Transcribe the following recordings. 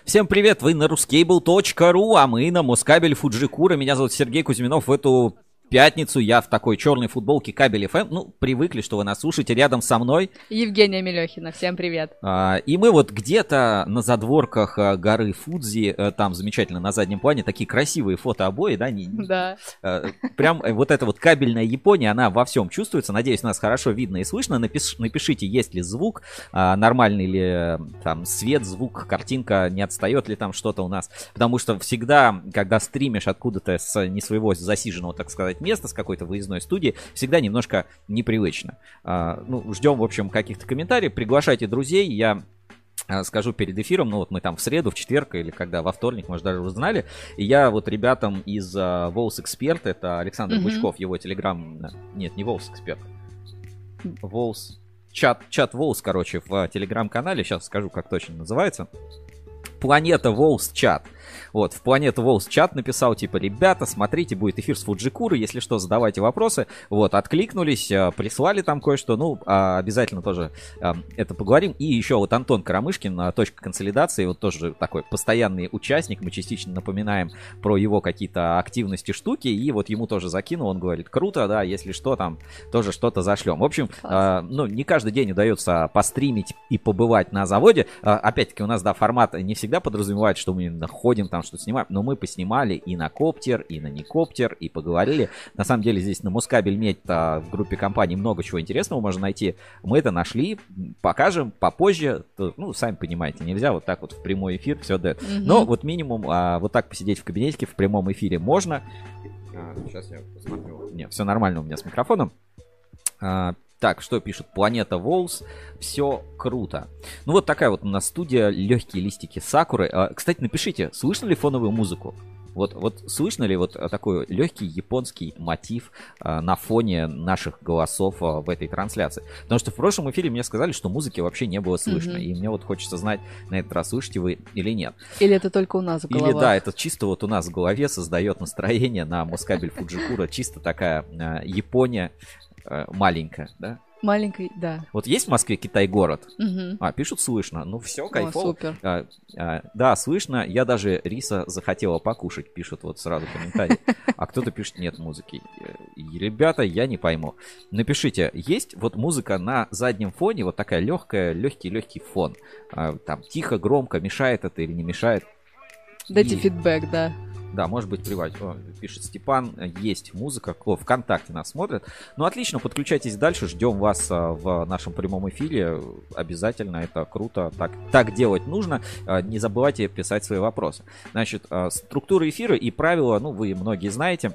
Всем привет, вы на ruscable.ru, а мы на Москабель Фуджикура. Меня зовут Сергей Кузьминов. В эту пятницу я в такой черной футболке Кабель ФМ. Ну, привыкли, что вы нас слушаете. Рядом со мной Евгения Мелехина. Всем привет. И мы вот где-то на задворках горы Фудзи, там замечательно на заднем плане, такие красивые фотообои, да? Да. Прям вот эта вот кабельная Япония, она во всем чувствуется. Надеюсь, нас хорошо видно и слышно. Напишите, есть ли звук, нормальный ли там свет, звук, картинка, не отстает ли там что-то у нас. Потому что всегда, когда стримишь откуда-то с не своего засиженного, так сказать, места, с какой-то выездной студии, всегда немножко непривычно. Ну, ждем, в общем, каких-то комментариев. Приглашайте друзей. Я скажу перед эфиром, ну вот мы там в среду, в четверг или когда, во вторник, может, даже узнали. И я вот ребятам из Волс Эксперт, это Александр Бучков, его телеграм... Нет, не Волс Эксперт. Волс... Чат Волс, короче, в телеграм-канале. Сейчас скажу, как точно называется. Планета Волс чат. Вот, в Планету Волс чат написал, типа, ребята, смотрите, будет эфир с Фуджикурой, если что, задавайте вопросы. Вот, откликнулись, прислали там кое-что, ну, обязательно тоже это поговорим. И еще вот Антон Карамышкин, точка консолидации, вот тоже такой постоянный участник, мы частично напоминаем про его какие-то активности, штуки, и вот ему тоже закинул, он говорит, круто, да, если что, там тоже что-то зашлем. В общем, ну, не каждый день удается постримить и побывать на заводе. Опять-таки, у нас, да, формат не всегда подразумевает, что мы находим там что-то снимаем, но мы поснимали и на коптер, и на некоптер, и поговорили. На самом деле здесь на Москабель Медь в группе компаний много чего интересного можно найти. Мы это нашли, покажем попозже. Ну, сами понимаете, нельзя вот так вот в прямой эфир все дает. Но вот минимум вот так посидеть в кабинетике в прямом эфире можно. Сейчас я посмотрю. Нет, все нормально у меня с микрофоном. Так, что пишут? Планета Волс. Все круто. Ну, вот такая вот у нас студия. Легкие листики сакуры. Кстати, напишите, слышно ли фоновую музыку? Вот слышно ли вот такой легкий японский мотив на фоне наших голосов в этой трансляции? Потому что в прошлом эфире мне сказали, что музыки вообще не было слышно. И мне вот хочется знать, на этот раз слышите вы или нет. Или это только у нас в головах? Или да, это чисто вот у нас в голове создает настроение на Москабель Фуджикура. Чисто такая Япония маленькая, да? Маленький, да. Вот есть в Москве Китай-город? Пишут, слышно. Ну все, кайфово. Супер. Да, слышно. Я даже риса захотела покушать, пишут вот сразу комментарии. А кто-то пишет, нет музыки. Ребята, я не пойму. Напишите, есть вот музыка на заднем фоне, вот такая легкая, легкий фон. Там тихо, громко, мешает это или не мешает? Дайте фидбэк, да. Да, может быть, плевать. Пишет Степан, есть музыка. ВКонтакте нас смотрят. Ну, отлично, подключайтесь дальше. Ждем вас в нашем прямом эфире. Обязательно, это круто. Так делать нужно. Не забывайте писать свои вопросы. Значит, структура эфира и правила, ну, вы многие знаете.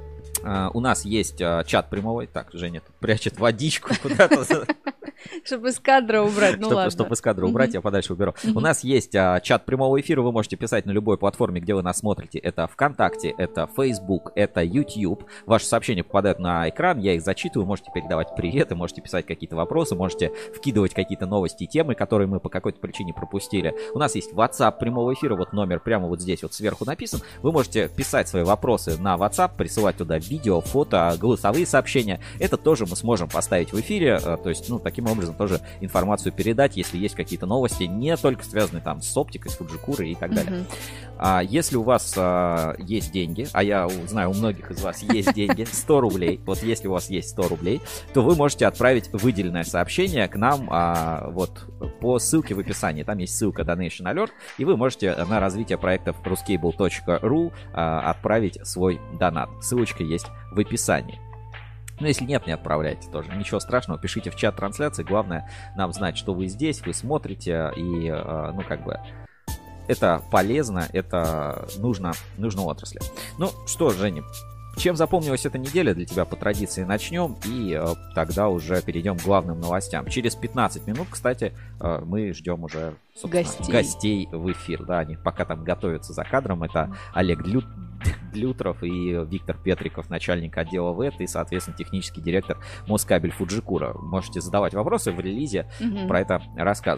У нас есть чат прямого. Так, Женя тут прячет водичку куда-то. Чтобы из кадра убрать, ну ладно. Чтобы из кадра убрать, я подальше уберу. У нас есть чат прямого эфира, вы можете писать на любой платформе, где вы нас смотрите. Это ВКонтакте, это Facebook, это YouTube. Ваши сообщения попадают на экран, я их зачитываю, можете передавать приветы, можете писать какие-то вопросы, можете вкидывать какие-то новости и темы, которые мы по какой-то причине пропустили. У нас есть WhatsApp прямого эфира, вот номер прямо вот здесь вот сверху написан. Вы можете писать свои вопросы на WhatsApp, присылать туда видео, фото, голосовые сообщения. Это тоже мы сможем поставить в эфире, то есть, ну, таким образом тоже информацию передать, если есть какие-то новости, не только связанные там с оптикой, с Фуджикурой и так далее. Если у вас есть деньги, а я знаю, у многих из вас есть деньги, 100 рублей, вот если у вас есть 100 рублей, то вы можете отправить выделенное сообщение к нам вот по ссылке в описании. Там есть ссылка Donation Alert, и вы можете на развитие проектов ruscable.ru отправить свой донат. Ссылочка есть в описании. Ну, если нет, не отправляйте тоже. Ничего страшного, пишите в чат трансляции. Главное нам знать, что вы здесь, вы смотрите. И, ну, как бы, это полезно, это нужно отрасли. Ну, что, Женя, чем запомнилась эта неделя для тебя по традиции начнем. И тогда уже перейдем к главным новостям. Через 15 минут, кстати, мы ждем уже гостей в эфир. Да, они пока там готовятся за кадром. Это Олег Длютров и Виктор Петриков, начальник отдела ВЭТ и, соответственно, технический директор Москабель Фуджикура. Можете задавать вопросы, в релизе про это рассказывали.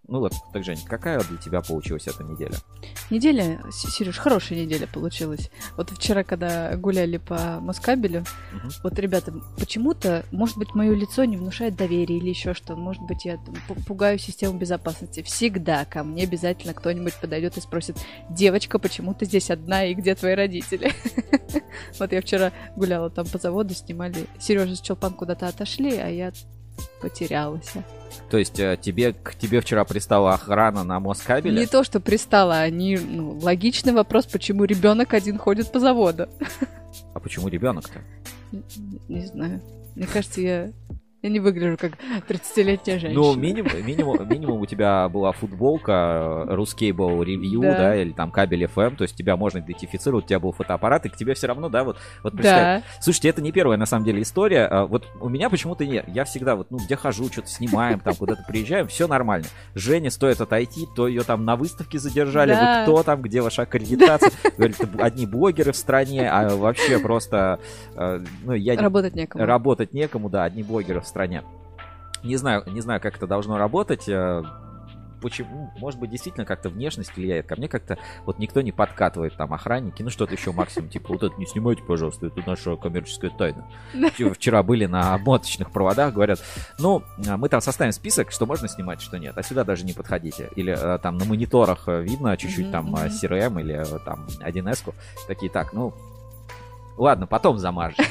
Ну вот, так, Жень, какая для тебя получилась эта неделя? Неделя, Сереж, хорошая неделя получилась. Вот вчера, когда гуляли по Москабелю, вот, ребята, почему-то, может быть, мое лицо не внушает доверия или еще что, может быть, я там пугаю систему безопасности. Всегда ко мне обязательно кто-нибудь подойдет и спросит: девочка, почему ты здесь одна и где твои родители? Вот я вчера гуляла там по заводу, снимали. Сережа с Чулпан куда-то отошли, а я потерялась. То есть к тебе вчера пристала охрана на Москабеле? Не то, что пристала, логичный вопрос, почему ребенок один ходит по заводу. А почему ребенок-то? Не знаю. Мне кажется, я не выгляжу как 30-летняя женщина. Ну, минимум у тебя была футболка Ruscable Review, да, или там Кабель FM, то есть тебя можно идентифицировать, у тебя был фотоаппарат, и к тебе все равно, да, вот представь. Да. Слушайте, это не первая, на самом деле, история. Вот у меня почему-то нет. Я всегда вот, где хожу, что-то снимаем, там куда-то приезжаем, все нормально. Жене стоит отойти, то ее там на выставке задержали, да. Вы кто там, где ваша аккредитация? Говорит, одни блогеры в стране, а вообще просто... Работать некому. Работать некому, да, одни блогеры в стране. Не знаю, как это должно работать. Почему? Может быть, действительно как-то внешность влияет. Ко мне как-то вот никто не подкатывает, там, охранники, ну что-то еще максимум, типа, вот это не снимайте, пожалуйста, это наша коммерческая тайна. Вчера были на обмоточных проводах, говорят, ну, мы там составим список, что можно снимать, что нет, а сюда даже не подходите. Или там на мониторах видно чуть-чуть там CRM или там 1С-ку. Такие, так, ну, ладно, потом замажем.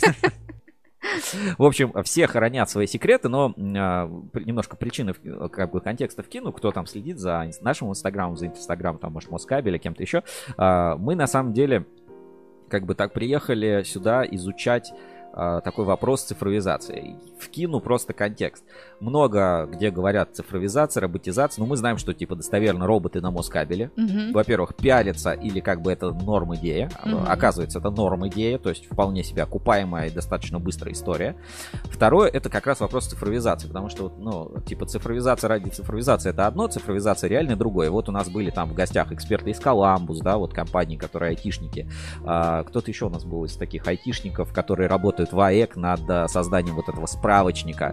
В общем, все хранят свои секреты, но немножко причины, как бы, контекста вкину, кто там следит за нашим инстаграмом, за инстаграмом, там, может, Москабеля, кем-то еще. Мы, на самом деле, как бы так приехали сюда изучать такой вопрос цифровизации. Вкину просто контекст. Много где говорят цифровизация, роботизация, но мы знаем, что типа достоверно роботы на Москабеле. Во-первых, пиарятся или как бы это норм-идея. Оказывается, это норм-идея, то есть вполне себе окупаемая и достаточно быстрая история. Второе, это как раз вопрос цифровизации, потому что, ну, типа цифровизация ради цифровизации это одно, цифровизация реально другое. Вот у нас были там в гостях эксперты из Columbus, да, вот компании, которые айтишники. Кто-то еще у нас был из таких айтишников, которые работают в АЭК над созданием вот этого справочника.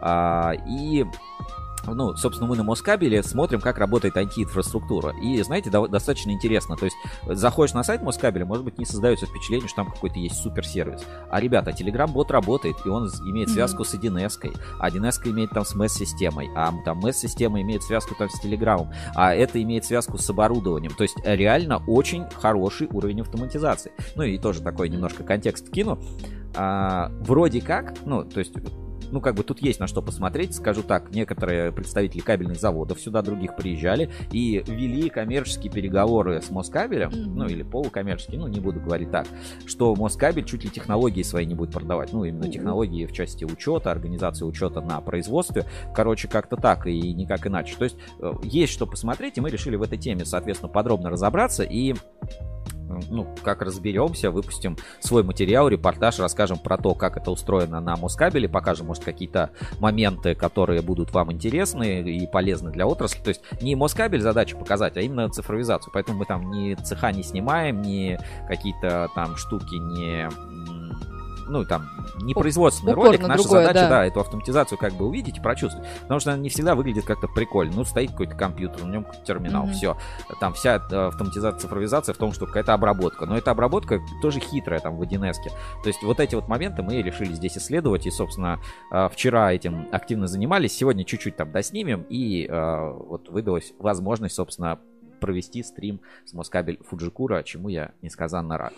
И, ну, собственно, мы на Москабеле смотрим, как работает IT-инфраструктура. И, знаете, достаточно интересно. То есть, заходишь на сайт Москабеля, может быть, не создается впечатление, что там какой-то есть суперсервис. А, ребята, Telegram-бот работает, и он имеет связку с 1С-кой. А 1С-ка имеет там с MES-системой. А там MES-система имеет связку там с Telegram. А это имеет связку с оборудованием. То есть, реально очень хороший уровень автоматизации. Ну, и тоже такой немножко контекст вкину. Вроде как, ну, то есть, ну, как бы тут есть на что посмотреть, скажу так, некоторые представители кабельных заводов сюда, других приезжали и вели коммерческие переговоры с Москабелем, ну, или полукоммерческие, ну, не буду говорить так, что Москабель чуть ли технологии свои не будет продавать, ну, именно технологии в части учета, организации учета на производстве, короче, как-то так и никак иначе. То есть, есть что посмотреть, и мы решили в этой теме, соответственно, подробно разобраться и... Ну, как разберемся, выпустим свой материал, репортаж, расскажем про то, как это устроено на Москабеле, покажем, может, какие-то моменты, которые будут вам интересны и полезны для отрасли. То есть не Москабель задача показать, а именно цифровизацию. Поэтому мы там ни цеха не снимаем, ни какие-то там штуки не... Ну, там, не производственный ролик, наша задача, да, эту автоматизацию как бы увидеть и прочувствовать. Потому что она не всегда выглядит как-то прикольно. Ну, стоит какой-то компьютер, на нем какой-то терминал, все. Там вся автоматизация, цифровизация в том, что какая-то обработка. Но эта обработка тоже хитрая там в 1С-ке. То есть вот эти вот моменты мы решили здесь исследовать. И, собственно, вчера этим активно занимались. Сегодня чуть-чуть там доснимем. И вот выдалась возможность, собственно, провести стрим с Москабель Фуджикура, чему я несказанно рад.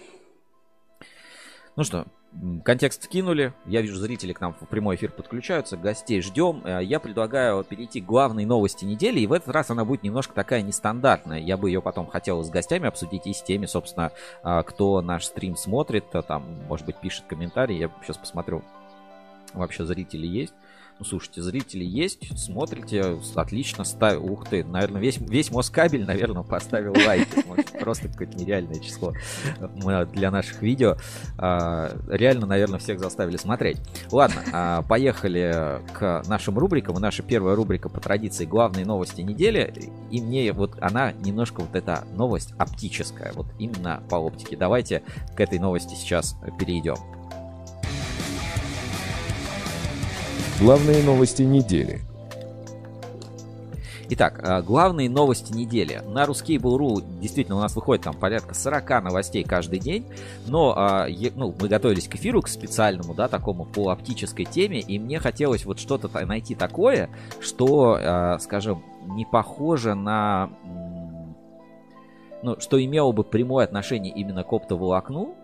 Ну что, контекст вкинули. Я вижу, зрители к нам в прямой эфир подключаются. Гостей ждем. Я предлагаю перейти к главной новости недели. И в этот раз она будет немножко такая нестандартная. Я бы ее потом хотел с гостями обсудить и с теми, собственно, кто наш стрим смотрит. Там, может быть, пишет комментарии. Я сейчас посмотрю, вообще зрители есть. Ну, слушайте, зрители есть, смотрите, отлично, ух ты, наверное, весь Москабель, наверное, поставил лайки, просто какое-то нереальное число для наших видео, реально, наверное, всех заставили смотреть. Ладно, поехали к нашим рубрикам, и наша первая рубрика по традиции главные новости недели, и мне вот она немножко вот эта новость оптическая, вот именно по оптике. Давайте к этой новости сейчас перейдем. Главные новости недели. Итак, главные новости недели. На Ruscable.ru действительно у нас выходит там порядка 40 новостей каждый день, но мы готовились к эфиру, к специальному, да, такому по оптической теме, и мне хотелось вот что-то найти такое, что, скажем, не похоже на... что имело бы прямое отношение именно к оптоволокну,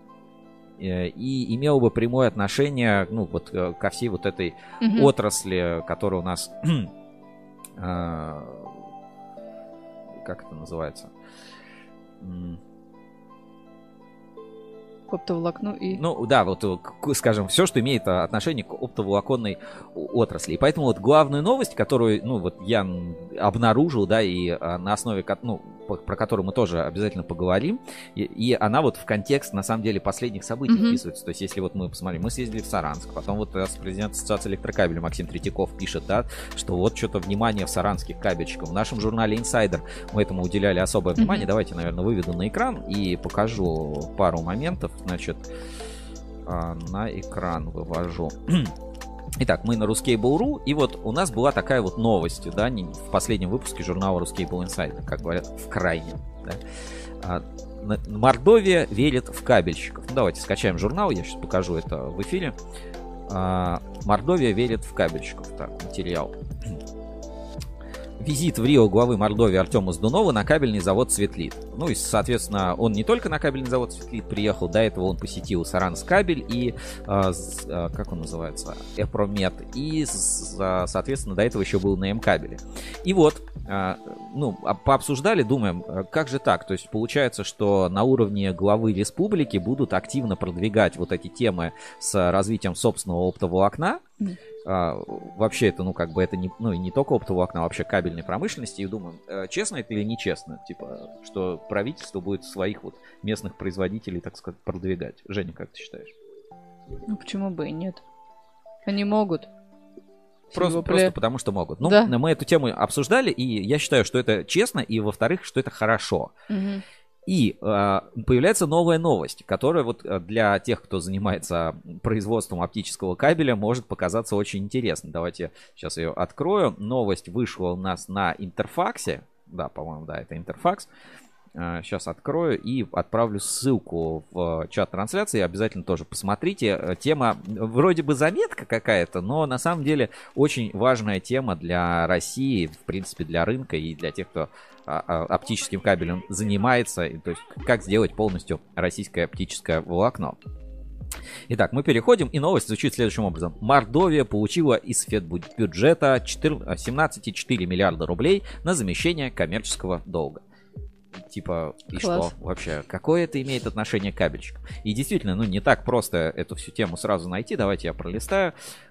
и имело бы прямое отношение, ко всей вот этой отрасли, которая у нас... как это называется? К оптоволокну и... скажем, все, что имеет отношение к оптоволоконной отрасли. И поэтому вот главную новость, которую, я обнаружил, да, и на основе, про которую мы тоже обязательно поговорим, и она вот в контекст, на самом деле, последних событий вписывается. То есть, если вот мы посмотрим, мы съездили в Саранск, потом вот президент Ассоциации электрокабеля Максим Третьяков пишет, да, что вот что-то внимание в саранских кабельщиков. В нашем журнале Insider мы этому уделяли особое внимание. Давайте, наверное, выведу на экран и покажу пару моментов. Значит, на экран вывожу. Итак, мы на Ruscable.ru, и вот у нас была такая вот новость, да, в последнем выпуске журнала Ruscable Insider, как говорят, в крайнем. Да. Мордовия верит в кабельщиков. Давайте скачаем журнал, я сейчас покажу это в эфире. Мордовия верит в кабельщиков. Так, материал. Визит в Рио главы Мордовии Артема Сдунова на кабельный завод «Светлит». И, соответственно, он не только на кабельный завод «Светлит» приехал, до этого он посетил Саранскабель и, как он называется, Эпромет, и, соответственно, до этого еще был на М-кабеле. И вот, пообсуждали, думаем, как же так? То есть, получается, что на уровне главы республики будут активно продвигать вот эти темы с развитием собственного оптоволокна. Вообще это, это не только оптоволокна, а вообще кабельной промышленности. И думаем, честно это или нечестно? Типа, что правительство будет своих вот местных производителей, так сказать, продвигать. Женя, как ты считаешь? Почему бы и нет? Они могут. Просто потому что могут. Да. Мы эту тему обсуждали, и я считаю, что это честно, и, во-вторых, что это хорошо. И появляется новая новость, которая вот для тех, кто занимается производством оптического кабеля, может показаться очень интересной. Давайте сейчас ее открою. Новость вышла у нас на Интерфаксе. Да, по-моему, да, это Интерфакс. Сейчас открою и отправлю ссылку в чат трансляции. Обязательно тоже посмотрите. Тема вроде бы заметка какая-то, но на самом деле очень важная тема для России, в принципе, для рынка и для тех, кто оптическим кабелем занимается. То есть как сделать полностью российское оптическое волокно. Итак, мы переходим, и новость звучит следующим образом. Мордовия получила из федбюджета 17,4 миллиарда рублей на замещение коммерческого долга. Типа, и Класс. что вообще? Какое это имеет отношение к кабельщикам? И действительно, не так просто эту всю тему сразу найти. Давайте я пролистаю.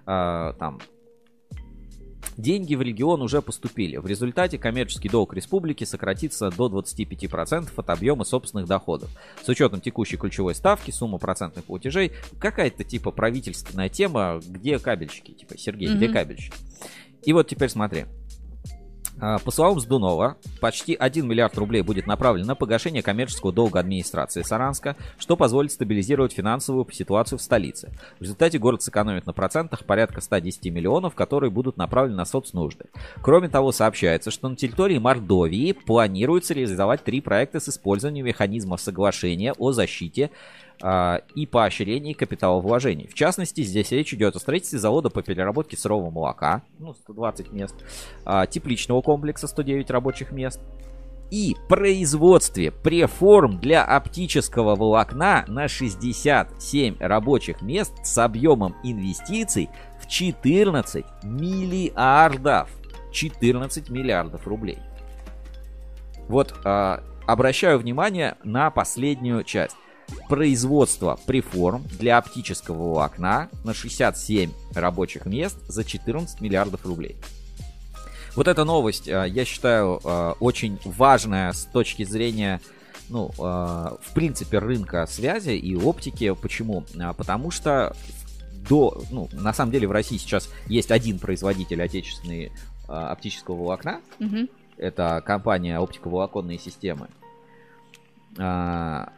Деньги в регион уже поступили. В результате коммерческий долг республики сократится до 25% от объема собственных доходов. С учетом текущей ключевой ставки, сумма процентных платежей. Какая-то типа правительственная тема, где кабельщики? Типа, Сергей, где кабельщики? И вот теперь смотри. По словам Сдунова, почти 1 миллиард рублей будет направлен на погашение коммерческого долга администрации Саранска, что позволит стабилизировать финансовую ситуацию в столице. В результате город сэкономит на процентах порядка 110 миллионов, которые будут направлены на соцнужды. Кроме того, сообщается, что на территории Мордовии планируется реализовать 3 проекта с использованием механизмов соглашения о защите и поощрении капиталовложений. В частности, здесь речь идет о строительстве завода по переработке сырого молока, 120 мест, тепличного комплекса, 109 рабочих мест, и производстве преформ для оптического волокна на 67 рабочих мест с объемом инвестиций в 14 миллиардов. 14 миллиардов рублей. Вот обращаю внимание на последнюю часть. Производство преформ для оптического волокна на 67 рабочих мест за 14 миллиардов рублей. Вот эта новость, я считаю, очень важная с точки зрения, в принципе, рынка связи и оптики. Почему? Потому что на самом деле в России сейчас есть один производитель отечественный оптического волокна. Это компания «Оптиковолоконные системы».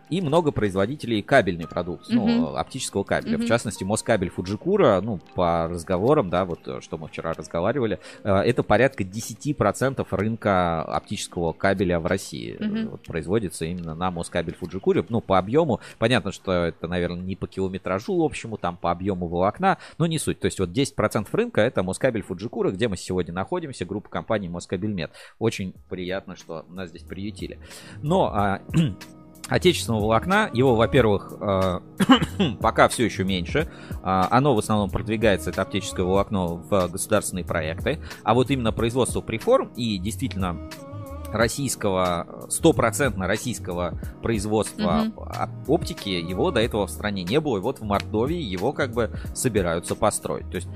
И много производителей кабельной продукции, ну, оптического кабеля. В частности, Москабель Фуджикура, ну, по разговорам, да, вот что мы вчера разговаривали, это порядка 10% рынка оптического кабеля в России. Вот, производится именно на Москабель Фуджикуре. Ну, по объему, понятно, что это, наверное, не по километражу общему, там по объему волокна, но не суть. То есть вот 10% рынка это Москабель Фуджикура, где мы сегодня находимся, группа компаний Москабельмет. Очень приятно, что нас здесь приютили. Но отечественного волокна, его, во-первых, пока все еще меньше. Оно в основном продвигается, это оптическое волокно, в государственные проекты. А вот именно производство преформ и действительно российского, 100% российского производства оптики, его до этого в стране не было. И вот в Мордовии его как бы собираются построить. То есть,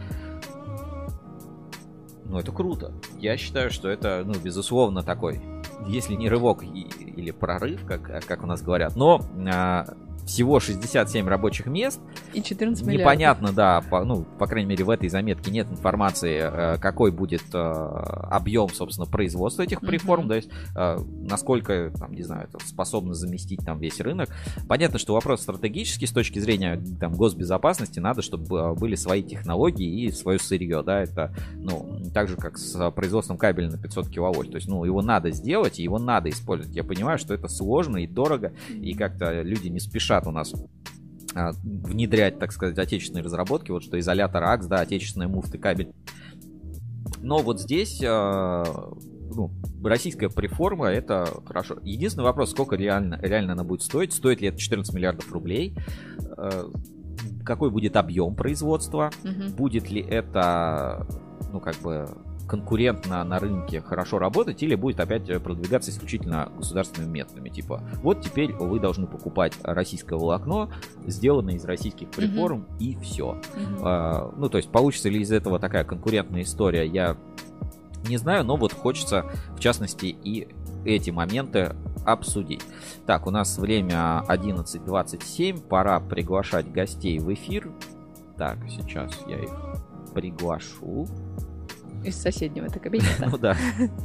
ну, это круто. Я считаю, что это, ну, безусловно, такой, если не рывок или прорыв, как у нас говорят, но всего 67 рабочих мест. И 14 миллиардов. Непонятно, да, по крайней мере, в этой заметке нет информации, какой будет объем, собственно, производства этих преформ, то есть насколько, там, не знаю, это способно заместить там весь рынок. Понятно, что вопрос стратегический с точки зрения там госбезопасности, надо, чтобы были свои технологии и свое сырье, да, это, ну, так же, как с производством кабеля на 500 киловольт, то есть, ну, его надо сделать, и его надо использовать. Я понимаю, что это сложно и дорого, и как-то люди не спешат у нас внедрять, так сказать, отечественные разработки, вот что изолятор АКС, да, отечественные муфты, кабель. Но вот здесь ну, российская преформа, это хорошо. Единственный вопрос, сколько реально она будет стоить, стоит ли это 14 миллиардов рублей, какой будет объем производства, будет ли это, ну, как бы конкурентно на рынке хорошо работать, или будет опять продвигаться исключительно государственными методами. Типа, вот теперь вы должны покупать российское волокно, сделанное из российских преформ, и все. Ну, то есть, получится ли из этого такая конкурентная история, я не знаю, но вот хочется, в частности, и эти моменты обсудить. Так, у нас время 11:27, пора приглашать гостей в эфир. Так, сейчас я их приглашу. Из соседнего это кабинета. Ну да.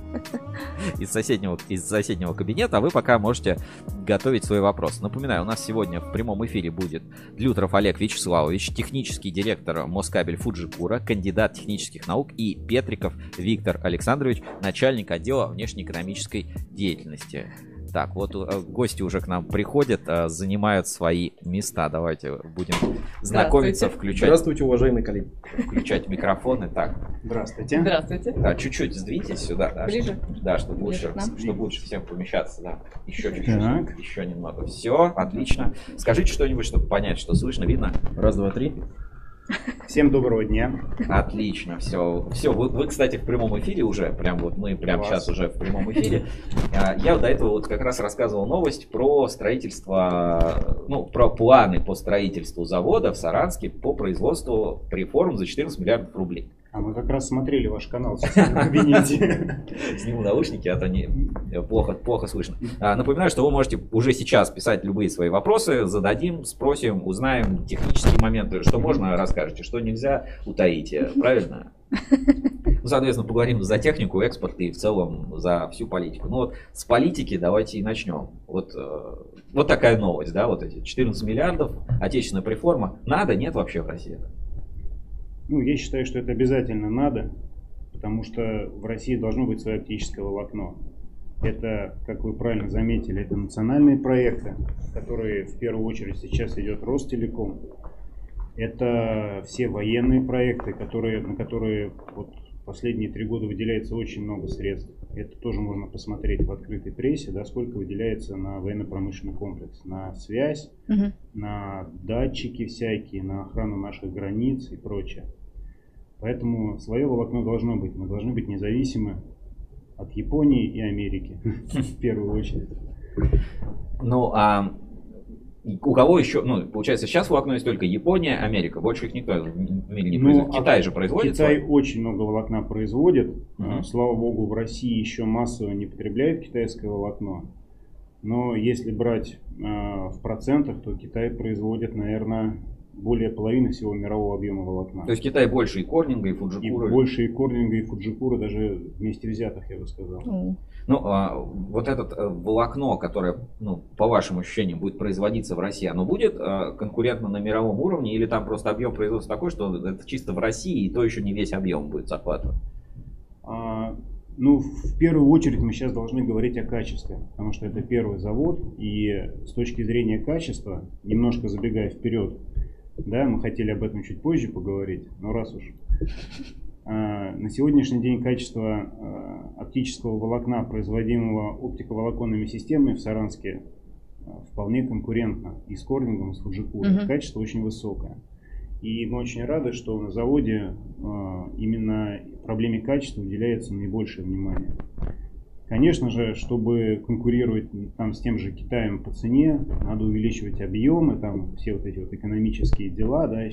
Из соседнего кабинета. А вы пока можете готовить свой вопрос. Напоминаю, у нас сегодня в прямом эфире будет Длютров Олег Вячеславович, технический директор Москабель Фуджикура, кандидат технических наук, и Петриков Виктор Александрович, начальник отдела внешнеэкономической деятельности. Так, вот гости уже к нам приходят, занимают свои места. Давайте будем знакомиться, включать. Здравствуйте, уважаемые коллеги. Включать микрофоны. Так. Здравствуйте. Здравствуйте. Да, чуть-чуть сдвиньтесь сюда. Да, ближе. Чтобы лучше всем помещаться. Да. Еще чуть-чуть. Так. Еще немного. Все, отлично. Скажите что-нибудь, чтобы понять, что слышно, видно. Раз, два, три. Всем доброго дня. Отлично, все. Вы, кстати, в прямом эфире уже, прям вот мы прямо сейчас уже в прямом эфире. Я до этого вот как раз рассказывал новость про строительство, ну, про планы по строительству завода в Саранске по производству преформ за 14 миллиардов рублей. А мы как раз смотрели ваш канал сейчас в кабинете. Сниму наушники, а то плохо слышно. Напоминаю, что вы можете уже сейчас писать любые свои вопросы, зададим, спросим, узнаем технические моменты, что можно расскажете, что нельзя, утаите, правильно? Ну, соответственно, поговорим за технику, экспорт и в целом за всю политику. Ну вот с политики давайте и начнем. Вот такая новость, да, вот эти 14 миллиардов, отечественная преформа. Надо, нет вообще в России? Ну, я считаю, что это обязательно надо, потому что в России должно быть свое оптическое волокно. Это, как вы правильно заметили, это национальные проекты, которые в первую очередь сейчас идет Ростелеком. Это все военные проекты, на которые вот последние 3 года выделяется очень много средств. Это тоже можно посмотреть в открытой прессе, да, сколько выделяется на военно-промышленный комплекс, на связь, на датчики всякие, на охрану наших границ и прочее. Поэтому свое волокно должно быть. Мы должны быть независимы от Японии и Америки в первую очередь. Ну, а у кого еще, ну, получается, сейчас волокно есть только Япония, Америка, больше их никто в мире не производит. Китай же производит. Китай очень много волокна производит. Слава богу, в России еще массово не потребляют китайское волокно. Но если брать в процентах, то Китай производит, наверное, более половины всего мирового объема волокна. То есть Китай больше и Корнинга, и Фуджикура? И больше и Корнинга, и Фуджикура, даже вместе взятых, я бы сказал. Ну, вот это волокно, которое, ну, по вашим ощущениям, будет производиться в России, оно будет конкурентно на мировом уровне, или там просто объем производства такой, что это чисто в России, и то еще не весь объем будет захватывать? Ну, в первую очередь мы сейчас должны говорить о качестве, потому что это первый завод, и с точки зрения качества, немножко забегая вперед, да, мы хотели об этом чуть позже поговорить, но раз уж. На сегодняшний день качество оптического волокна, производимого оптиковолоконными системами в Саранске, вполне конкурентно и с Корнингом, и с Фуджикурой. Качество очень высокое. И мы очень рады, что на заводе именно проблеме качества уделяется наибольшее внимание. Конечно же, чтобы конкурировать там с тем же Китаем по цене, надо увеличивать объемы, там все вот эти вот экономические дела, да,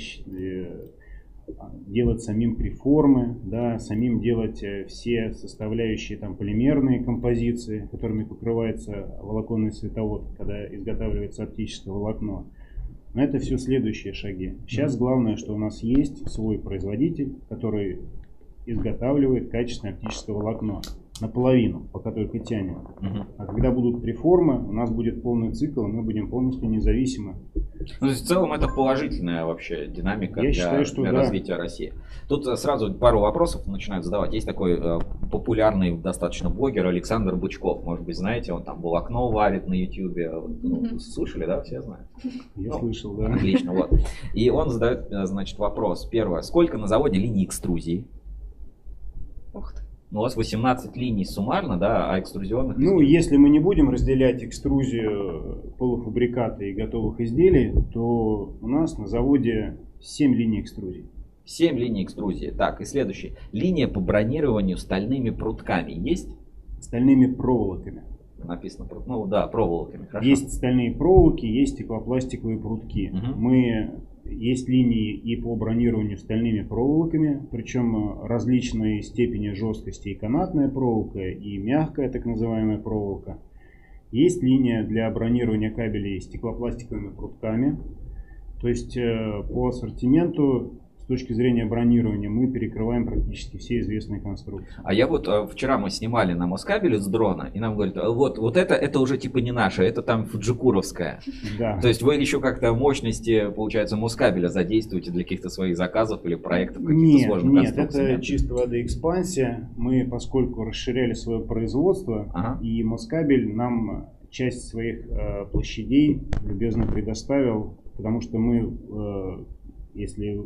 делать самим преформы, да, самим делать все составляющие там полимерные композиции, которыми покрывается волоконный световод, когда изготавливается оптическое волокно. Но это все следующие шаги. Сейчас главное, что у нас есть свой производитель, который изготавливает качественное оптическое волокно. Наполовину, пока только тянем. А когда будут преформы, у нас будет полный цикл, и мы будем полностью независимы. Ну, то есть в целом это положительная вообще динамика считаю, что для развития России. Тут сразу пару вопросов начинают задавать. Есть такой популярный достаточно блогер Александр Бычков. Может быть, знаете, он там волокно варит на Ютубе. Ну, слышали, да? Все знают? Я слышал, да. Отлично, вот. И он задает, значит, вопрос. Первое. Сколько на заводе линий экструзии? Ух ты. Ну, у вас 18 линий суммарно, да, а экструзионных? Ну, если мы не будем разделять экструзию полуфабриката и готовых изделий, то у нас на заводе 7 линий экструзии. 7 линий экструзии. Так, и следующий. Линия по бронированию стальными прутками есть? Стальными проволоками. Написано, ну да, проволоками. Хорошо. Есть стальные проволоки, есть стеклопластиковые прутки. Есть линии и по бронированию стальными проволоками, причем различной степени жесткости, и канатная проволока, и мягкая так называемая проволока. Есть линия для бронирования кабелей стеклопластиковыми прутками. То есть по ассортименту, с точки зрения бронирования, мы перекрываем практически все известные конструкции. А я вот вчера мы снимали на Москабеле с дрона, и нам говорят, вот это уже типа не наше, это там фуджикуровская. Да. То есть вы еще как-то мощности, получается, Москабеля задействуете для каких-то своих заказов или проектов, каких-то сложных конструкций? Нет, это чисто воды экспансия. Мы, поскольку расширяли свое производство, и Москабель нам часть своих площадей любезно предоставил, потому что мы, если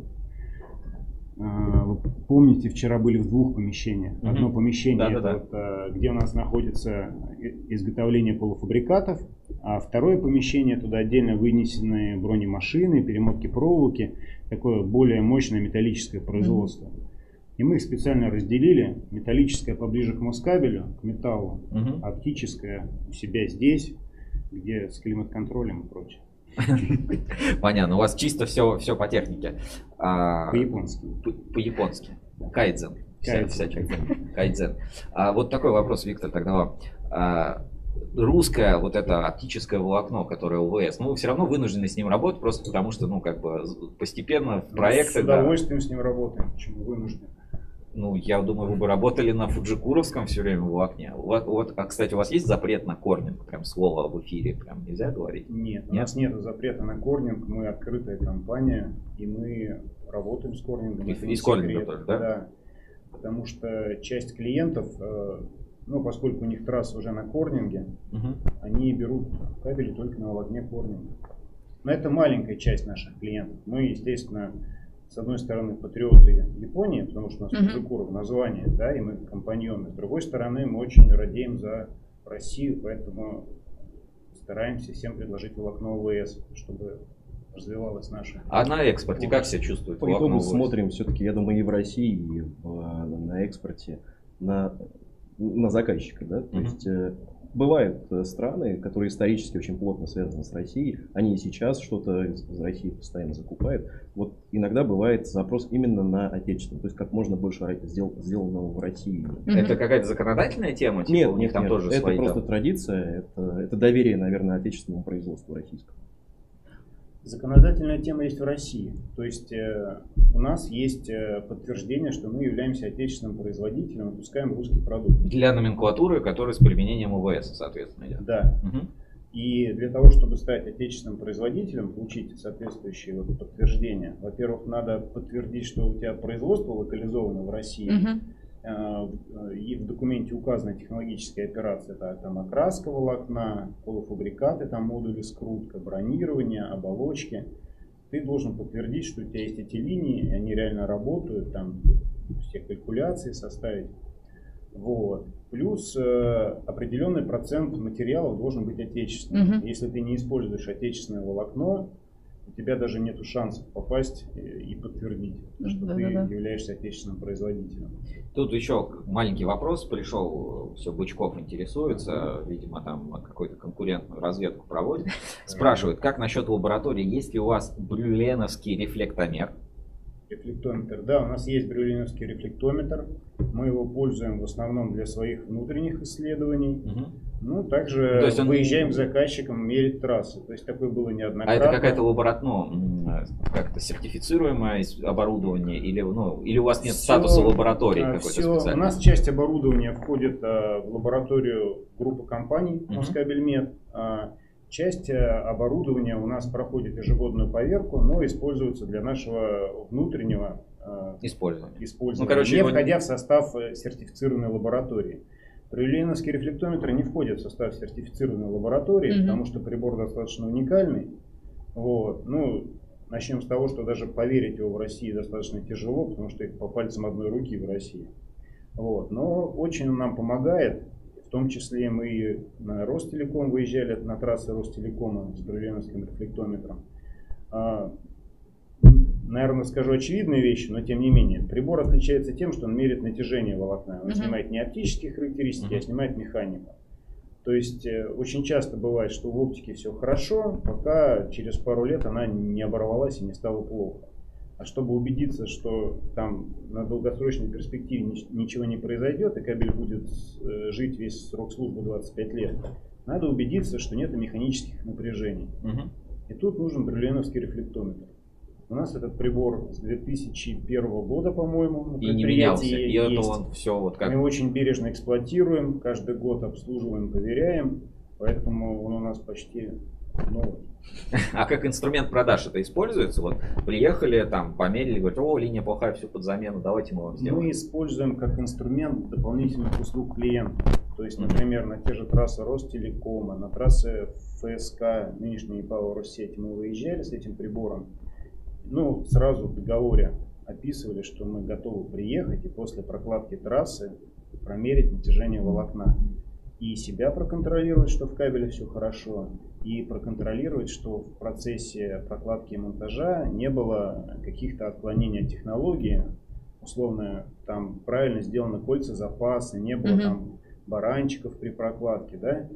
вы помните, вчера были в двух помещениях. Одно помещение, вот, где у нас находится изготовление полуфабрикатов, а второе помещение, туда отдельно вынесены бронемашины, перемотки проволоки, такое более мощное металлическое производство. И мы их специально разделили. Металлическое поближе к Москабелю, к металлу, оптическое у себя здесь, где с климат-контролем и прочее. Понятно, у вас чисто все по технике. По-японски. По-японски. Кайдзен. Кайдзен. Вот такой вопрос, Виктор, тогда вам. Русское вот это оптическое волокно, которое УВС, ну, вы все равно вынуждены с ним работать, просто потому что, ну, как бы постепенно в проекты... С удовольствием с ним работаем, почему вынуждены? Ну, я думаю, вы бы работали на фуджикуровском все время волокне. Кстати, у вас есть запрет на корнинг? Прям слово в эфире прям нельзя говорить? Нет, у нас нет запрета на корнинг. Мы открытая компания, и мы работаем с корнингом. И с корнингом тоже, да? Да. Потому что часть клиентов, ну, поскольку у них трасса уже на корнинге, они берут кабели только на волокне корнинга. Но это маленькая часть наших клиентов. Мы, естественно, с одной стороны, патриоты Японии, потому что у нас Фуджикура в названии, да, и мы компаньоны. С другой стороны, мы очень радеем за Россию, поэтому стараемся всем предложить волокно ОВС, чтобы развивалась наша. А на экспорте как себя чувствует? По итогу смотрим все-таки, я думаю, и в России, и на экспорте, на заказчика, да, то есть бывают страны, которые исторически очень плотно связаны с Россией, они и сейчас что-то из России постоянно закупают. Вот иногда бывает запрос именно на отечество, то есть как можно больше сделанного в России. Это какая-то законодательная тема? Типа, нет, у них там тоже это свои, просто традиция, это доверие, наверное, отечественному производству российскому. Законодательная тема есть в России. То есть у нас есть подтверждение, что мы являемся отечественным производителем, выпускаем русский продукт. Для номенклатуры, которая с применением ОВС, соответственно, идет. Да. Угу. И для того, чтобы стать отечественным производителем, получить соответствующее вот подтверждение, во-первых, надо подтвердить, что у тебя производство локализовано в России. И в документе указана технологическая операция, это там окраска волокна, полуфабрикаты, там модули скрутка, бронирование, оболочки. Ты должен подтвердить, что у тебя есть эти линии, и они реально работают, там все калькуляции составить. Вот. Плюс определенный процент материалов должен быть отечественным. Если ты не используешь отечественное волокно, у тебя даже нету шансов попасть и подтвердить, что ты являешься отечественным производителем. Тут еще маленький вопрос пришел, все Бычков интересуется, видимо, там какую-то конкурентную разведку проводит. Спрашивают, как насчет лаборатории, есть ли у вас брюленовский рефлектомер? Рефлектометр, да, у нас есть брюленовский рефлектометр, мы его пользуем в основном для своих внутренних исследований. Ну, также то есть выезжаем к заказчикам мерить трассы. То есть такое было неоднократно. А это какая-то как-то сертифицируемое оборудование или у вас нет статуса лаборатории какой-то специальной? У нас часть оборудования входит в лабораторию группы компаний Москабельмет. Часть оборудования у нас проходит ежегодную поверку, но используется для нашего внутреннего использования, не входя в состав сертифицированной лаборатории. Брюленовский рефлектометр не входит в состав сертифицированной лаборатории, потому что прибор достаточно уникальный. Вот. Ну, начнем с того, что даже поверить его в России достаточно тяжело, потому что их по пальцам одной руки в России. Вот. Но очень он нам помогает. В том числе мы на Ростелеком выезжали на трассы Ростелекома с брюленовским рефлектометром. Наверное, скажу очевидные вещи, но тем не менее. Прибор отличается тем, что он меряет натяжение волокна. Он снимает не оптические характеристики, а снимает механику. То есть очень часто бывает, что в оптике все хорошо, пока через пару лет она не оборвалась и не стало плохо. А чтобы убедиться, что там на долгосрочной перспективе ничего не произойдет, и кабель будет жить весь срок службы 25 лет, надо убедиться, что нет механических напряжений. И тут нужен брюленовский рефлектометр. У нас этот прибор с 2001 года, по-моему, и не менялся. И это он все вот как... Мы его очень бережно эксплуатируем, каждый год обслуживаем, проверяем, поэтому он у нас почти новый. А как инструмент продаж это используется? Вот приехали, там померили, говорят, о, линия плохая, все под замену, давайте мы вам сделаем. Мы используем как инструмент дополнительных услуг клиента. То есть, например, на те же трассы Ростелекома, на трассы ФСК, нынешней ПАО Россети, мы выезжали с этим прибором. Ну, сразу в договоре описывали, что мы готовы приехать и после прокладки трассы промерить натяжение волокна. И себя проконтролировать, что в кабеле все хорошо, и проконтролировать, что в процессе прокладки и монтажа не было каких-то отклонений от технологии. Условно, там правильно сделаны кольца запаса, не было там баранчиков при прокладке, да?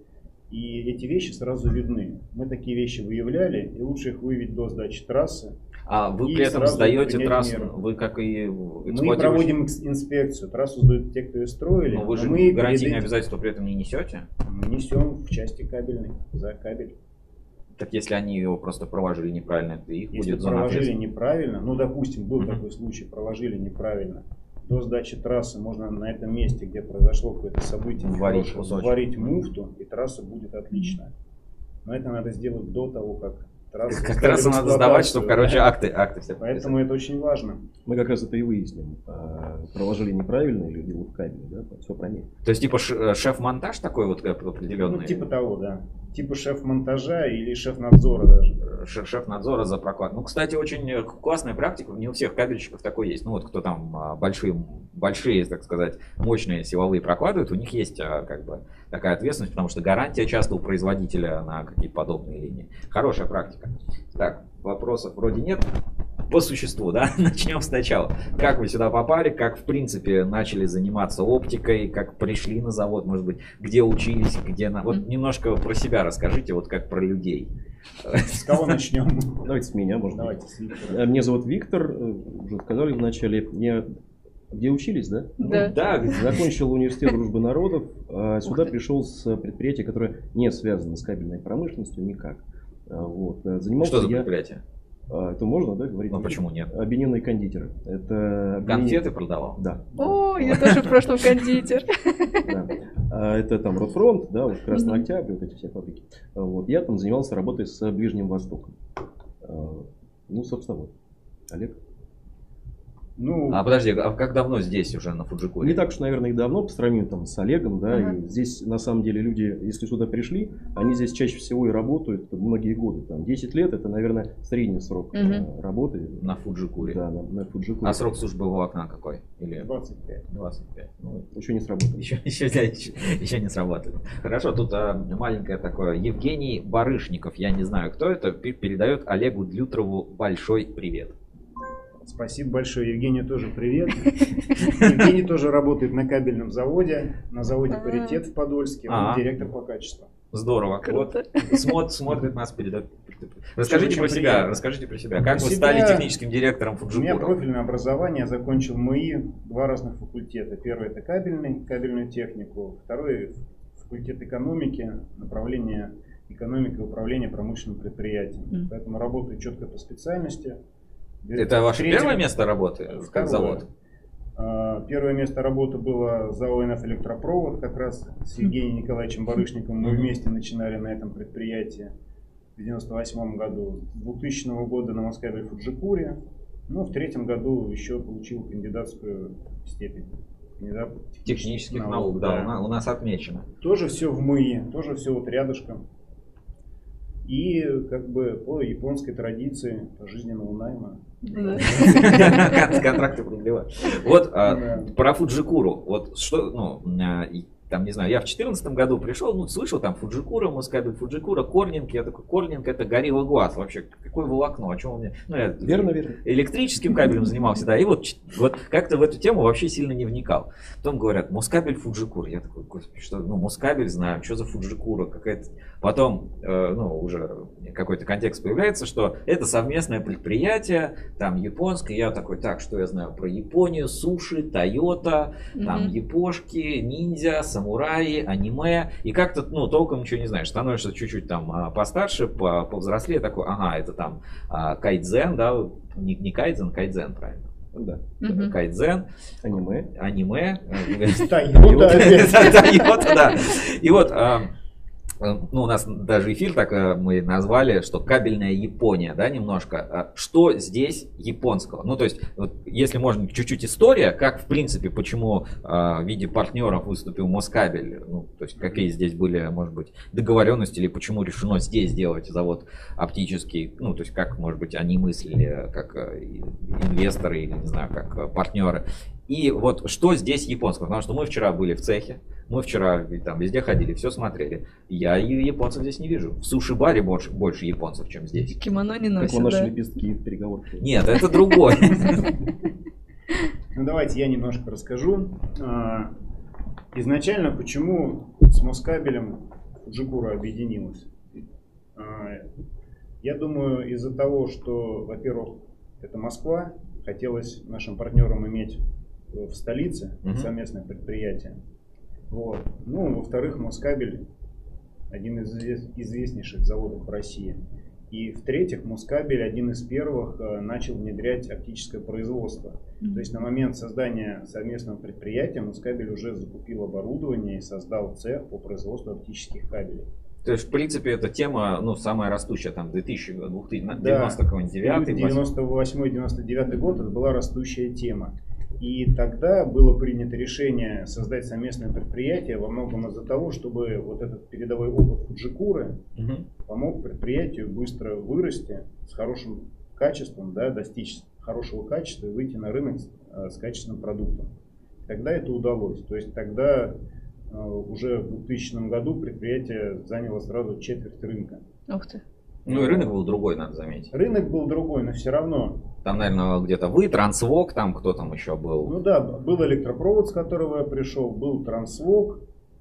И эти вещи сразу видны. Мы такие вещи выявляли, и лучше их выявить до сдачи трассы. А вы при этом сдаете трассу, вы как и эксплуатируете? Мы проводим инспекцию, трассу сдают те, кто ее строили. Но вы же гарантийные обязательства при этом не несете? Мы несем в части кабельной, за кабель. Так если они его просто проложили неправильно, то их если будет зона проложили неправильно, ну допустим, был такой случай, проложили неправильно, до сдачи трассы можно на этом месте, где произошло какое-то событие, варить муфту, и трасса будет отличная. Но это надо сделать до того, как трассу надо сдавать, чтобы, короче, акты все. Поэтому это очень важно. Мы как раз это и выясним. Проложили неправильно или дело в кабеле, да? Все проверим. То есть, типа, шеф-монтаж такой вот определенный? Ну, типа того, да. Типа шеф-монтажа или шеф-надзора даже. Шеф-надзора за прокладку. Ну, кстати, очень классная практика. Не у всех кабельщиков такой есть. Ну, вот кто там большие, так сказать, мощные силовые прокладывают, у них есть как бы такая ответственность, потому что гарантия часто у производителя на какие-то подобные линии. Хорошая практика. Так, вопросов вроде нет. По существу, да, начнем сначала. Как вы сюда попали, как в принципе начали заниматься оптикой, как пришли на завод, может быть, где учились, где вот немножко про себя расскажите, вот как про людей. С кого начнем? Давайте с меня, может быть. Давайте с Виктора. Меня зовут Виктор, уже сказали вначале. Где учились, да? Да. Закончил университет дружбы народов, а сюда пришел с предприятия, которое не связано с кабельной промышленностью никак. Вот. Что за предприятие? Это можно, да, говорить? Ну почему нет? Объединенные кондитеры. Это конфеты продавал? Да. О, я тоже в прошлом кондитер. Это там Ротфронт, да, вот Красный Октябрь, вот эти все фабрики. Вот. Я там занимался работой с Ближним Востоком. Ну, собственно, вот. Олег. Ну, подожди, а как давно здесь уже на Фуджикуре? Не так уж, наверное, и давно, по сравнению там с Олегом, да, и здесь на самом деле люди, если сюда пришли, они здесь чаще всего и работают многие годы, там 10 лет, это, наверное, средний срок работы. На Фуджикуре? Да, на Фуджикуре. А срок службы у окна какой? Или... 25. 25. Ну, еще не сработало. Еще не сработали. Хорошо, тут маленькое такое. Евгений Барышников, я не знаю, кто это, передает Олегу Длютрову большой привет. Спасибо большое. Евгению тоже привет. Евгений тоже работает на кабельном заводе, на заводе «Паритет» в Подольске. Он директор по качеству. Здорово. Вот смотрит нас, передает. Расскажите про себя. Как вы стали техническим директором Фуджикура? У меня профильное образование. Я закончил МИИ, 2 разных факультета. Первый — это кабельную технику. Второй — факультет экономики, направление экономика и управление промышленным предприятием. Поэтому работаю четко по специальности. Это ваше первое место работы, как завод? Первое место работы было ЗАО «НФ Электропровод», как раз с Евгением Николаевичем Барышниковым. Мы вместе начинали на этом предприятии в 1998 году. С 2000 года на Москабель Фуджикуре. Ну, в 2003 году еще получил кандидатскую степень. Кандидат технических наук, да, у нас отмечено. Тоже все в МИИ, тоже все вот рядышком. И как бы по японской традиции пожизненного найма. Контракты продлевают. Вот про Фуджикуру. Вот что, там, не знаю, я в 2014 году пришел, слышал там Фуджикура, Москабель Фуджикура, Корнинг. Я такой, Корнинг — это Горилла Глаз. Вообще, какое волокно? О чем у меня? Я верно. Электрическим кабелем занимался, да. И вот как-то в эту тему вообще сильно не вникал. Потом говорят, Москабель Фуджикура. Я такой, господи, что, Москабель знаю, что за Фуджикура? Какая-то... Потом, уже какой-то контекст появляется, что это совместное предприятие, там японское. Я такой, так, что я знаю про Японию? Суши, Тойота, там япошки, ниндзя, самураи, аниме, и как-то, толком ничего не знаешь. Становишься чуть-чуть там постарше, повзрослее, такой, это там кайдзен, да, не кайдзен, кайдзен, правильно? Да. Кайдзен, аниме, Тойота, да. И вот, у нас даже эфир так мы назвали, что кабельная Япония, да, немножко. Что здесь японского? То есть, вот, если можно, чуть-чуть история, как, в принципе, почему в виде партнеров выступил Москабель, то есть, какие здесь были, может быть, договоренности, или почему решено здесь сделать завод оптический, то есть, как, может быть, они мыслили, как инвесторы, или, не знаю, как партнеры. И вот что здесь японского? Потому что мы вчера были в цехе, мы вчера там везде ходили, все смотрели. Я японцев здесь не вижу. В суши-баре больше японцев, чем здесь. Кимоно не носят, как наши лепестки в переговорке. Нет, это другое. Давайте я немножко расскажу. Изначально, почему с Москабелем Фуджикура объединилась? Я думаю, из-за того, что, во-первых, это Москва, хотелось нашим партнерам иметь в столице совместное предприятие. Вот. Во-вторых, Москабель один из известнейших заводов в России. И в-третьих, Москабель один из первых начал внедрять оптическое производство. То есть на момент создания совместного предприятия Москабель уже закупил оборудование и создал цех по производству оптических кабелей. То есть, в принципе, эта тема, самая растущая, там, 2099, да, 98-99 год, это была растущая тема. И тогда было принято решение создать совместное предприятие во многом из-за того, чтобы вот этот передовой опыт Фуджикуры помог предприятию быстро вырасти с хорошим качеством, да, достичь хорошего качества и выйти на рынок с качественным продуктом. Тогда это удалось. То есть тогда уже в 2000 году предприятие заняло сразу четверть рынка. Ух ты. И рынок был другой, надо заметить. Рынок был другой, но все равно. Там, наверное, где-то вы, Трансвок, там кто там еще был? Был электропровод, с которого я пришел, был Трансвок.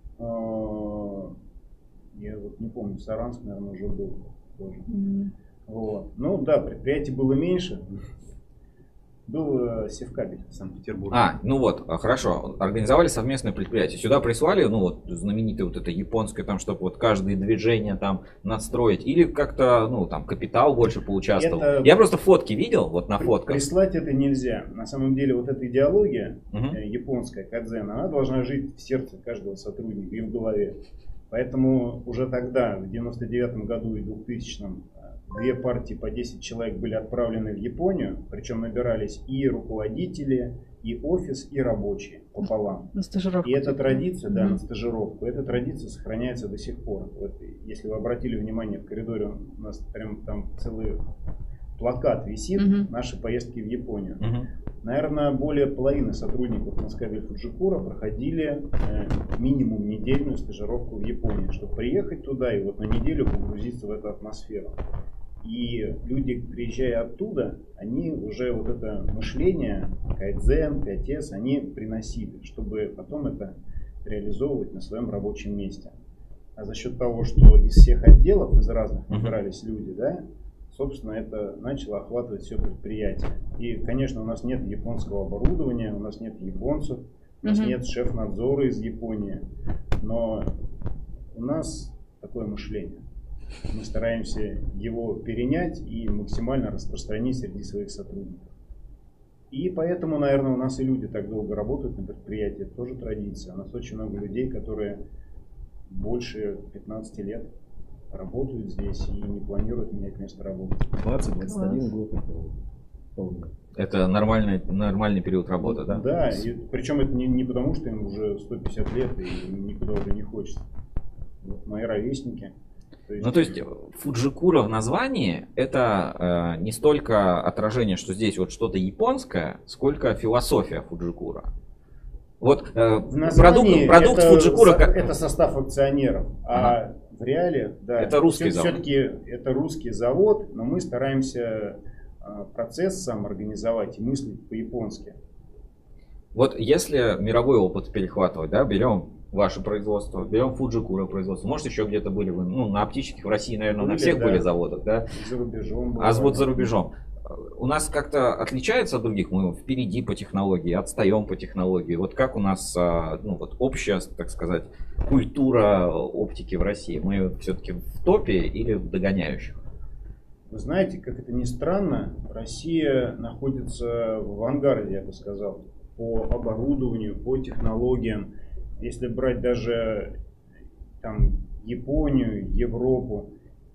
Я вот не помню, Саранск, наверное, уже был тоже. Вот. Предприятий было меньше. Был Севкабель в Санкт-Петербурге. Ну вот, хорошо. Организовали совместное предприятие. Сюда прислали, ну вот, знаменитое вот это японское, там, чтобы вот каждое движение там настроить. Или как-то, ну, там, капитал больше поучаствовал. Я просто фотки видел, вот на фотках. Прислать это нельзя. На самом деле, вот эта идеология японская, кадзен, она должна жить в сердце каждого сотрудника и в голове. Поэтому уже тогда, в 99 году и 2000-м, 2 партии по 10 человек были отправлены в Японию, причем набирались и руководители, и офис, и рабочие пополам. На стажировку. И эта традиция, на стажировку, эта традиция сохраняется до сих пор. Вот, если вы обратили внимание, в коридоре у нас прям там целый плакат висит, наши поездки в Японию. Наверное, более половины сотрудников Москабель Фуджикура проходили минимум недельную стажировку в Японии, чтобы приехать туда и вот на неделю погрузиться в эту атмосферу. И люди, приезжая оттуда, они уже вот это мышление, кайдзен, 5С, они приносили, чтобы потом это реализовывать на своем рабочем месте. А за счет того, что из всех отделов, из разных набирались люди, да, собственно, это начало охватывать все предприятие. И, конечно, у нас нет японского оборудования, у нас нет японцев, у нас нет шеф-надзора из Японии, но у нас такое мышление. Мы стараемся его перенять и максимально распространить среди своих сотрудников. И поэтому, наверное, у нас и люди так долго работают на предприятии. Это тоже традиция. У нас очень много людей, которые больше 15 лет работают здесь и не планируют менять место работы. 20-21 год. Это нормальный период работы, да? Да, и причем это не потому, что им уже 150 лет и никуда уже не хочется. Вот мои ровесники. То есть Фуджикура в названии это не столько отражение, что здесь вот что-то японское, сколько философия Фуджикура. Вот продукт Фуджикура это состав акционеров, а в реале, да, это русский завод. Все-таки это русский завод, но мы стараемся процесс сам организовать и мыслить по-японски. Вот если мировой опыт перехватывать, да, берем ваше производство, берем Фуджикура производство, может еще где-то были вы, на оптических в России, наверное, на всех были заводах, да? За рубежом. Вот за рубежом. У нас как-то отличается от других, мы впереди по технологии, отстаем по технологии. Вот как у нас общая, так сказать, культура оптики в России? Мы все-таки в топе или в догоняющих? Вы знаете, как это ни странно, Россия находится в авангарде, я бы сказал, по оборудованию, по технологиям. Если брать даже там Японию, Европу,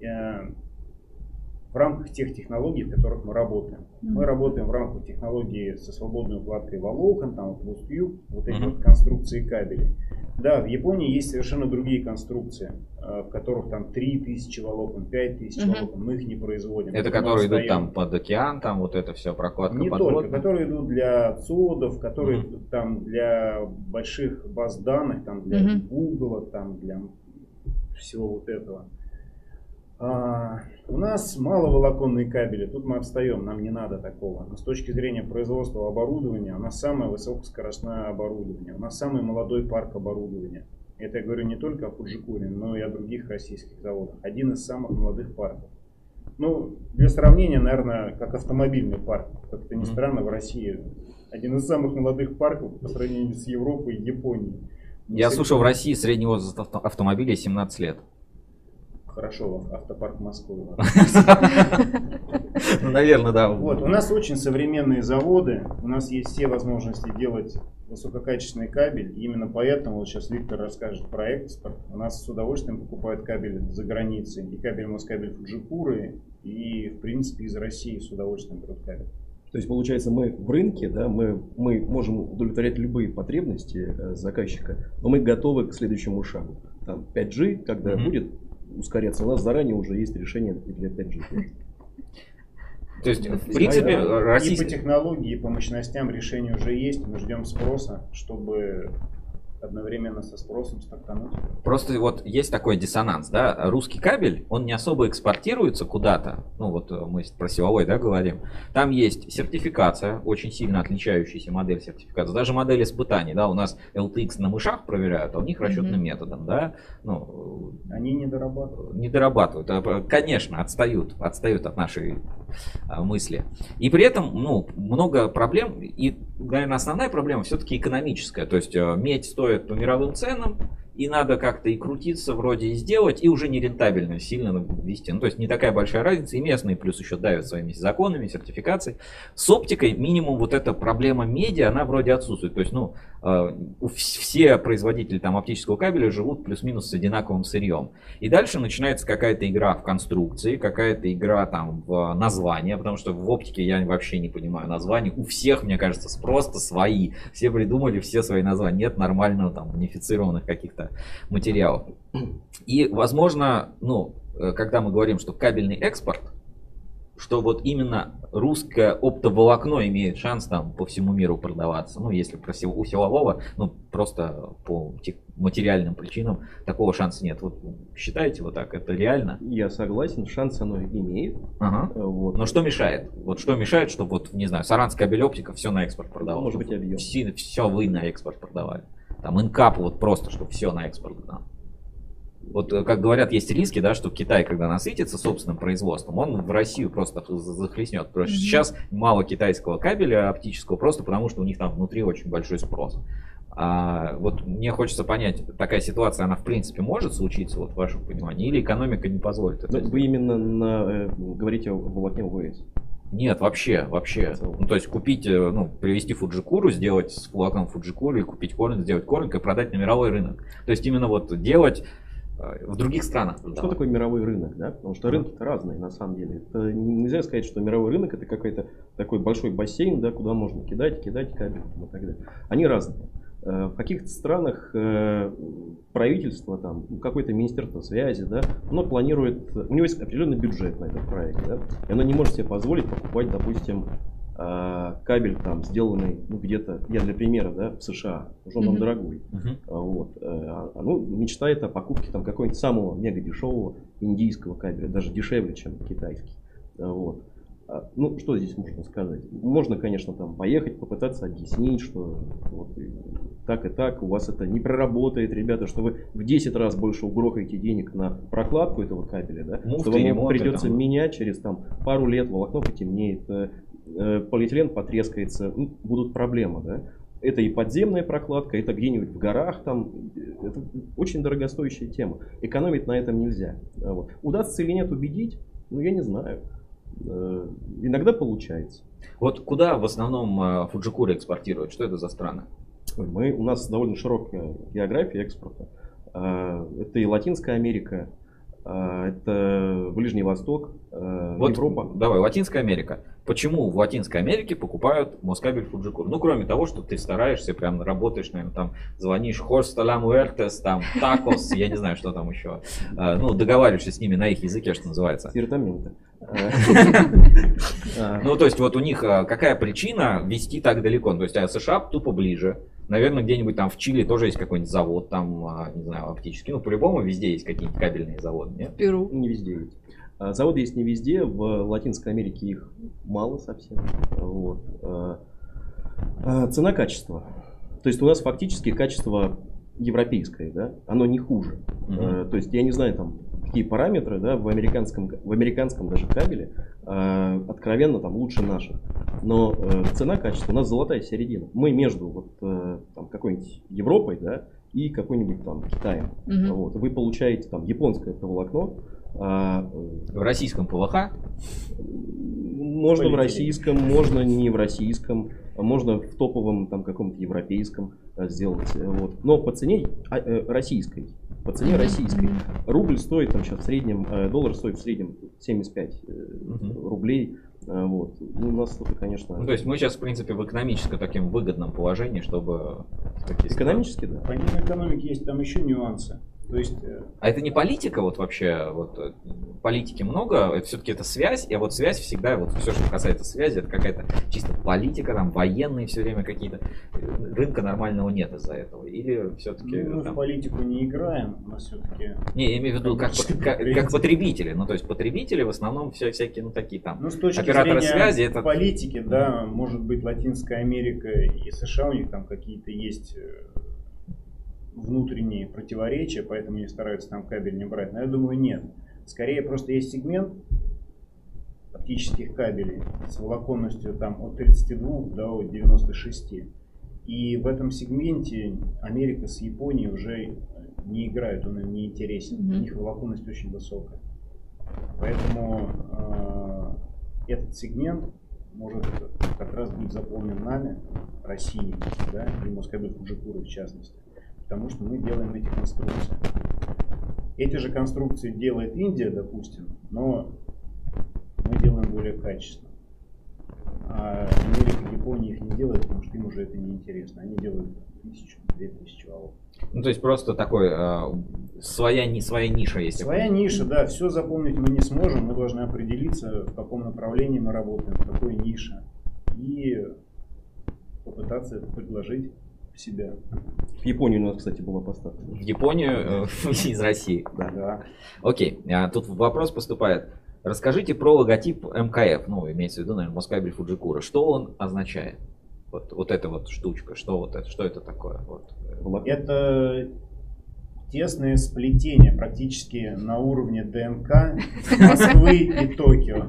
в рамках тех технологий, в которых мы работаем. Мы работаем в рамках технологии со свободной укладкой волокон, там вот WUSTube, вот эти вот конструкции кабелей. Да, в Японии есть совершенно другие конструкции, в которых там 3000 волокон, 5000 волокон, мы их не производим. Это которые идут там под океан, там вот это все, прокладка не подводная? Только, которые идут для ЦОДов, которые идут там для больших баз данных, там для Google, там для всего вот этого. У нас маловолоконные кабели, тут мы отстаем, нам не надо такого. Но с точки зрения производства оборудования, у нас самое высокоскоростное оборудование, у нас самый молодой парк оборудования. Это я говорю не только о Фуджикуре, но и о других российских заводах. Один из самых молодых парков. Для сравнения, наверное, как автомобильный парк. Как-то ни странно, в России один из самых молодых парков по сравнению с Европой и Японией. Я слушал, в России средний возраст автомобиля 17 лет. Хорошо, автопарк Москвы. Наверное, да. Вот, у нас очень современные заводы, у нас есть все возможности делать высококачественный кабель. И именно поэтому, вот сейчас Виктор расскажет про экспорт, у нас с удовольствием покупают кабель за границей. И кабель Москабель Фуджикуры, и в принципе из России с удовольствием берут кабель. То есть получается, мы в рынке, да, мы можем удовлетворять любые потребности заказчика, но мы готовы к следующему шагу. Там 5G, когда будет ускоряться, у нас заранее уже есть решение для 5G. То есть, в принципе, и по технологии, и по мощностям решение уже есть. Мы ждем спроса, чтобы одновременно со спросом стартануть. Просто вот есть такой диссонанс, да, русский кабель, он не особо экспортируется куда-то, ну вот мы про силовой, да, говорим, там есть сертификация, очень сильно отличающаяся модель сертификации, даже модель испытаний, да, у нас LTX на мышах проверяют, а у них расчетным методом, да, ну... Они не дорабатывают. Не дорабатывают, конечно, отстают от нашей мысли. И при этом, ну, много проблем, и, наверное, основная проблема все-таки экономическая, то есть медь стоит по мировым ценам, и надо как-то и крутиться вроде и сделать, и уже нерентабельно сильно ввести. Ну, то есть не такая большая разница, и местные плюс еще давят своими законами, сертификацией. С оптикой минимум вот эта проблема меди, она вроде отсутствует. То есть, ну, все производители там оптического кабеля живут плюс-минус с одинаковым сырьем. И дальше начинается какая-то игра в конструкции, какая-то игра там в название, потому что в оптике я вообще не понимаю названий. У всех, мне кажется, просто свои. Все придумали все свои названия. Нет нормального там унифицированных каких-то материалов. И, возможно, ну, когда мы говорим, что кабельный экспорт, что вот именно русское оптоволокно имеет шанс там по всему миру продаваться. Ну, если про у силового, ну, просто по материальным причинам такого шанса нет. Вот считаете вот так, это реально? Я согласен, шанс оно имеет. Ага. Вот. Но что мешает? Вот что мешает, чтобы, вот, не знаю, Саранская кабель-оптика все на экспорт продавала? Может быть, объем. Все вы на экспорт продавали. Там инкап вот просто, чтобы все на экспорт гнал. Вот, как говорят, есть риски, да, что Китай, когда насытится собственным производством, он в Россию просто захлестнет. Потому что сейчас мало китайского кабеля оптического, просто потому что у них там внутри очень большой спрос. А вот мне хочется понять, такая ситуация, она в принципе может случиться, вот в вашем понимании, или экономика не позволит это? Вы именно говорите о волокне ОВС? Нет, вообще. Ну, то есть купить, ну, привезти фуджикуру, сделать с волокном фуджикуру, и купить коринг, сделать коринг и продать на мировой рынок. То есть именно вот делать в других странах. Что такое мировой рынок, да? Потому что рынки-то разные на самом деле. Это нельзя сказать, что мировой рынок это какой-то такой большой бассейн, да, куда можно кидать кабель и так далее. Они разные. В каких-то странах правительство, там, какое-то министерство связи, да, оно планирует, у него есть определенный бюджет на этот проект, да, и оно не может себе позволить покупать, допустим, кабель, там, сделанный, ну, где-то, я для примера, да, в США, уже он дорогой. Вот. Оно мечтает о покупке там какого-нибудь самого мега дешевого индийского кабеля, даже дешевле, чем китайский. Вот. Ну, что здесь можно сказать? Можно, конечно, там поехать, попытаться объяснить, что вот, так и так, у вас это не проработает, ребята, что вы в 10 раз больше угрохаете денег на прокладку этого кабеля, да, что вам придется менять через там, пару лет, волокно потемнеет, полиэтилен потрескается, ну, будут проблемы, да. Это и подземная прокладка, это где-нибудь в горах, там, это очень дорогостоящая тема. Экономить на этом нельзя. Вот. Удастся или нет убедить, ну, я не знаю. Иногда получается. Вот куда в основном фуджикура экспортируют? Что это за страны? У нас довольно широкая география экспорта. Это и Латинская Америка, это Ближний Восток, вот, Европа. Давай, Латинская Америка. Почему в Латинской Америке покупают Москабель Фуджикур? Ну, кроме того, что ты стараешься, прям работаешь, наверное, там звонишь Хорста ла Муэртес, там Такос, я не знаю, что там еще. Ну, договариваешься с ними на их языке, что называется. Сертаменты. Ну, то есть, вот у них какая причина везти так далеко? То есть, США тупо ближе. Наверное, где-нибудь там в Чили тоже есть какой-нибудь завод, там, не знаю, оптический. Ну, по-любому везде есть какие-нибудь кабельные заводы, нет? В Перу. Не везде есть. Заводы есть не везде, в Латинской Америке их мало совсем. Вот. Цена-качество. То есть у нас фактически качество европейское, да? Оно не хуже. То есть я не знаю там какие параметры, да, в американском даже кабеле откровенно там лучше наших. Но цена-качество у нас золотая середина. Мы между вот, там, какой-нибудь Европой, да, и какой-нибудь там Китаем. Вот. Вы получаете там японское волокно. В российском ПВХ? Можно в российском, можно не в российском, можно в топовом там каком-то европейском сделать. Вот. Но по цене российской. По цене российской. Рубль стоит там сейчас в среднем, доллар стоит в среднем 75 рублей. Вот. Ну, у нас это, конечно... Ну, то есть мы сейчас, в принципе, в экономически таким выгодном положении, чтобы... Экономически, да. Помимо экономики есть там еще нюансы. То есть, а это не политика вот вообще, вот политики много, это все-таки это связь, и вот связь всегда, вот все, что касается связи, это какая-то чисто политика, там военные все время какие-то, рынка нормального нет из-за этого, или все-таки... мы в политику не играем, у нас все-таки... Не, я имею в виду как потребители, ну то есть потребители в основном всякие, ну такие там, ну, с точки операторы зрения связи, это... политики, да, может быть Латинская Америка и США, у них там какие-то есть внутренние противоречия, поэтому они стараются там кабель не брать. Но я думаю, нет. Скорее просто есть сегмент оптических кабелей с волоконностью там от 32 до 96. И в этом сегменте Америка с Японией уже не играют, он им не интересен. У них волоконность очень высокая. Поэтому этот сегмент может как раз быть заполнен нами, Россией, да, и Москабель Фуджикура в частности. Потому что мы делаем эти конструкции. Эти же конструкции делает Индия, допустим, но мы делаем более качественно. А Америка, Япония их не делает, потому что им уже это не интересно. Они делают 1000-2000 валов. Ну, то есть просто такой, своя ниша есть. Своя ниша, да. Все запомнить мы не сможем. Мы должны определиться, в каком направлении мы работаем, в какой нише. И попытаться это предложить себя. В Японию у нас, кстати, была поставка. В Японию из России. Да. Окей, тут вопрос поступает. Расскажите про логотип МКФ, ну, имеется в виду, наверное, Москабель Фуджикура. Что он означает? Вот эта вот штучка, что это такое? Вот. Это тесное сплетение, практически на уровне ДНК Москвы и Токио.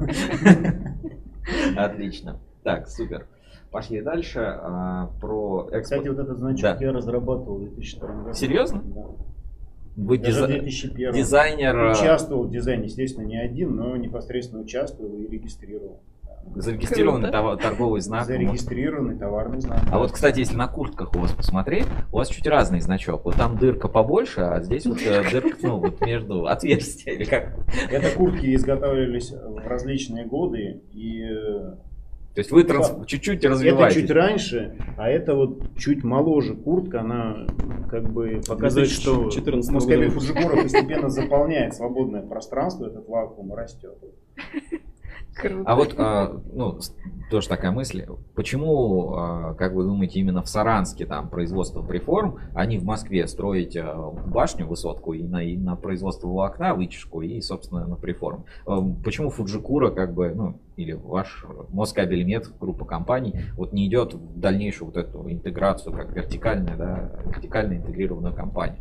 Отлично. Так, супер. Пошли дальше. Про экспорт. Кстати, вот этот значок я разрабатывал в 2002 году. Серьезно? Да. Вы Даже в 2001. дизайнер... Участвовал в дизайне, естественно, не один, но непосредственно участвовал и регистрировал. Зарегистрированный торговый знак. Зарегистрированный товарный знак. А вот, кстати, если на куртках у вас посмотреть, у вас чуть разный значок. Вот там дырка побольше, а здесь вот дырка, ну, вот между отверстия, или как? Это куртки изготавливались в различные годы, и... То есть вы чуть-чуть развиваетесь. Это чуть раньше, а это вот чуть моложе куртка, она как бы показывает, что Москабель Фуджикура постепенно заполняет свободное пространство, этот вакуум растет. Круто. А вот, ну, тоже такая мысль. Почему, как вы думаете, именно в Саранске там производство преформ, а не в Москве строить башню, высотку и на производство волокна, вытяжку и, собственно, на преформ? Почему Фуджикура, как бы, ну, или ваш Москабельмет, группа компаний, вот не идет в дальнейшую вот эту интеграцию, как вертикальная, да, вертикально интегрированную компанию?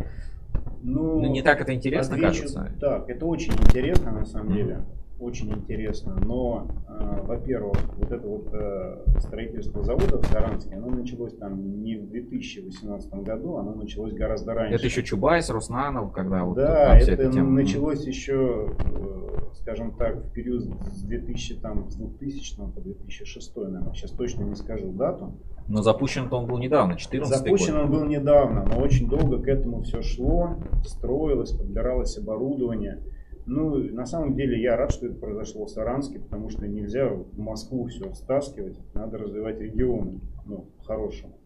Ну, не так это интересно, кажется. Так, это очень интересно, на самом деле. Очень интересно, но, во-первых, вот это вот строительство завода в Саранске, оно началось там не в 2018 году, оно началось гораздо раньше. Это еще Чубайс, Руснанов, когда вот да, это началось еще, скажем так, в период с 2000 по 2006, наверное, сейчас точно не скажу дату. Но запущен-то он был недавно, 14 Запущен он был недавно, но очень долго к этому все шло, строилось, подбиралось оборудование. Ну, на самом деле, я рад, что это произошло в Саранске, потому что нельзя в Москву все стаскивать, надо развивать регионы, ну, по-хорошему.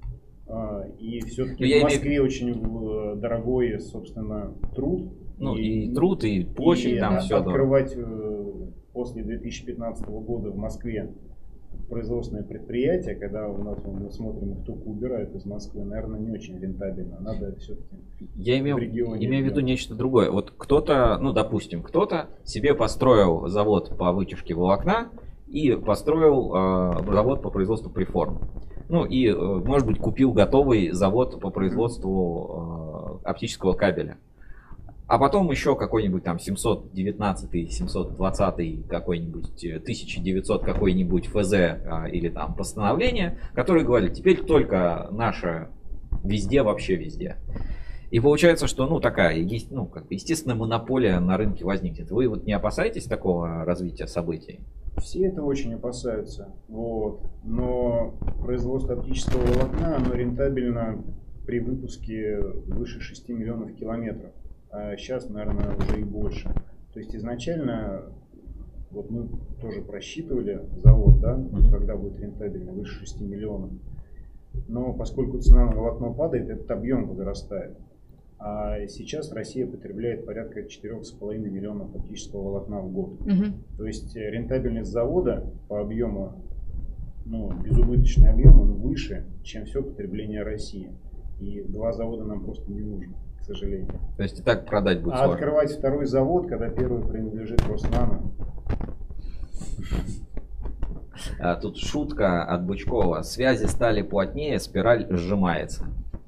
И все-таки в Москве очень дорогой, собственно, труд. Ну, и труд, и площадь, там все. Открывать после 2015 года в Москве производственное предприятие, когда у нас мы смотрим, их только убирают из Москвы, наверное, не очень рентабельно. Надо все-таки я имею в виду нечто другое. Вот кто-то, ну, допустим, кто-то себе построил завод по вытяжке волокна и построил завод по производству преформ. Ну и, может быть, купил готовый завод по производству оптического кабеля. А потом еще какой-нибудь там 719, 720 какой-нибудь, 1900 какой-нибудь ФЗ или там постановление, которое говорит, теперь только наше везде, вообще везде. И получается, что, ну, такая, есть, ну, как бы естественная монополия на рынке возникнет. Вы вот не опасаетесь такого развития событий? Все это очень опасаются. Вот. Но производство оптического волокна, оно рентабельно при выпуске выше 6 миллионов километров. А сейчас, наверное, уже и больше. То есть изначально вот мы тоже просчитывали завод, да, когда будет рентабельно, выше 6 миллионов. Но поскольку цена на волокно падает, этот объем возрастает. А сейчас Россия потребляет порядка 4,5 миллионов оптического волокна в год. То есть рентабельность завода по объему, ну, безубыточный объем, он выше, чем все потребление России. И 2 завода нам просто не нужно, к сожалению. То есть и так продать будет А сложно. открывать второй завод, когда первый принадлежит Роснано. Тут шутка от Бычкова. Связи стали плотнее, спираль сжимается.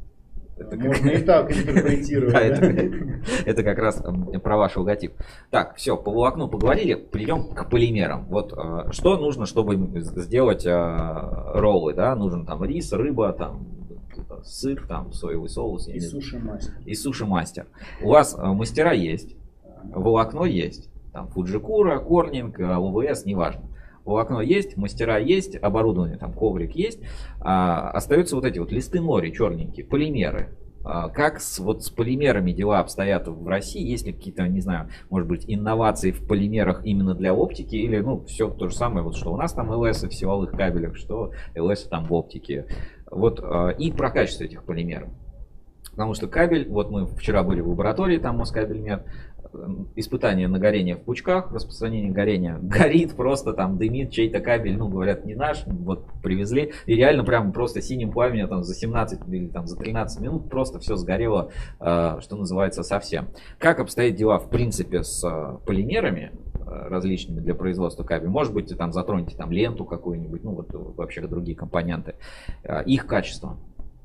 Можно и так интерпретировать. Да, Да? это как раз про ваш логотип. Так, все, по волокну поговорили, перейдем к полимерам. Вот что нужно, чтобы сделать роллы, да? Нужен там рис, рыба, там сыр, там соевый соус. И суши-мастер. И суши-мастер. У вас мастера есть, волокно есть. Там Фуджикура, Корнинг, ОВС, неважно. Волокно есть, мастера есть, оборудование, там коврик есть. Остаются вот эти вот листы нори черненькие, полимеры. Как с полимерами дела обстоят в России? Есть ли какие-то, не знаю, может быть, инновации в полимерах именно для оптики? Или, ну, все то же самое, вот что у нас там ЛС в силовых кабелях, что ЛС там в оптике. Вот, и про качество этих полимеров. Потому что кабель, вот мы вчера были в лаборатории, там Москабельмет, испытание на горение в пучках, распространение горения, горит просто, там дымит чей-то кабель, ну, говорят, не наш, вот привезли, и реально прям просто синим пламенем там за 17 или там за 13 минут просто все сгорело, что называется, совсем. Как обстоят дела, в принципе, с полимерами различными для производства кабеля? Может быть, там затронете там ленту какую-нибудь, ну, вот вообще другие компоненты, их качество.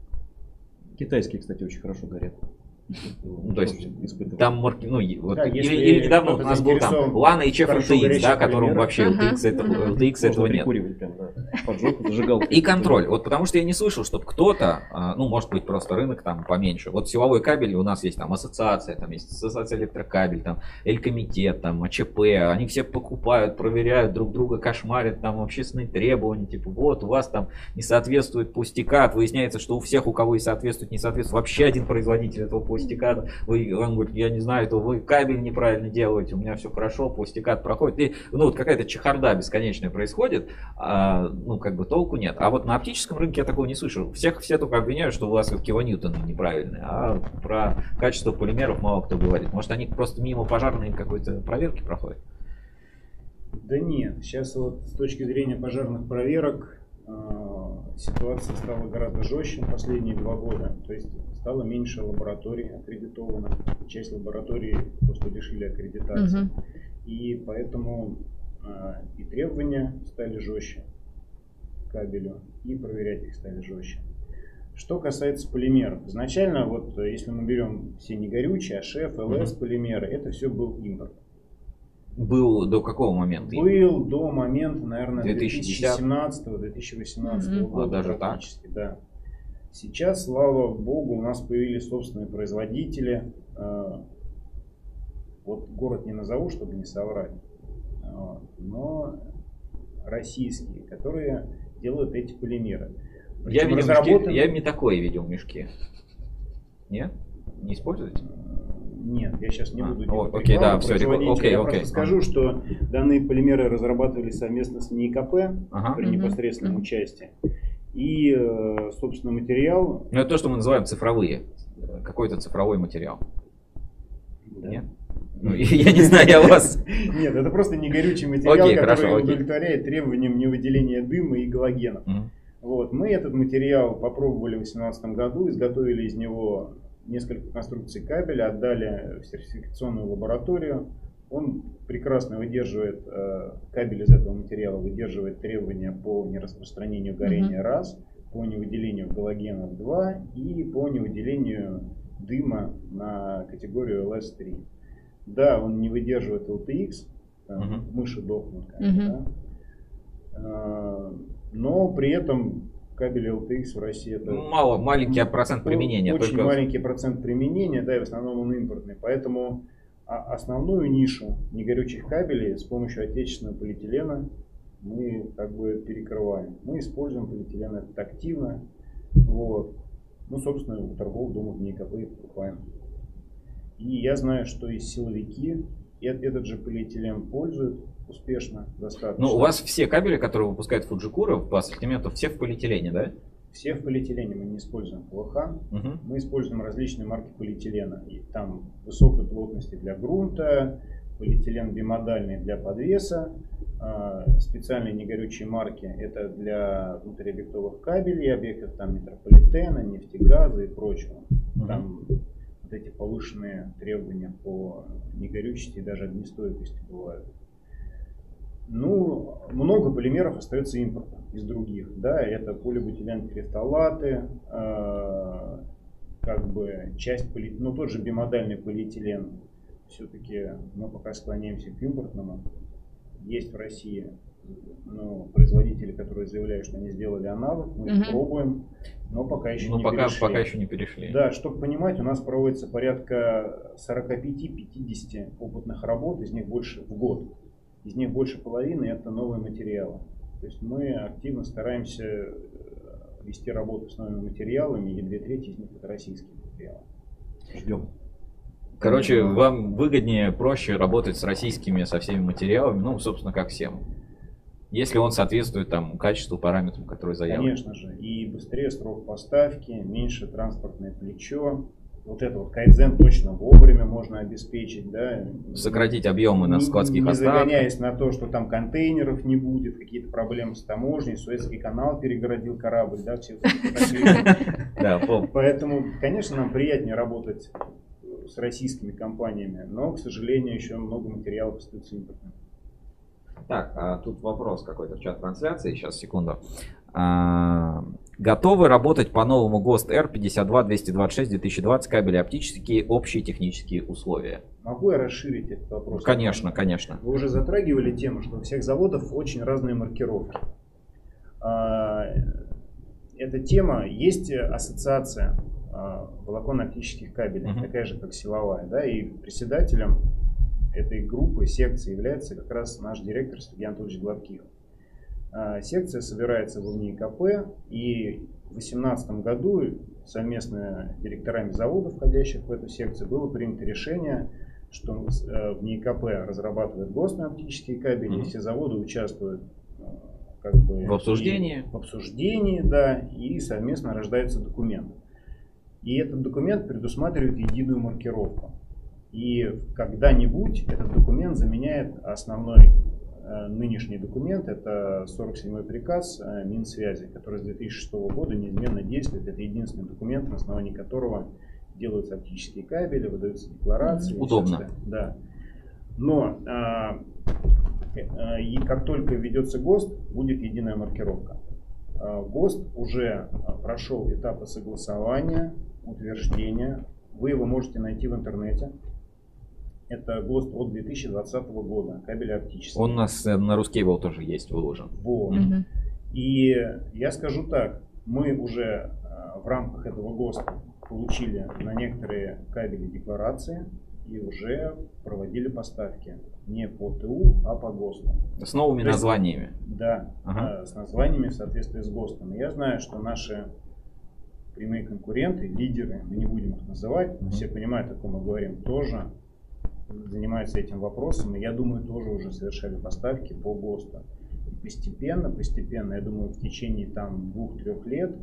Китайские, кстати, очень хорошо горят. То есть там ну, вот, да, или недавно у нас был там Lana и Chef LTX, да, которым вообще LTX этого нет. Прям, да. Поджог, зажигалка. И контроль. Вот потому что я не слышал, чтобы кто-то, ну, может быть, просто рынок там поменьше. Вот силовой кабель, у нас есть там ассоциация, там есть ассоциация электрокабель, там Элькомитет, там АЧП, они все покупают, проверяют друг друга, кошмарят, там общественные требования, типа, вот у вас там не соответствует пустикат, выясняется, что у всех, у кого и соответствует, не соответствует, вообще один производитель этого пустиката. Он говорит, я не знаю, это вы кабель неправильно делаете, у меня все хорошо, пластикат проходит. И, ну, вот какая-то чехарда бесконечная происходит, ну, как бы толку нет. А вот на оптическом рынке я такого не слышал. Все только обвиняют, что у вас вот килоньютоны неправильные, а про качество полимеров мало кто говорит. Может, они просто мимо пожарной какой-то проверки проходят? Да нет, сейчас вот с точки зрения пожарных проверок ситуация стала гораздо жестче в последние 2 года. То есть стало меньше лабораторий аккредитованных. Часть лабораторий просто лишили аккредитации. И поэтому и требования стали жестче к кабелю, и проверять их стали жестче. Что касается полимеров. Изначально, вот если мы берем все негорючие, АШФ, ЛС полимеры, это все был импорт. Был до какого момента? Был до момента, наверное, 2010? 2017-2018 года. Даже практически, так? Да. Сейчас, слава богу, у нас появились собственные производители. Вот город не назову, чтобы не соврать. Но российские, которые делают эти полимеры. Я не такое видел мешки. Нет? Не используете? Нет, я сейчас не буду делать окей, да, все, я просто скажу, что данные полимеры разрабатывались совместно с НИИКП при непосредственном участии. И, собственно, материал... Ну, это то, что мы называем цифровые. Какой-то цифровой материал. Да. Нет? Ну, я не знаю, я вас... Нет, это просто негорючий материал, который удовлетворяет требованиям невыделения дыма и галогенов. Вот. Мы этот материал попробовали в 2018 году, изготовили из него несколько конструкций кабеля, отдали в сертификационную лабораторию. Он прекрасно выдерживает, кабель из этого материала выдерживает требования по нераспространению горения раз, по невыделению галогенов 2 и по невыделению дыма на категорию LS3. Да, он не выдерживает LTX, мыши дохнут, конечно, да? Но при этом кабель LTX в России это маленький процент применения. Очень маленький процент применения, да, и в основном он импортный. Поэтому основную нишу негорючих кабелей с помощью отечественного полиэтилена мы как бы перекрываем. Мы используем полиэтилен этот активно. Вот. Ну, собственно, у торговых домов НИИКП их покупаем. И я знаю, что и силовики этот же полиэтилен пользуют успешно, достаточно. Ну, у вас все кабели, которые выпускает Фуджикура по ассортименту, все в полиэтилене, да? все в полиэтилене, мы не используем ПВХ, мы используем различные марки полиэтилена. И там высокой плотности для грунта, полиэтилен бимодальный для подвеса, специальные негорючие марки это для внутриобъектовых кабелей, объектов там метрополитена, нефтегаза и прочего. Там вот эти повышенные требования по негорючести и даже огнестойкости бывают. Ну, много полимеров остается импортом из других, да, это полибутилентерефталаты, как бы часть, ну, тот же бимодальный полиэтилен, все-таки мы пока склоняемся к импортному. Есть в России, ну, производители, которые заявляют, что они сделали аналог, мы их пробуем, но пока еще не перешли. Пока еще не перешли. Да, чтобы понимать, у нас проводится порядка 45-50 опытных работ, из них больше в год. Из них больше половины это новые материалы. То есть мы активно стараемся вести работу с новыми материалами, и 2/3 из них это российские материалы. Ждем. Короче, вам выгоднее, проще работать с российскими со всеми материалами, ну, собственно, как всем. Если он соответствует там качеству, параметрам, которые заявлены. Конечно же. И быстрее срок поставки, меньше транспортное плечо. Вот это вот кайдзен точно вовремя можно обеспечить, да. Сократить объемы на складских остатках. Не загоняясь на то, что там контейнеров не будет, какие-то проблемы с таможней, Суэцкий канал перегородил корабль, да, все. Поэтому, конечно, нам приятнее работать с российскими компаниями, но, к сожалению, еще много материалов остается импортным. Так, а тут вопрос какой-то в чат-трансляции, сейчас, секунду. Готовы работать по новому ГОСТ R52-226-2020 кабели оптические, общие технические условия? Могу я расширить этот вопрос? Конечно, конечно. Вы уже затрагивали тему, что у всех заводов очень разные маркировки. Эта тема, есть ассоциация волоконно-оптических кабелей, такая же, как силовая, да, и председателем этой группы, секции, является как раз наш директор Сергей Анатольевич Гладких. Секция собирается в НИИКП, и в 2018 году совместно с директорами заводов, входящих в эту секцию, было принято решение, что в НИИКП разрабатывают ГОСТные оптические кабели, и все заводы участвуют как бы в обсуждении. В обсуждении, да, и совместно рождается документ. И этот документ предусматривает единую маркировку. И когда-нибудь этот документ заменяет основной нынешний документ, это 47-й приказ Минсвязи, который с 2006 года неизменно действует. Это единственный документ, на основании которого делаются оптические кабели, выдаются декларации. Удобно. Да. Но и как только введется ГОСТ, будет единая маркировка. ГОСТ уже прошел этапы согласования, утверждения. Вы его можете найти в интернете. Это ГОСТ от 2020 года, кабели оптические. Он у нас на Ruskable тоже есть выложен. Вот. И я скажу так, мы уже в рамках этого ГОСТа получили на некоторые кабели декларации и уже проводили поставки. Не по ТУ, а по ГОСТу. С новыми названиями. Да, с названиями в соответствии с ГОСТом. И я знаю, что наши прямые конкуренты, лидеры, мы не будем их называть, все понимают, о ком мы говорим, тоже занимаются этим вопросом. И я думаю, тоже уже совершали поставки по ГОСТу. И постепенно, я думаю, в течение там 2-3 лет,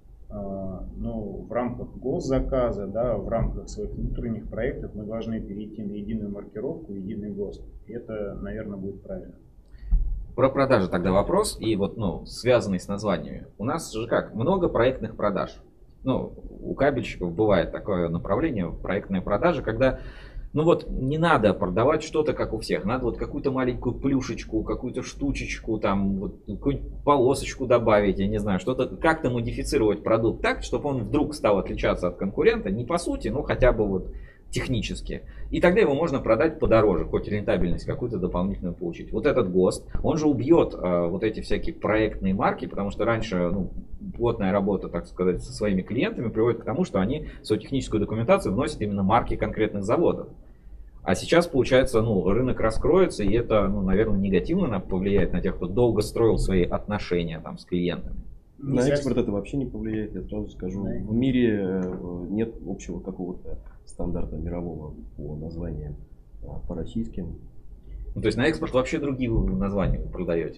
но в рамках госзаказа, да, в рамках своих внутренних проектов мы должны перейти на единую маркировку, единый ГОСТ. И это, наверное, будет правильно. Про продажи тогда вопрос, и вот, ну, связанный с названиями. У нас же как, много проектных продаж. Ну, у кабельщиков бывает такое направление, проектные продажи, когда, ну вот, не надо продавать что-то, как у всех. Надо вот какую-то маленькую плюшечку, какую-то штучечку, там, вот, какую-нибудь полосочку добавить, я не знаю, что-то, как-то модифицировать продукт так, чтобы он вдруг стал отличаться от конкурента, не по сути, ну хотя бы вот технически. И тогда его можно продать подороже, хоть рентабельность какую-то дополнительную получить. Вот этот ГОСТ, он же убьет вот эти всякие проектные марки, потому что раньше, ну, плотная работа, так сказать, со своими клиентами приводит к тому, что они в свою техническую документацию вносят именно марки конкретных заводов. А сейчас, получается, ну, рынок раскроется, и это, ну, наверное, негативно повлияет на тех, кто долго строил свои отношения там с клиентами. На экспорт это вообще не повлияет, я сразу скажу. В мире нет общего какого-то стандарта мирового по названиям по российским. Ну, то есть на экспорт вообще другие названия вы продаете?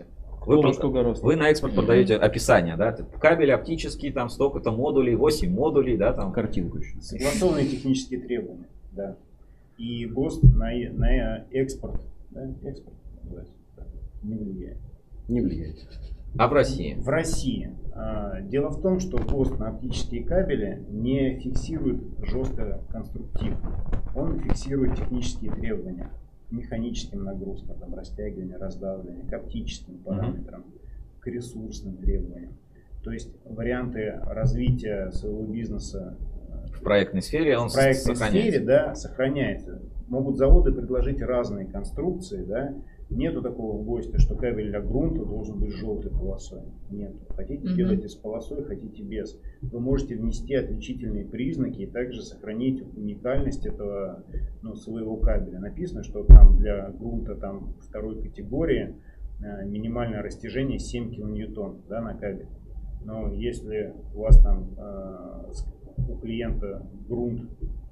Вы на экспорт продаете описание, да? Кабель оптический, там столько-то модулей, 8 модулей, да? Там. Картинку еще. Согласованные технические требования, да. И ГОСТ на экспорт, да? Экспорт не влияет. Не влияет. А в России? В России. Дело в том, что ГОСТ на оптические кабели не фиксирует жестко конструктив. Он фиксирует технические требования к механическим нагрузкам, там, растягивание, раздавливание, к оптическим параметрам, к ресурсным требованиям. То есть варианты развития своего бизнеса в проектной сфере он сохраняется. Да, сохраняется. Могут заводы предложить разные конструкции, да. Нету такого в ГОСТе, что кабель для грунта должен быть желтой полосой. Нет. Хотите, делайте с полосой, хотите без. Вы можете внести отличительные признаки и также сохранить уникальность этого, своего кабеля. Написано, что там для грунта там, второй категории минимальное растяжение 7 килоньютон, да, на кабель. Но если у вас там у клиента грунт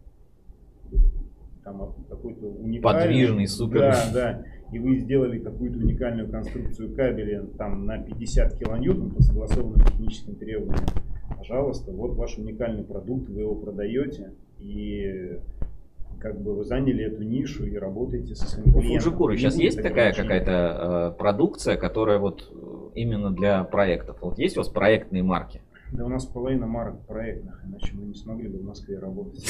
там какой-то уникальный, подвижный, супер. Да, и вы сделали какую-то уникальную конструкцию кабеля там на 50 килоньютон по согласованным техническим требованиям, пожалуйста, вот ваш уникальный продукт, вы его продаете, и как бы вы заняли эту нишу и работаете со своим клиентом. У Fujikura сейчас есть такая какая-то продукция, которая вот именно для проектов? Вот есть у вас проектные марки? Да, у нас половина марок проектных, иначе мы не смогли бы в Москве работать.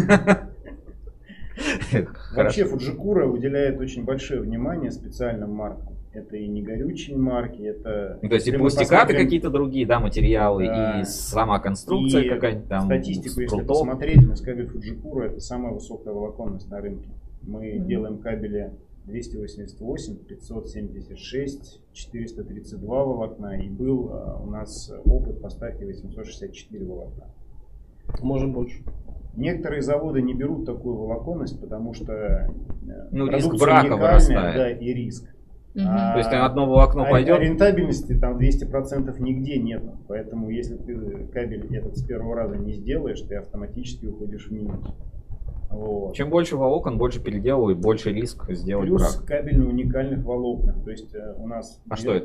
Вообще Fujikura уделяет очень большое внимание специальным маркам. Это и не горючие марки, это... То есть и пластикаты какие-то другие, да, материалы, да, и сама конструкция какая-то там. Статистику, если посмотреть, у нас кабель Fujikura это самая высокая волоконность на рынке. Мы делаем кабели 288, 576, 432 волокна, и был у нас опыт поставки 864 волокна. Можем больше. Некоторые заводы не берут такую волоконность, потому что риск брака вырастает. Да, и риск. То есть одно волокно пойдет? Рентабельности там 200% нигде нет. Поэтому если ты кабель этот с первого раза не сделаешь, ты автоматически уходишь в минус. Вот. Чем больше волокон, больше переделывай, больше риск сделать плюс брак. Кабель на уникальных волокнах. То есть у нас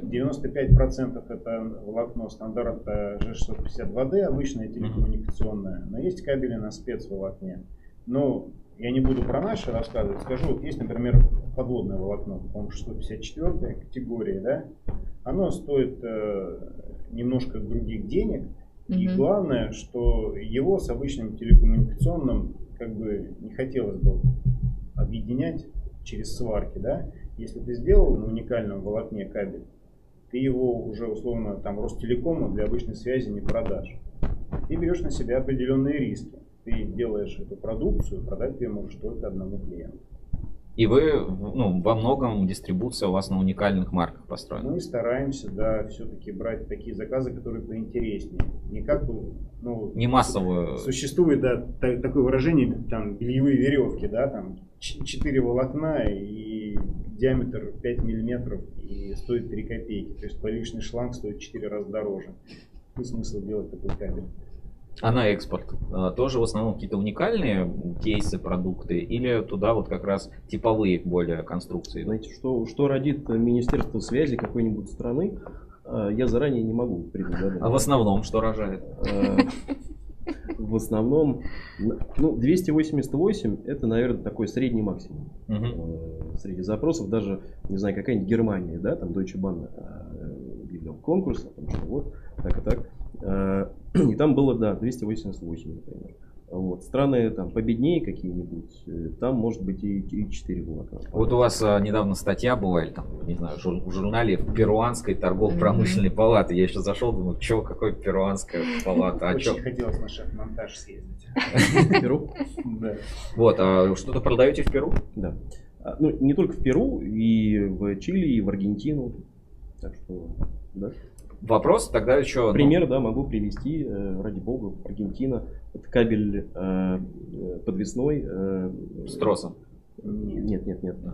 95% это волокно стандарта G652D, обычное телекоммуникационное. Но есть кабели на спецволокне. Но я не буду про наши рассказывать. Скажу, вот есть, например, подводное волокно, по-моему, 654 категории, да? Оно стоит немножко других денег. И главное, что его с обычным телекоммуникационным как бы не хотелось бы объединять через сварки, да? Если ты сделал на уникальном волокне кабель, ты его уже условно там Ростелекому для обычной связи не продашь. Ты берешь на себя определенные риски. Ты делаешь эту продукцию, продать ее можешь только одному клиенту. И вы, во многом дистрибуция у вас на уникальных марках построена. Мы стараемся, да, все-таки брать такие заказы, которые поинтереснее. Не как бы, не массовую. Существует, да, такое выражение, там, бельевые веревки, да, там, 4 волокна и диаметр 5 миллиметров и стоит 3 копейки. То есть полишный шланг стоит 4 раза дороже. Какой смысл делать такой кабель? А на экспорт тоже в основном какие-то уникальные кейсы, продукты, или туда вот как раз типовые более конструкции? Знаете, что родит Министерство связи какой-нибудь страны, я заранее не могу предугадать. А в основном что рожает? В основном, 288 это, наверное, такой средний максимум. Среди запросов, даже, не знаю, какая-нибудь Германия, да, там Deutsche Bahn объявлял конкурс, потому что вот, так и так. И там было, да, 288, например. Вот. Страны там победнее какие-нибудь, там может быть и 4 волокна. Вот у вас недавно статья была, или там, не знаю, в журнале Перуанской торгово-промышленной палаты. Я еще зашел, думаю, какой перуанская палата? Очень хотелось на шеф-монтаж съездить. В Перу? Да. Вот, а что-то продаете в Перу? Да. Не только в Перу, и в Чили, и в Аргентину. Так что, да. Вопрос тогда еще... Пример, да, могу привести, ради бога, Аргентина. Это кабель подвесной. С тросом? Нет.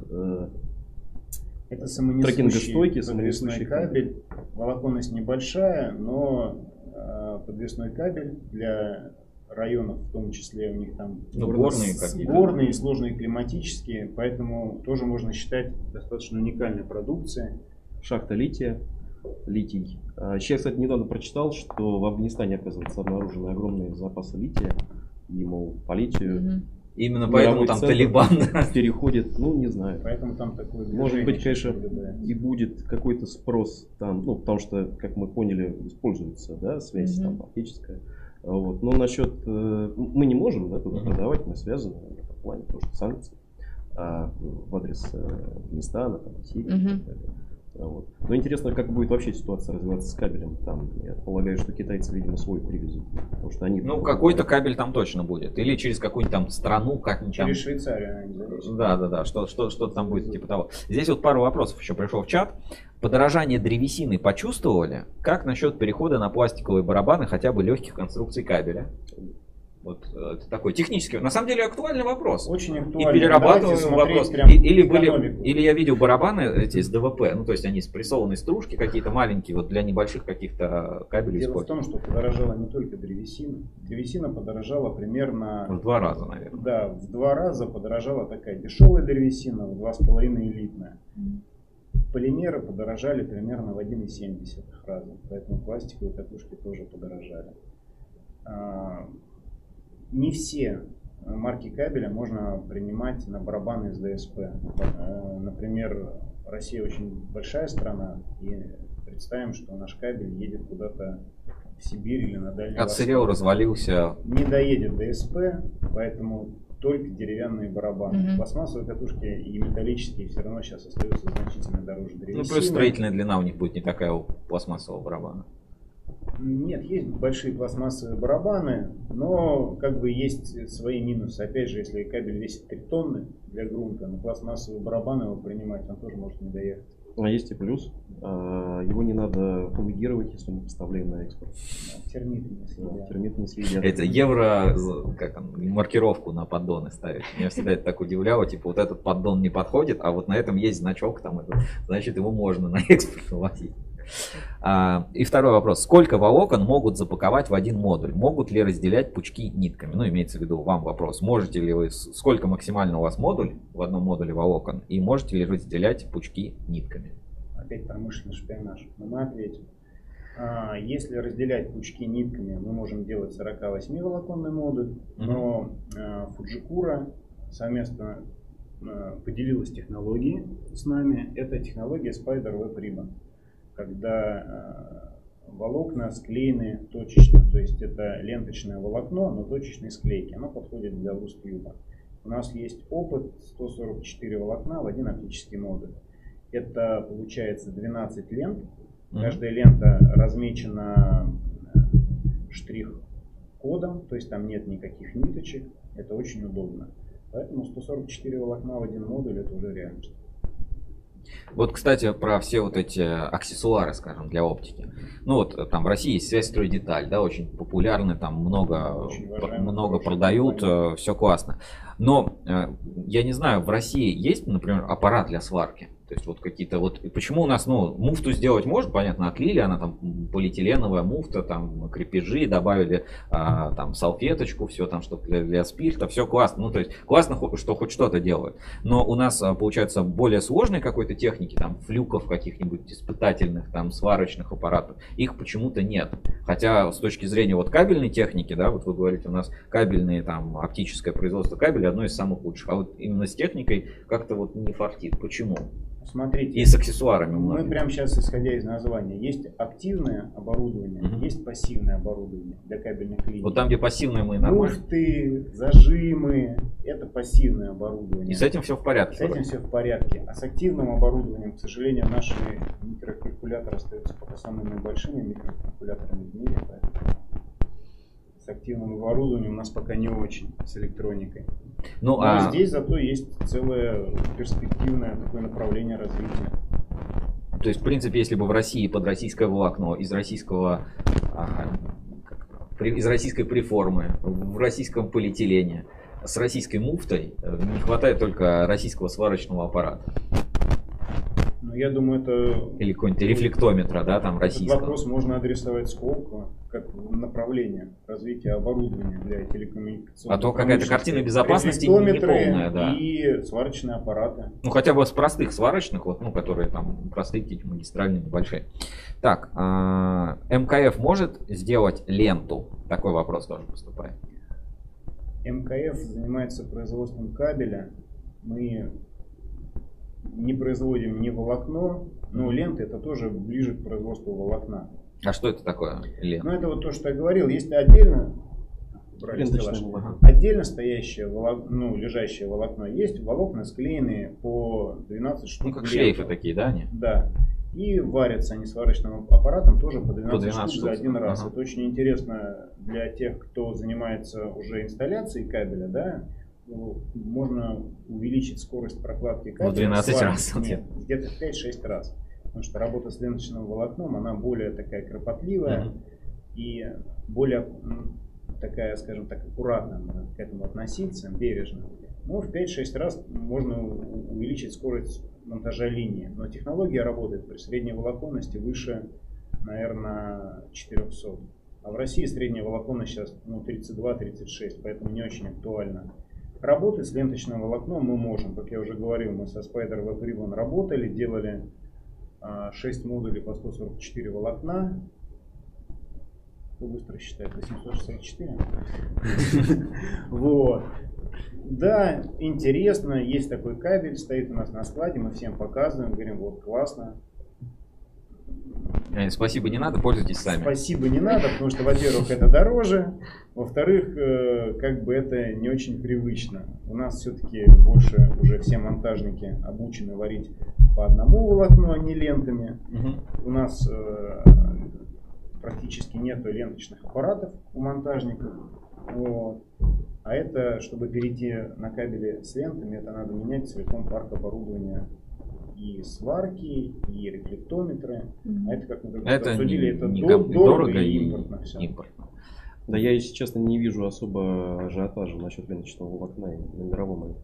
Это самонесущий подвесной кабель. Волоконность небольшая, но подвесной кабель для районов, в том числе у них там горные, сложные климатические, поэтому тоже можно считать достаточно уникальной продукцией. Шахта лития. литий. Сейчас, кстати, недавно прочитал, что в Афганистане, оказывается, обнаружены огромные запасы лития. И, мол, по литию... Именно поэтому там Талибан переходит, ну, не знаю. Поэтому там такой может быть, конечно, и будет какой-то спрос там, ну, потому что, как мы поняли, используется, да, связь там оптическая. Вот. Но насчет, мы не можем, да, туда продавать, мы связаны в плане того, что санкций в адрес Афганистана, там, Сирии и так далее. Вот. Но интересно, как будет вообще ситуация развиваться с кабелем. Там, я полагаю, что китайцы, видимо, свой привезут. Потому что они... Ну, какой-то кабель там точно будет. Или через какую-нибудь там страну, как-нибудь там... Через Швейцарию, они зависят. Да, что-то там будет типа того. Здесь вот пару вопросов еще пришел в чат. Подорожание древесины почувствовали? Как насчет перехода на пластиковые барабаны хотя бы легких конструкций кабеля? Вот это такой технический, на самом деле актуальный вопрос. Очень актуальный. И перерабатываем вопрос. Или я видел барабаны эти с ДВП, ну то есть они с прессованной стружки какие-то маленькие, вот для небольших каких-то кабелей. Дело в том, что подорожала не только древесина. Древесина подорожала примерно... В 2 раза, наверное. Да, в 2 раза подорожала такая дешевая древесина, в 2,5 элитная. Полимеры подорожали примерно в 1,7 раза, поэтому пластиковые катушки тоже подорожали. Не все марки кабеля можно принимать на барабаны с ДСП. Например, Россия очень большая страна, и представим, что наш кабель едет куда-то в Сибирь или на Дальний Восток. Отсырел, развалился. Не доедет ДСП, поэтому только деревянные барабаны. Пластмассовые катушки и металлические все равно сейчас остаются значительно дороже древесины. Ну, плюс строительная длина у них будет не такая у пластмассового барабана. Нет, есть большие пластмассовые барабаны, но как бы есть свои минусы. Опять же, если кабель весит 3 тонны для грунта, на пластмассовые барабаны его принимать, он тоже может не доехать. А есть и плюс. Его не надо фумигировать, если мы поставляем на экспорт. Термиты не съедят. Термиты не съедят. Это евро, как он, маркировку на поддоны ставит. Меня всегда это так удивляло, типа вот этот поддон не подходит, а вот на этом есть значок, там, значит его можно на экспорт вывозить. И второй вопрос. Сколько волокон могут запаковать в один модуль? Могут ли разделять пучки нитками? Ну, имеется в виду вам вопрос. Можете ли вы, сколько максимально у вас модуль в одном модуле волокон? И можете ли разделять пучки нитками? Опять промышленный шпионаж. Но мы ответим. Если разделять пучки нитками, мы можем делать 48-волоконный модуль. Но Fujikura совместно поделилась технологией с нами. Это технология Spider Web Ribbon, когда волокна склеены точечно, то есть это ленточное волокно, но точечной склейки, оно подходит для луз-тьюба. У нас есть опыт 144 волокна в один оптический модуль. Это получается 12 лент, каждая лента размечена штрих-кодом, то есть там нет никаких ниточек, это очень удобно. Поэтому 144 волокна в один модуль это уже реальность. Вот, кстати, про все вот эти аксессуары, скажем, для оптики. Ну вот, там в России есть связь стройдеталь, да, очень популярны, там много продают, все классно. Но, я не знаю, в России есть, например, аппарат для сварки? То есть вот какие-то вот, почему у нас, ну, муфту сделать может, понятно, отлили, она там полиэтиленовая муфта, там крепежи, добавили там салфеточку, все там, чтобы для спирта, все классно, ну, то есть классно, что хоть что-то делают. Но у нас, получается, более сложной какой-то техники, там, флюков каких-нибудь испытательных, там, сварочных аппаратов, их почему-то нет. Хотя с точки зрения вот кабельной техники, да, вот вы говорите, у нас кабельные, там, оптическое производство кабеля одно из самых лучших, а вот именно с техникой как-то вот не фартит. Почему? Смотрите, и с аксессуарами. Мы прямо сейчас, исходя из названия, есть активное оборудование, есть пассивное оборудование для кабельных линий. Вот там, где пассивное, мы нормально. Муфты, зажимы, это пассивное оборудование. И с этим все в порядке. С этим все в порядке. А с активным оборудованием, к сожалению, наши микрокалькуляторы остаются пока самыми большими микрокалькуляторами в мире. Поэтому с активным оборудованием у нас пока не очень, с электроникой. Но здесь зато есть целое перспективное такое направление развития. То есть, в принципе, если бы в России под российское волокно, из российской преформы, в российском полиэтилене, с российской муфтой, не хватает только российского сварочного аппарата. Ну, я думаю, это... Или какой-нибудь рефлектометра, да, там российского. Вопрос можно адресовать Сколково, как направления развития оборудования для телекоммуникационных. А то какая-то картина безопасности не полная, да. И сварочные аппараты. Ну, хотя бы с простых сварочных, вот, ну, которые там простые, какие-то магистральные, небольшие. Так, МКФ может сделать ленту? Такой вопрос тоже поступает. МКФ занимается производством кабеля. Мы не производим ни волокно, но ленты это тоже ближе к производству волокна. А что это такое лента? Ну, это вот то, что я говорил. Есть отдельно отдельно стоящее волокно, лежащее волокно. Есть волокна, склеенные по 12 штук. Ну, как шлейфы такие, да? Они? Да. И варятся они сварочным аппаратом тоже по 12 штук за один раз. Ага. Это очень интересно для тех, кто занимается уже инсталляцией кабеля, да. Можно увеличить скорость прокладки кабеля. В 12 раз. Нет, где-то в 5-6 раз. Потому что работа с ленточным волокном, она более такая кропотливая и более такая, скажем так, аккуратно к этому относиться, бережно. Но в 5-6 раз можно увеличить скорость монтажа линии. Но технология работает при средней волоконности выше, наверное, 400. А в России средняя волоконность сейчас 32-36, поэтому не очень актуально. Работать с ленточным волокном мы можем. Как я уже говорил, мы со Spider Web Ribbon работали, делали 6 модулей по 144 волокна. Кто быстро считает? 864. Вот. Да, интересно. Есть такой кабель, стоит у нас на складе. Мы всем показываем, говорим, вот классно. Спасибо не надо, пользуйтесь сами. Спасибо не надо, потому что, во-первых, это дороже. Во-вторых, как бы это не очень привычно. У нас все-таки больше уже все монтажники обучены варить по одному волокну, а не лентами. У нас практически нету ленточных аппаратов у монтажников. Вот. А это, чтобы перейти на кабели с лентами, это надо менять целиком парк оборудования. И сварки, и рефлектометры. А это, как мы только что обсудили, это дорого и импортно все. Да, я, если честно, не вижу особо ажиотажа насчет ленточного волокна на мировом рынке.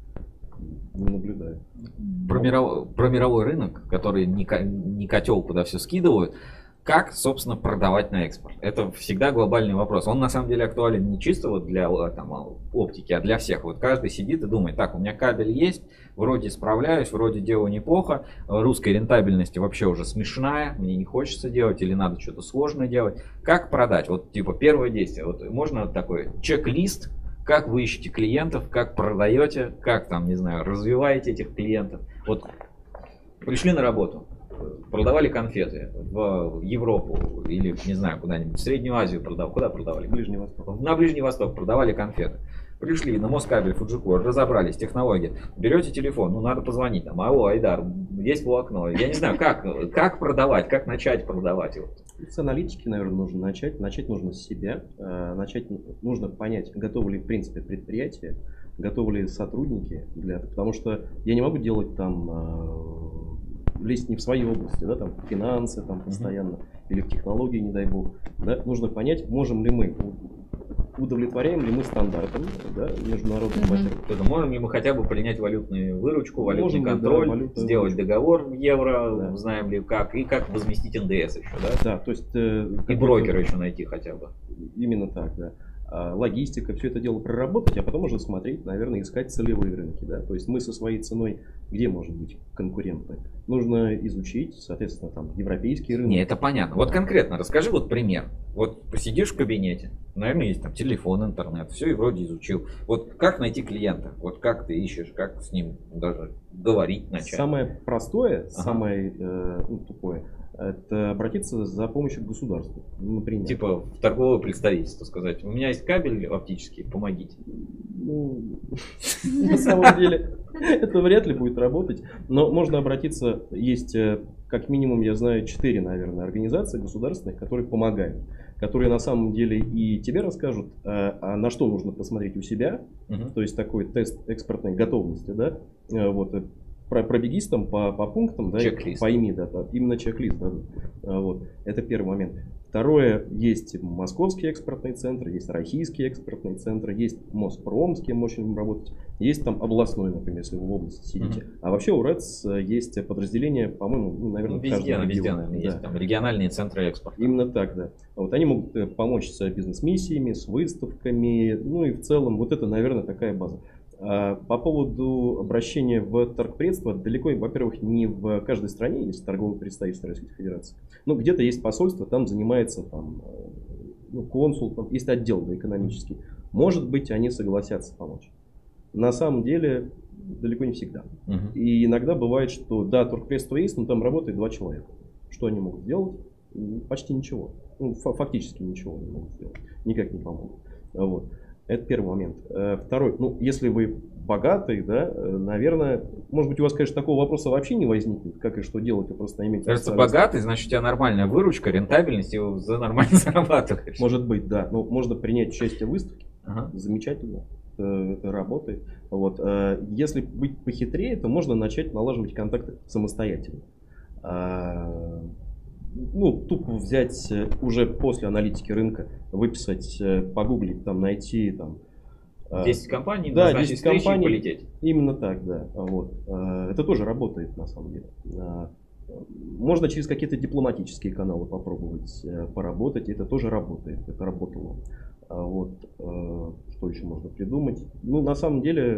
Не наблюдаю. Про мировой рынок, который не котел, куда все скидывают. Как, собственно, продавать на экспорт? Это всегда глобальный вопрос. Он на самом деле актуален не чисто вот для оптики, а для всех. Вот каждый сидит и думает, так, у меня кабель есть, вроде справляюсь, вроде делаю неплохо, русской рентабельности вообще уже смешная, мне не хочется делать или надо что-то сложное делать. Как продать? Вот типа первое действие. Вот можно такой чек-лист, как вы ищете клиентов, как продаете, как там, не знаю, развиваете этих клиентов. Вот пришли на работу. Продавали конфеты в Европу или, не знаю, куда-нибудь, в Среднюю Азию продавали. Куда продавали? Ближний Восток. На Ближний Восток продавали конфеты. Пришли на Москабель, Фуджикур, разобрались, технологии. Берете телефон, надо позвонить там. Алло, Айдар, есть волокно. Я не знаю, как продавать, как начать продавать его. С аналитики, наверное, нужно начать. Начать нужно с себя. Начать нужно понять, готовы ли в принципе предприятие, готовы ли сотрудники для этого. Потому что я не могу делать там лезть не в своей области, да, там финансы там постоянно, или в технологии, не дай бог. Да, нужно понять, можем ли мы, удовлетворяем ли мы стандартам, да, международным, во-первых. Можем ли мы хотя бы принять валютную выручку, валютный контроль, сделать договор в евро, знаем ли как, и как возместить НДС еще, да? Да, то есть... И брокера еще найти хотя бы. Именно так, да. Логистика, все это дело проработать, а потом уже смотреть, наверное, искать целевые рынки. Да? То есть мы со своей ценой, где может быть конкуренты? Нужно изучить, соответственно, там европейские рынки. Не, это понятно. Вот конкретно расскажи вот пример. Вот посидишь в кабинете, наверное, есть там телефон, интернет, все и вроде изучил. Вот как найти клиента? Вот как ты ищешь, как с ним даже говорить начать? Самое простое, самое тупое. Это обратиться за помощью к государству, например. Типа в торговое представительство сказать, у меня есть кабель оптический, помогите. На самом деле это вряд ли будет работать, но можно обратиться, есть как минимум, я знаю, 4, наверное, организации государственных, которые помогают, которые на самом деле и тебе расскажут, на что нужно посмотреть у себя, то есть такой тест экспортной готовности, да, вот. пробегись там по пунктам, да, Чек-лист. пойми, да, именно чек-лист, да, вот, это первый момент. Второе, есть московский экспортный центр, есть российский экспортный центр, есть Моспром, с кем мы очень любим работать, есть там областной, например, если вы в области сидите. А вообще у РЭЦ есть подразделения, по-моему, наверное, везде, наверное, есть там региональные центры экспорта. Именно так, да. Вот они могут помочь с бизнес-миссиями, с выставками, ну и в целом вот это, наверное, такая база. По поводу обращения в торгпредство, далеко, во-первых, не в каждой стране есть торговое представительство Российской Федерации. Ну, где-то есть посольство, там занимается там, консул, там есть отдел, да, экономический. Может быть, они согласятся помочь. На самом деле, далеко не всегда. И иногда бывает, что да, торгпредство есть, но там работает 2 человека. Что они могут сделать? Почти ничего. Ну, фактически ничего не могут сделать. Никак не помогут. Вот. Это первый момент. Второй, если вы богатый, да, наверное, может быть, у вас, конечно, такого вопроса вообще не возникнет, как и что делать, вы просто имеете... Кажется, богатый, значит, у тебя нормальная выручка, рентабельность, и за нормально зарабатываешь. Может быть, да. Но можно принять участие в выставке. Замечательно. Это работает. Вот. Если быть похитрее, то можно начать налаживать контакты самостоятельно. Тупо взять уже после аналитики рынка, выписать, погуглить, там, найти там, 10 компаний, да, назначить 10 встречи компаний, и полететь. Именно так, да. Вот. Это тоже работает на самом деле. Можно через какие-то дипломатические каналы попробовать поработать, это тоже работает, это работало. Вот. Что еще можно придумать? На самом деле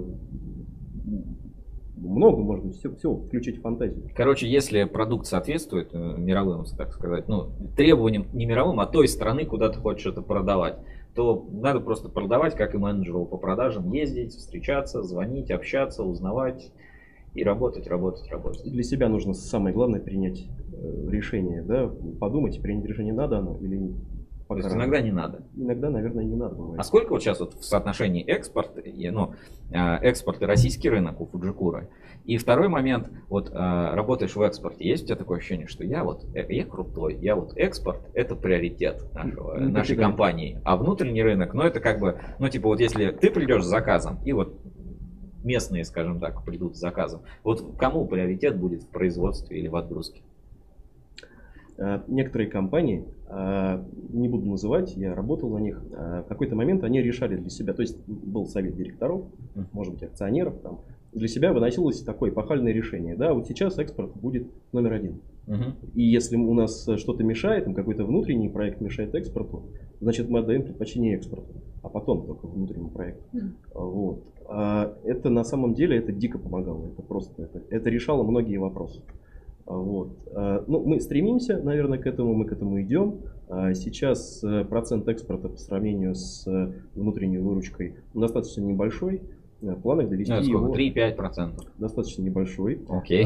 много можно все включить в фантазию. Короче, если продукт соответствует мировым, так сказать, требованиям не мировым, а той страны, куда ты хочешь это продавать, то надо просто продавать, как и менеджеру по продажам, ездить, встречаться, звонить, общаться, узнавать и работать. Для себя нужно самое главное принять решение, да, подумать, принять решение, надо оно или нет. То есть иногда не надо. Иногда, наверное, не надо. Бывает. А сколько вот сейчас в соотношении экспорт и российский рынок у Фуджикура? И второй момент, работаешь в экспорте, есть у тебя такое ощущение, что я крутой, экспорт это приоритет нашей компании, а внутренний рынок, это как бы, если ты придешь с заказом и местные, скажем так, придут с заказом, кому приоритет будет в производстве или в отгрузке? Некоторые компании, не буду называть, я работал на них, в какой-то момент они решали для себя, то есть был совет директоров, может быть акционеров, там, для себя выносилось такое эпохальное решение, да, вот сейчас экспорт будет номер 1. И если у нас что-то мешает, какой-то внутренний проект мешает экспорту, значит мы отдаем предпочтение экспорту, а потом только внутреннему проекту. Вот. Это на самом деле это дико помогало, это решало многие вопросы. Вот. Мы стремимся, наверное, к этому, мы к этому идем. Сейчас процент экспорта по сравнению с внутренней выручкой достаточно небольшой. В планах довести его... 3-5%. Достаточно небольшой. Окей.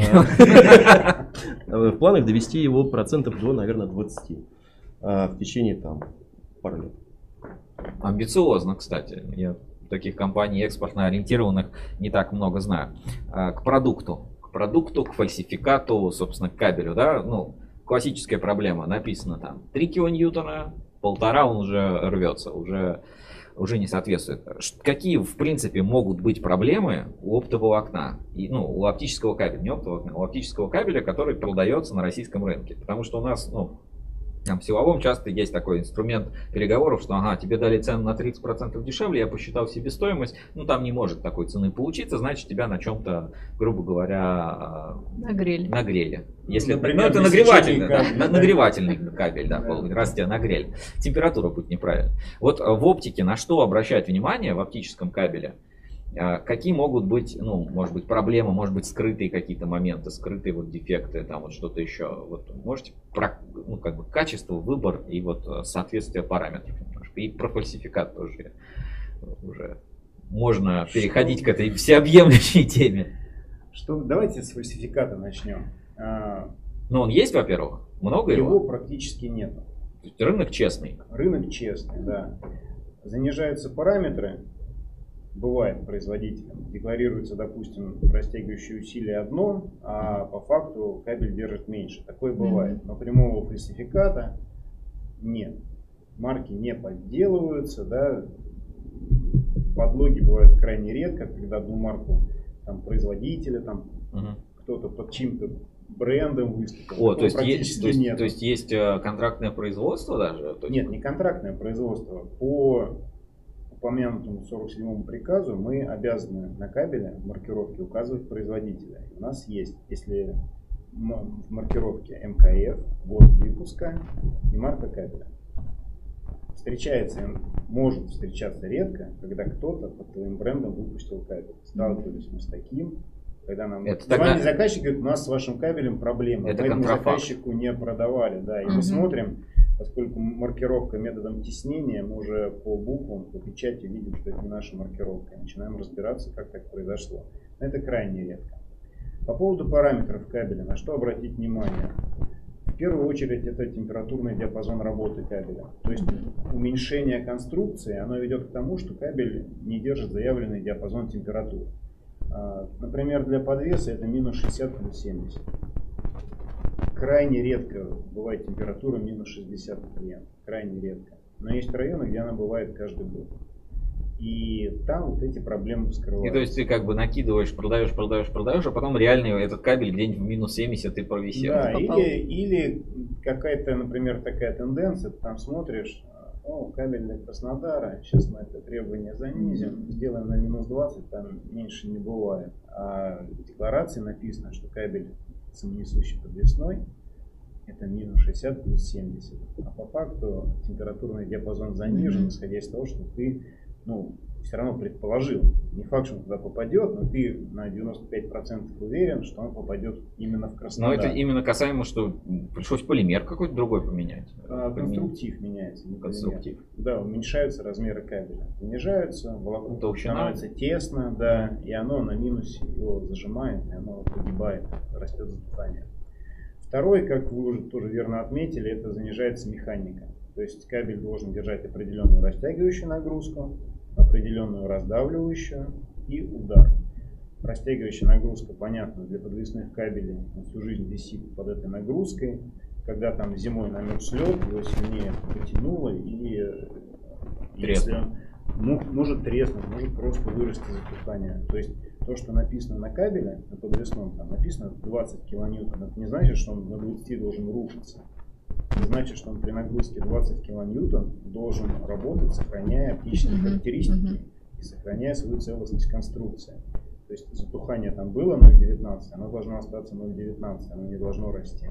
В планах довести его процентов до, наверное, 20 в течение пары лет. Амбициозно, кстати. Я таких компаний экспортно ориентированных не так много знаю. К продукту, к фальсификату, собственно, к кабелю, да, классическая проблема, написано там 3 килоньютона, 1,5 он уже рвется, уже не соответствует. Какие, в принципе, могут быть проблемы у оптоволокна, у оптического кабеля, не оптоволокна, у оптического кабеля, который продается на российском рынке? Потому что у нас, в силовом часто есть такой инструмент переговоров, что тебе дали цену на 30% дешевле, я посчитал себестоимость, там не может такой цены получиться, значит тебя на чем-то, грубо говоря, нагрели. Если, это нагревательный кабель, да, раз тебя нагрели. Температура будет неправильная. Вот в оптике на что обращать внимание в оптическом кабеле? Какие могут быть, может быть, проблемы, может быть, скрытые какие-то моменты, скрытые дефекты, что-то еще. Можете качество, выбор и соответствие параметров немножко. И про фальсификат тоже уже можно переходить к этой всеобъемлющей теме. Давайте с фальсификата начнем. Он есть, во-первых, много его? Его практически нет. То есть рынок честный. Рынок честный, да. Занижаются параметры. Бывает производителем. Декларируется, допустим, растягивающее усилие одно, а по факту кабель держит меньше. Такое бывает. Но прямого фальсификата нет. Марки не подделываются, да. Подлоги бывают крайне редко, когда одну марку производителя кто-то под чьим-то брендом выступил. О, то есть есть контрактное производство даже? Нет, не контрактное производство. По упомянутому 47-му приказу мы обязаны на кабеле в маркировке указывать производителя. У нас есть, если в маркировке МКФ, год выпуска и марка кабеля. Может встречаться редко, когда кто-то под твоим брендом выпустил кабель. Сталкивались мы с таким, когда нам звонит заказчик, говорит, у нас с вашим кабелем проблемы. Мы заказчику не продавали. Да, и мы смотрим, поскольку маркировка методом теснения, мы уже по буквам, по печати видим, что это не наша маркировка. И начинаем разбираться, как так произошло. Это крайне редко. По поводу параметров кабеля, на что обратить внимание? В первую очередь это температурный диапазон работы кабеля. То есть уменьшение конструкции, оно ведет к тому, что кабель не держит заявленный диапазон температур. Например, для подвеса это минус 60, плюс 70. Крайне редко бывает температура минус 60 клиент. Крайне редко. Но есть районы, где она бывает каждый год. И там вот эти проблемы вскрываются. И то есть ты как бы накидываешь, продаешь, а потом реально этот кабель где-нибудь в минус 70 ты провисел. Да, или какая-то, например, такая тенденция, ты там смотришь, кабель для Краснодара, сейчас мы это требование занизим, сделаем на минус 20, там меньше не бывает. А в декларации написано, что кабель самонесущий подвесной это минус 60 плюс 70. А по факту температурный диапазон занижен, исходя из того, что ты все равно предположил. Не факт, что он туда попадет, но ты на 95% уверен, что он попадет именно в Краснодар. Но это именно касаемо, что пришлось полимер какой-то другой поменять. Конструктив меняется. Не конструктив. Да, уменьшаются размеры кабеля. Понижаются, волокно становится тесно, да, и оно на минусе его зажимает, и оно погибает, растет затухание. Второй, как вы уже тоже верно отметили, это занижается механика. То есть кабель должен держать определенную растягивающую нагрузку, определенную раздавливающую и удар. Растягивающая нагрузка, понятно, для подвесных кабелей всю жизнь висит под этой нагрузкой. Когда там зимой намерз лед, его сильнее потянуло, и если он может треснуть, может просто вырасти затухание. То есть то, что написано на кабеле, на подвесном, там написано 20 килоньютон, это не значит, что он на 20 должен рушиться. Это значит, что он при нагрузке 20 килоньютон должен работать, сохраняя оптические характеристики и сохраняя свою целостность конструкции. То есть затухание там было 0,19, оно должно остаться 0,19, оно не должно расти.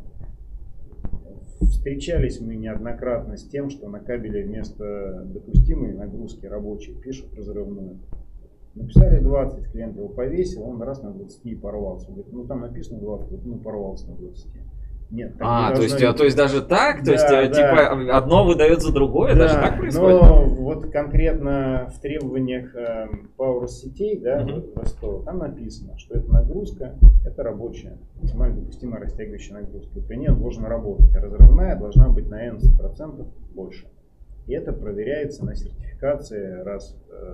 Встречались мы неоднократно с тем, что на кабеле вместо допустимой нагрузки рабочей пишут разрывную. Написали 20, клиент его повесил, он раз на 20 и порвался. Говорит, там написано 20, порвался на 20. Нет, то есть даже так? То есть типа одно выдает за другое? Даже так происходит? Но вот конкретно в требованиях Power сетей, в СТО, там написано, что эта нагрузка, это рабочая, максимально допустимая растягивающая нагрузка. И при ней он должен работать, а разрывная должна быть на 11% больше. И это проверяется на сертификации раз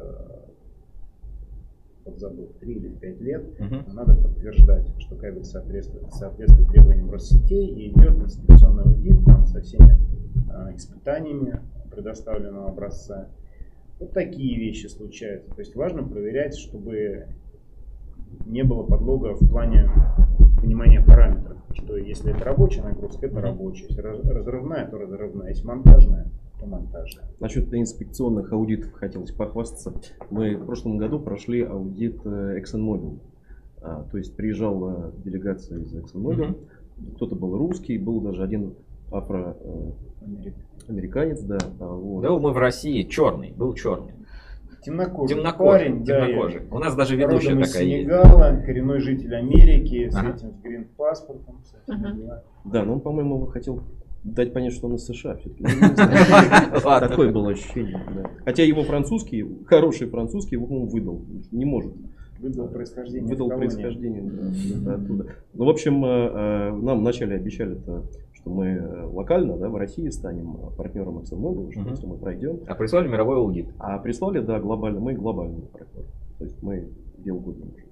забыл, 3 или 5 лет, надо подтверждать, что кабель соответствует требованиям Россетей, и идет инспекционный аудит там, со всеми испытаниями предоставленного образца. Вот такие вещи случаются. То есть важно проверять, чтобы не было подлога в плане понимания параметров, что если это рабочая нагрузка, это рабочая, если разрывная, то разрывная, если монтажная, то монтажная. Насчет инспекционных аудитов хотелось похвастаться. Мы в прошлом году прошли аудит ExxonMobil. То есть приезжала делегация из ExxonMobil, кто-то был русский, был даже один афроамериканец, да. Вот. Да, мы в России, был черный. Темнокожий парень, темнокожий. У нас даже ведущая такая есть. Сенегала, коренной житель Америки, с этим грин-паспортом. Да, но он, по-моему, хотел дать понять, что он из США все-таки. Такое было ощущение. Хотя его французский, хороший французский, его, по-моему, выдал. Не может. Выдал происхождение. Выдал происхождение, да, оттуда. Ну, в общем, нам вначале обещали, что мы локально, в России станем партнером ExxonMobil, что если мы пройдем. А прислали мировой аудит? А прислали, да, глобально, мы глобальный партнер. То есть мы дело будем уже.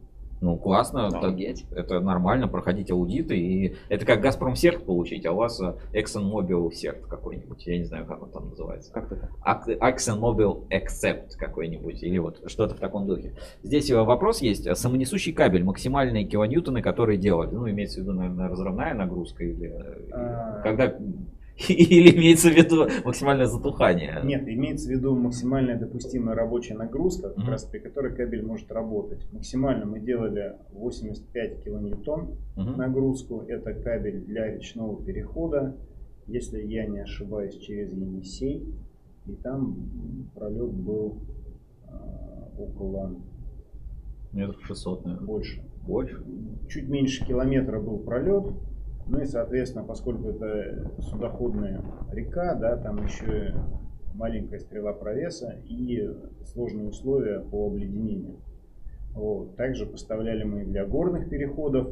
Ну, классно, Офигеть. это нормально, проходить аудиты, и это как Газпромсерт получить, а у вас ExxonMobil серт какой-нибудь, я не знаю, как он там называется. Как это? ExxonMobil Accept какой-нибудь, или вот что-то в таком духе. Здесь вопрос есть, самонесущий кабель, максимальные килоньютоны, которые делали, ну, имеется в виду, наверное, разрывная нагрузка, или когда... Или имеется в виду максимальное затухание? Нет, имеется в виду максимальная допустимая рабочая нагрузка, как раз при которой кабель может работать. Максимально мы делали 85 килоньютон нагрузку. Это кабель для речного перехода, если я не ошибаюсь, через Енисей. И там пролет был около... Метров 600, наверное. Больше. Больше? Чуть меньше километра был пролет. Ну и, соответственно, поскольку это судоходная река, да, там еще маленькая стрела провеса и сложные условия по обледенению. Вот. Также поставляли мы для горных переходов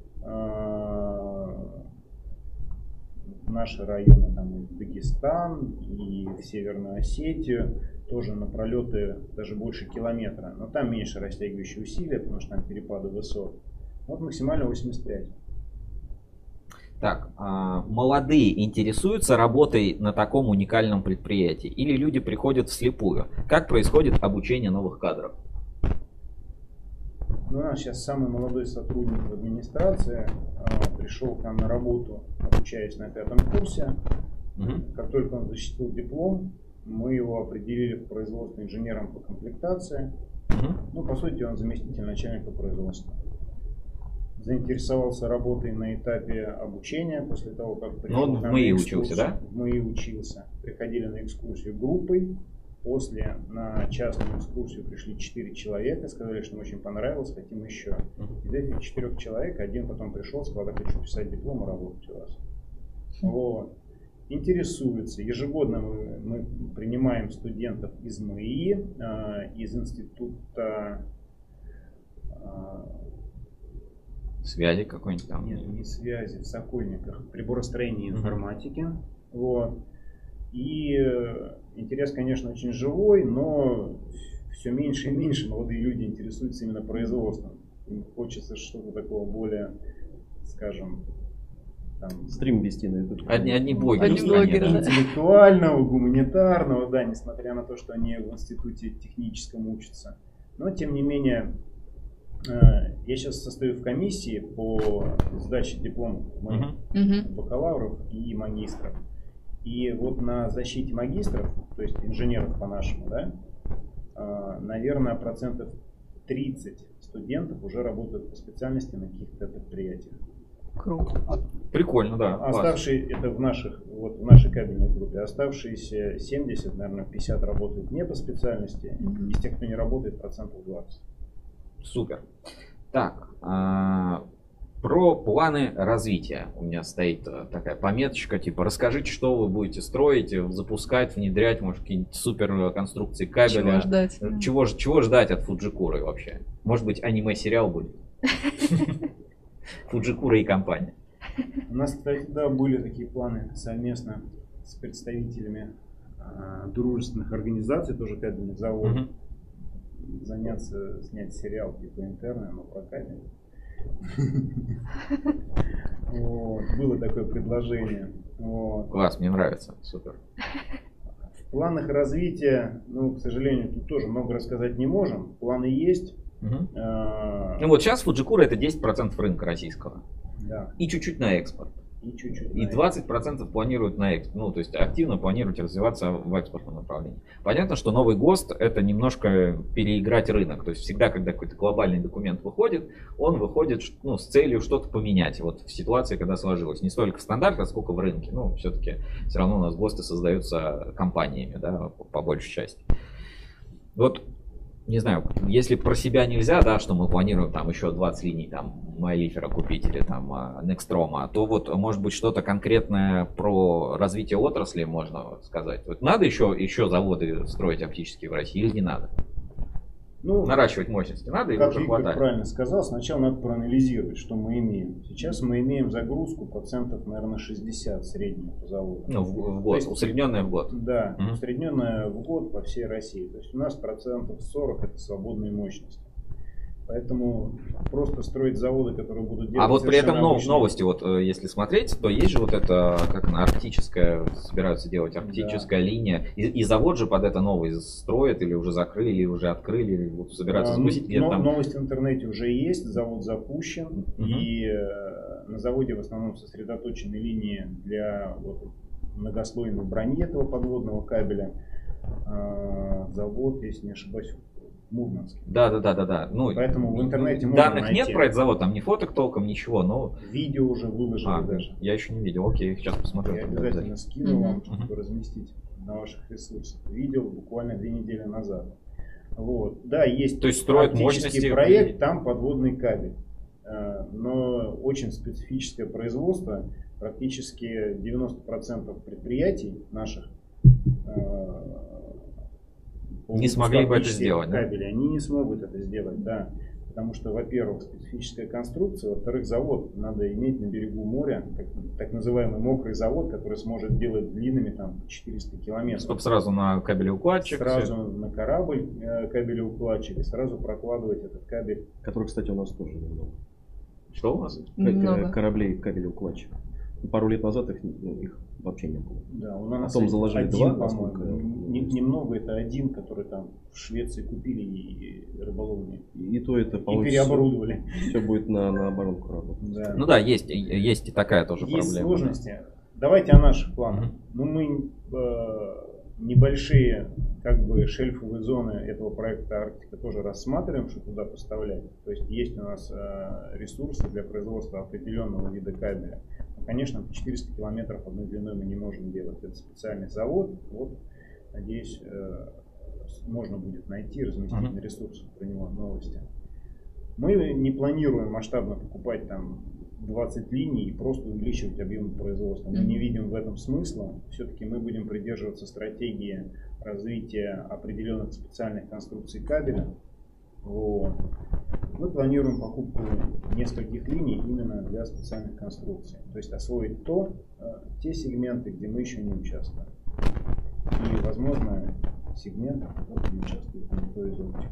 в наши районы, там и в Дагестан, и в Северную Осетию, тоже на пролеты даже больше километра. Но там меньше растягивающие усилия, потому что там перепады высот. Вот максимально 85. Так, молодые интересуются работой на таком уникальном предприятии или люди приходят вслепую? Как происходит обучение новых кадров? Ну, у нас сейчас самый молодой сотрудник в администрации пришел к нам на работу, обучаясь на 5-м курсе. Как только он защитил диплом, мы его определили в производство инженером по комплектации. Ну, по сути, он заместитель начальника производства. Заинтересовался работой на этапе обучения после того, как пришел в МАИ учился, да? В МАИ учился. Приходили на экскурсию группой. После на частную экскурсию пришли 4 человека, сказали, что им очень понравилось, хотим еще. Из этих 4 человек один потом пришел, сказал, я хочу писать диплом и работать у вас. Вот. Интересуется. Ежегодно мы принимаем студентов из МАИ, из института... Связи какой-нибудь там? Нет, не связи, в Сокольниках, приборостроения и информатики. Вот. И интерес, конечно, очень живой, но все меньше и меньше молодые люди интересуются именно производством. Им хочется что-то такого более, скажем, там, стрим вести на YouTube. Одни блогеры. Интеллектуального, гуманитарного, да, несмотря на то, что они в институте техническом учатся. Но, тем не менее, я сейчас состою в комиссии по сдаче дипломов бакалавров и магистров. И вот на защите магистров, то есть инженеров по-нашему, да, наверное, процентов 30 студентов уже работают по специальности на каких-то предприятиях. Круто. Прикольно, да. Оставшие, это в нашей кабельной группе, оставшиеся 70, наверное, 50 работают не по специальности. Из тех, кто не работает, процентов 20. Супер. Так, про планы развития у меня стоит такая пометочка, типа расскажите, что вы будете строить, запускать, внедрять, может, какие-нибудь супер конструкции кабеля. Чего ждать? Чего ждать от Фуджикуры вообще? Может быть, аниме-сериал будет? Фуджикура и компания. У нас, кстати, да, были такие планы совместно с представителями дружественных организаций, тоже кабельных заводов. Заняться, снять сериал типа «Интерны», но про кабель. Было такое предложение. Класс, мне нравится, супер. В планах развития, ну, к сожалению, тут тоже много рассказать не можем. Планы есть. Ну вот сейчас Фуджикура это 10% рынка российского. Да. И чуть-чуть на экспорт. И 20% планируют на экспорт. Ну, то есть активно планируют развиваться в экспортном направлении. Понятно, что новый ГОСТ это немножко переиграть рынок. То есть всегда, когда какой-то глобальный документ выходит, он выходит, ну, с целью что-то поменять. Вот в ситуации, когда сложилось. Не столько в стандарте, сколько в рынке. Ну, все-таки все равно у нас ГОСТы создаются компаниями, да, по большей части. Вот, не знаю, если про себя нельзя, да, что мы планируем там еще 20 линий там Майлифера купить или там Некстрома, то вот может быть что-то конкретное про развитие отрасли можно сказать. Вот надо еще заводы строить оптические в России или не надо? Ну, наращивать мощности надо или уже хватает? Как хватает? правильно сказал, сначала надо проанализировать, что мы имеем. Сейчас мы имеем загрузку процентов, наверное, 60 среднюю по заводу. Ну, в год, есть, усредненная в год. Да, усредненная в год по всей России. То есть у нас процентов 40 это свободные мощности. Поэтому просто строить заводы, которые будут делать... А вот при этом обычные... новости, вот если смотреть, то есть же вот это, как она, арктическая, собираются делать, арктическая линия. И завод же под это новый строят, или уже закрыли, или уже открыли, или вот собираются запустить где-то там. Новость в интернете уже есть, завод запущен, и на заводе в основном сосредоточены линии для вот многослойной брони этого подводного кабеля. Завод, если не ошибаюсь, Мурманск. Да. Ну, поэтому в интернете можно данных найти. нет про этот завод, там ни фоток толком, ничего, но... Видео уже выложили даже. Я еще не видел, окей, сейчас посмотрю. Я обязательно скину вам, чтобы разместить на ваших ресурсах. Видел буквально 2 недели назад. Вот. Да, есть, то есть строят мощности проект, там подводный кабель. Но очень специфическое производство. Практически 90% предприятий наших не смогли бы это сделать, кабели, да? Они не смогут это сделать, да. Потому что, во-первых, специфическая конструкция, во-вторых, завод надо иметь на берегу моря, так называемый мокрый завод, который сможет делать длинными там 400 километров. Чтобы сразу на кабелеукладчик. Сразу на корабль кабелеукладчик и сразу прокладывать этот кабель. Который, кстати, у нас тоже немного. Что у нас? Кораблей кабелеукладчик. Пару лет назад их вообще не было. Да, у нас потом заложили один, 2, по-моему. Немного, это один, который там в Швеции купили и рыболовные. И то это, по-моему, и переоборудовали. Все будет на оборонку работать. Да. Ну да, есть и такая тоже проблема. Есть сложности. Давайте о наших планах. Ну, мы небольшие шельфовые зоны этого проекта Арктика тоже рассматриваем, что туда поставлять. То есть у нас ресурсы для производства определенного вида кабеля. Но, конечно, 400 километров одной длиной мы не можем делать. Это специальный завод. Вот, надеюсь, можно будет найти, разместить на ресурсах про него новости. Мы не планируем масштабно покупать там 20 линий и просто увеличивать объем производства. Мы не видим в этом смысла. Все-таки мы будем придерживаться стратегии развития определенных специальных конструкций кабеля. Вот. Мы планируем покупку нескольких линий именно для специальных конструкций. То есть освоить те сегменты, где мы еще не участвуем. И, возможно, сегменты, которые не участвуют никто из оптиков.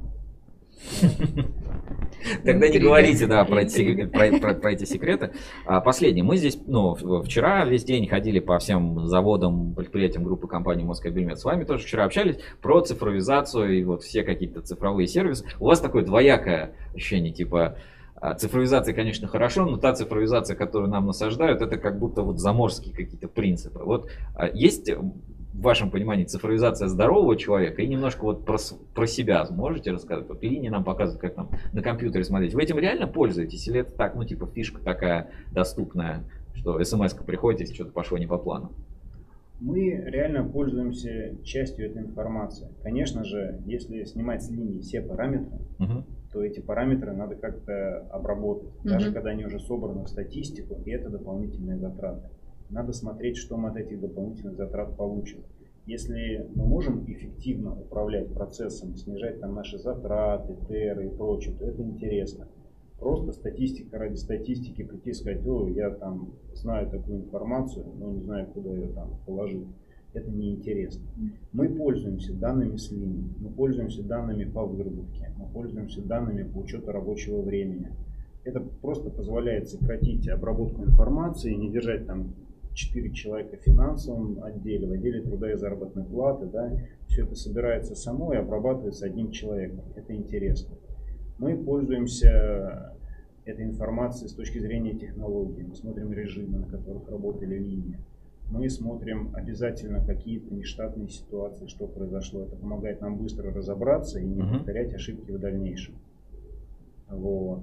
Тогда не говорите, про эти секреты. Последнее. Мы здесь, вчера весь день ходили по всем заводам, предприятиям группы компании Москабельмет. С вами тоже вчера общались про цифровизацию и вот все какие-то цифровые сервисы. У вас такое двоякое ощущение, типа цифровизация, конечно, хорошо, но та цифровизация, которую нам насаждают, это как будто вот заморские какие-то принципы. Вот есть в вашем понимании цифровизация здорового человека и немножко вот про себя можете рассказать? Вот линии нам показывают, как там на компьютере смотреть. Вы этим реально пользуетесь или это так, фишка такая доступная, что смс-ка приходит, если что-то пошло не по плану? Мы реально пользуемся частью этой информации. Конечно же, если снимать с линии все параметры, то эти параметры надо как-то обработать. Даже когда они уже собраны в статистику, и это дополнительные затраты. Надо смотреть, что мы от этих дополнительных затрат получим. Если мы можем эффективно управлять процессом, снижать там наши затраты, ТР и прочее, то это интересно. Просто статистика ради статистики прийти и сказать: я там знаю такую информацию, но не знаю, куда ее там положить. Это неинтересно. Мы пользуемся данными с линий, мы пользуемся данными по выработке, мы пользуемся данными по учету рабочего времени. Это просто позволяет сократить обработку информации, не держать там 4 человека в финансовом отделе, в отделе труда и заработной платы. Да? Все это собирается само и обрабатывается одним человеком. Это интересно. Мы пользуемся этой информацией с точки зрения технологий. Мы смотрим режимы, на которых работали линии. Мы смотрим обязательно какие-то нештатные ситуации, что произошло. Это помогает нам быстро разобраться и не повторять ошибки в дальнейшем. Вот.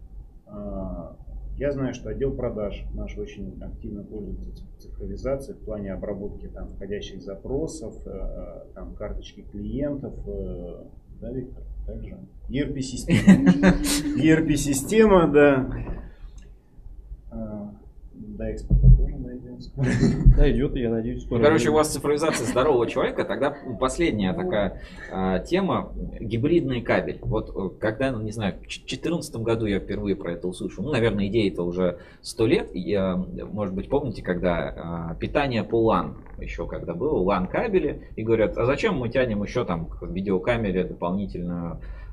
Я знаю, что отдел продаж наш очень активно пользуется цифровизацией в плане обработки там входящих запросов, там карточки клиентов, да, Виктор? Также ERP-система. ERP-система, да. До экспорта тоже дойдет. Дойдет, я надеюсь. У вас цифровизация здорового человека. Тогда последняя такая тема — гибридный кабель. Вот когда, не знаю, в 2014 году я впервые про это услышал. Наверное, идея-то уже 100 лет. Может быть, помните, когда питание по LAN, еще когда было, LAN кабели, и говорят: а зачем мы тянем еще там к видеокамере дополнительную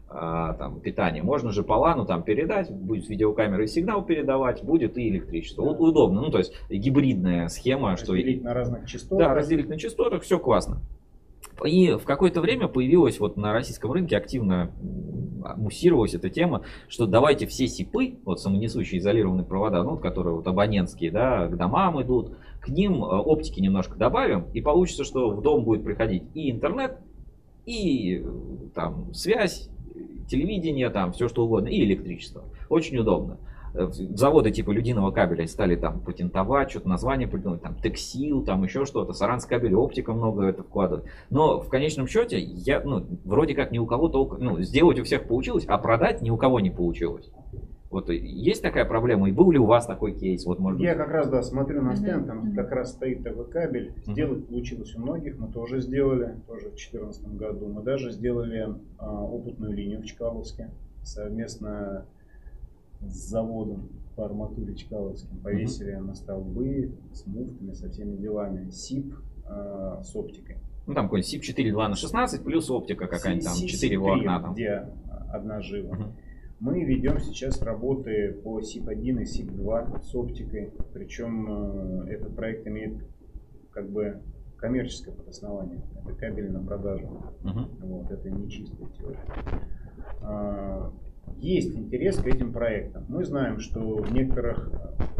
там, питания, можно же по лану там передать, будет с видеокамерой сигнал передавать, будет и электричество. Вот удобно, ну то есть гибридная схема. Разделить на разных частотах. Да, разделить на частотах, все классно. И в какое-то время появилась вот на российском рынке активно муссировалась эта тема, что давайте все СИПы, вот самонесущие изолированные провода, ну, которые вот абонентские, да, к домам идут, к ним оптики немножко добавим, и получится, что в дом будет приходить и интернет, и там связь, телевидение, там все что угодно, и электричество. Очень удобно. Заводы типа Людиного кабеля стали там патентовать, что-то название придумать, там Тексил, там еще что-то, Саранский кабель, оптика много это вкладывает. Но в конечном счете, вроде как ни у кого толком, сделать у всех получилось, а продать ни у кого не получилось. Вот есть такая проблема, и был ли у вас такой кейс? Вот, может Я как раз, да, смотрю на стенд, там как раз стоит такой кабель. Сделать получилось у многих, мы тоже сделали, тоже в 2014 году. Мы даже сделали опытную линию в Чкаловске совместно с заводом по арматуре Чкаловским. Повесили на столбы с муфтами, со всеми делами. СИП с оптикой. Ну там какой-нибудь СИП 4 2 на 16 плюс оптика какая-нибудь там 4 волокна там. Где одна жила. Мы ведем сейчас работы по СИП-1 и СИП-2 с оптикой. Причем этот проект имеет как бы коммерческое подоснование. Это кабель на продажу. Вот, это не чистая теория. Есть интерес к этим проектам. Мы знаем, что в некоторых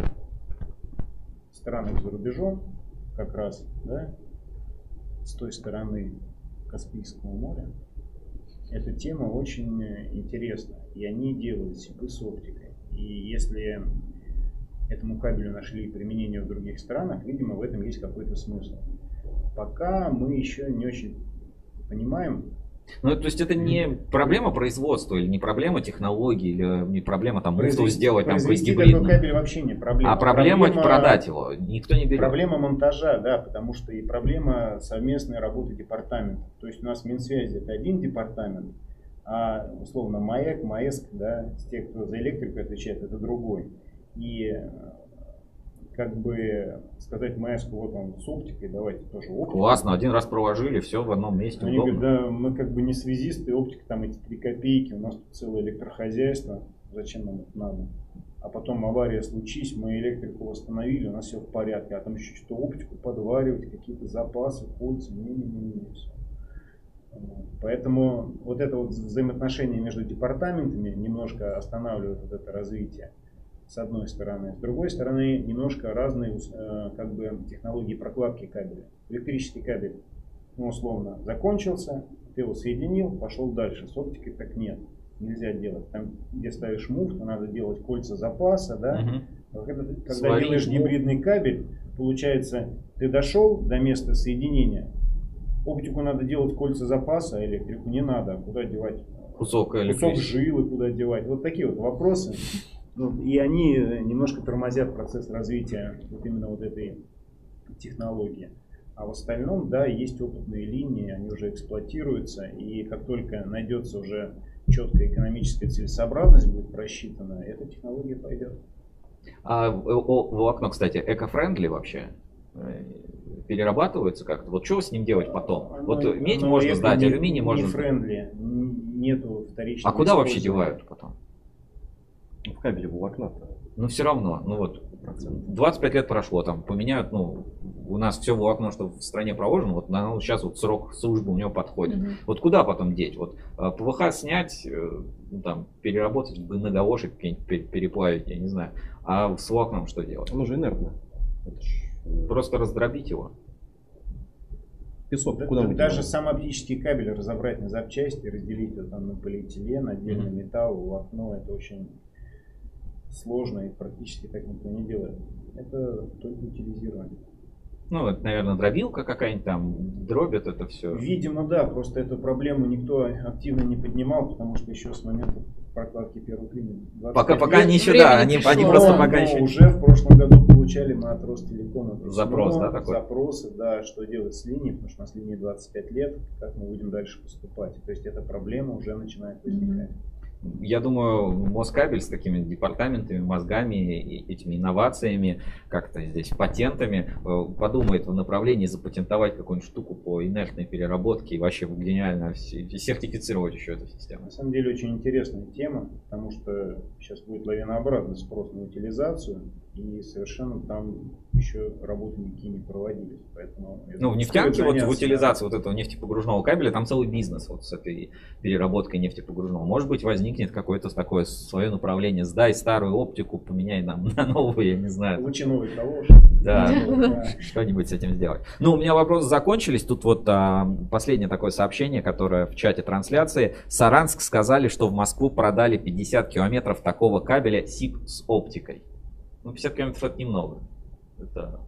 странах за рубежом, как раз, да, с той стороны Каспийского моря, эта тема очень интересна. И они делают СИПы с оптикой. И если этому кабелю нашли применение в других странах, видимо, в этом есть какой-то смысл. Пока мы еще не очень понимаем. Ну, то есть это не проблема производства, или не проблема технологий, или не проблема там муфту сделать там гибридную. Такой кабель вообще не проблема. А проблема продать его. Никто не берет. Проблема монтажа, да, потому что и проблема совместной работы департаментов. То есть у нас Минсвязи это один департамент, а условно МАЭК, МАЭСК, да, те, кто за электрику отвечает, это другой. И как бы сказать МАЭСКу, вот он с оптикой, давайте тоже оптику. Классно, один раз проложили, все в одном месте. Они говорят, да, мы как бы не связисты, оптика там эти 3 копейки, у нас тут целое электрохозяйство, зачем нам это надо? А потом авария случись, мы электрику восстановили, у нас все в порядке, а там еще что-то оптику подваривать, какие-то запасы, кольца, не-не-не, все. Поэтому вот это вот взаимоотношение между департаментами немножко останавливает вот это развитие. С одной стороны. С другой стороны, немножко разные как бы, технологии прокладки кабеля. Электрический кабель, условно, закончился, ты его соединил, пошел дальше. С оптикой так нет. Нельзя делать. Там, где ставишь муфту, надо делать кольца запаса. Да? Когда делаешь гибридный кабель, получается, ты дошел до места соединения, оптику надо делать кольца запаса, а электрику не надо. Куда девать? Кусок жилы куда девать? Вот такие вот вопросы. И они немножко тормозят процесс развития вот именно вот этой технологии. А в остальном, да, есть опытные линии, они уже эксплуатируются. И как только найдется уже четкая экономическая целесообразность, будет просчитана, эта технология пойдет. А волокно, кстати, эко-френдли вообще? Перерабатывается как-то? Вот что с ним делать потом? Вот медь можно сдать, алюминий можно... Не френдли, нету вторичного. А куда вообще девают потом? В кабеле волокна-то. Ну все равно, 25 лет прошло, там поменяют, у нас все волокно, что в стране проложено, вот сейчас вот срок службы у него подходит. Вот куда потом деть? Вот ПВХ снять, там, переработать в многоложек, переплавить, я не знаю. А с волокном что делать? Оно же инертно. Просто раздробить его. Песок, даже сам оптический кабель разобрать на запчасти, разделить его там на полиэтилен, отдельно металл, волокно, это очень сложно и практически так никто не делает. Это только утилизирование. Это, наверное, дробилка какая-нибудь там, дробят это все. Видимо, да, просто эту проблему никто активно не поднимал, потому что еще с момента прокладки первых линий. Пока они еще, да, они просто пока еще... Уже в прошлом году получали мы от Ростелекома запрос, да, такой? Запросы, да, что делать с линией, потому что у нас линии 25 лет, как мы будем дальше поступать. То есть эта проблема уже начинает возникать. Я думаю, Москабель с такими департаментами, мозгами, и этими инновациями, как-то здесь патентами, подумает в направлении запатентовать какую-нибудь штуку по инертной переработке и вообще гениально сертифицировать еще эту систему. На самом деле очень интересная тема, потому что сейчас будет лавинообразный спрос на утилизацию, и совершенно там еще работы никакие не проводились. Поэтому в нефтянке вот в утилизации вот этого нефтепогружного кабеля там целый бизнес вот с этой переработкой нефтепогружного. Может быть, возникнет какое-то такое свое направление. Сдай старую оптику, поменяй нам на новую, я не знаю. Лучи новый калош. Да, что-нибудь с этим сделать. Ну, у меня вопросы закончились. Тут вот последнее такое сообщение, которое в чате трансляции. Саранск сказали, что в Москву продали 50 километров такого кабеля СИП с оптикой. Ну, 50 километров это немного. Это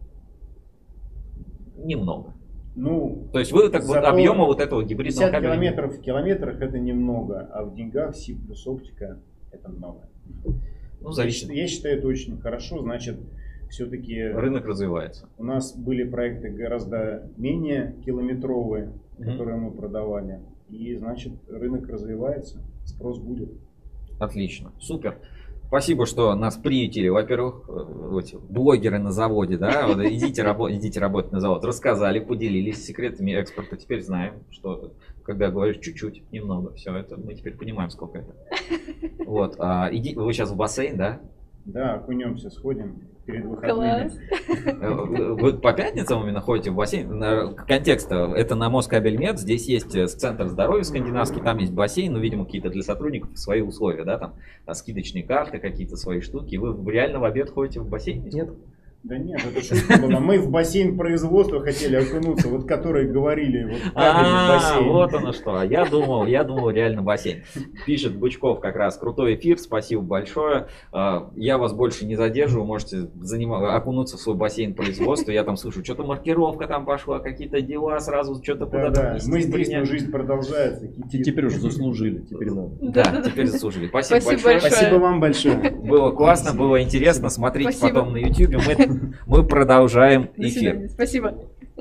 немного. Ну, то есть вы так вот объема вот этого гибридного 50 кабеля... километров в километрах это немного, а в деньгах СИП плюс оптика это много. Ну, зависит. Я считаю, это очень хорошо, значит, все-таки... Рынок развивается. У нас были проекты гораздо менее километровые, которые мы продавали, и, значит, рынок развивается, спрос будет. Отлично, супер. Спасибо, что нас приютили. Во-первых, блогеры на заводе, да, вот, идите работать на завод. Рассказали, поделились секретами экспорта. Теперь знаем, что когда говоришь чуть-чуть, немного, все это мы теперь понимаем, сколько это. Вот, вы сейчас в бассейн, да? Да, окунемся, сходим перед выходными. Вы по пятницам именно ходите в бассейн? Контекст, это на Москабельмет, здесь есть центр здоровья скандинавский, там есть бассейн, ну, видимо, какие-то для сотрудников свои условия, да, там скидочные карты, какие-то свои штуки. Вы реально в обед ходите в бассейн? Нет. Да нет, это шутка была. Мы в бассейн производства хотели окунуться, вот которые говорили, вот кабельный бассейн. Вот оно что. Я думал реально бассейн. Пишет Бычков как раз: крутой эфир, спасибо большое. Я вас больше не задерживаю, можете окунуться в свой бассейн производства. Я там слышу, что-то маркировка там пошла, какие-то дела сразу, что-то куда-то. Да, мы здесь, но жизнь продолжается. Теперь уже заслужили, теперь надо. Да, теперь заслужили. Спасибо большое. Спасибо вам большое. Было классно, было интересно. Смотрите потом на YouTube. Мы продолжаем эфир. Спасибо.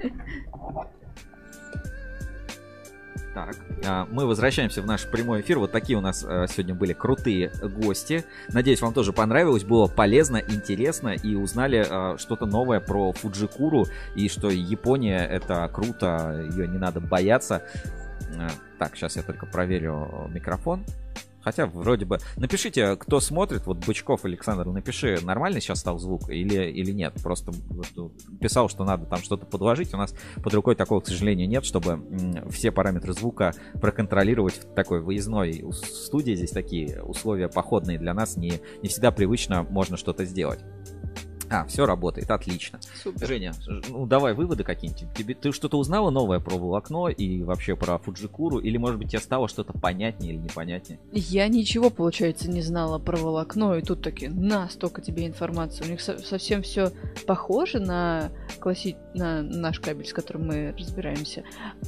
Так, мы возвращаемся в наш прямой эфир. Вот такие у нас сегодня были крутые гости. Надеюсь, вам тоже понравилось, было полезно, интересно и узнали что-то новое про Фуджикуру и что Япония — это круто, ее не надо бояться. Так, сейчас я только проверю микрофон. Хотя вроде бы... Напишите, кто смотрит. Вот Бычков Александр, напиши, нормальный сейчас стал звук или нет. Просто вот писал, что надо там что-то подложить. У нас под рукой такого, к сожалению, нет, чтобы все параметры звука проконтролировать в такой выездной студии. Здесь такие условия походные для нас. Не всегда привычно можно что-то сделать. Все работает, отлично. Супер. Женя, ну давай выводы какие-нибудь. Ты что-то узнала новое про волокно и вообще про Фуджикуру? Или, может быть, тебе стало что-то понятнее или непонятнее? Я ничего, получается, не знала про волокно, и тут таки столько тебе информации. У них совсем все похоже на на наш кабель, с которым мы разбираемся,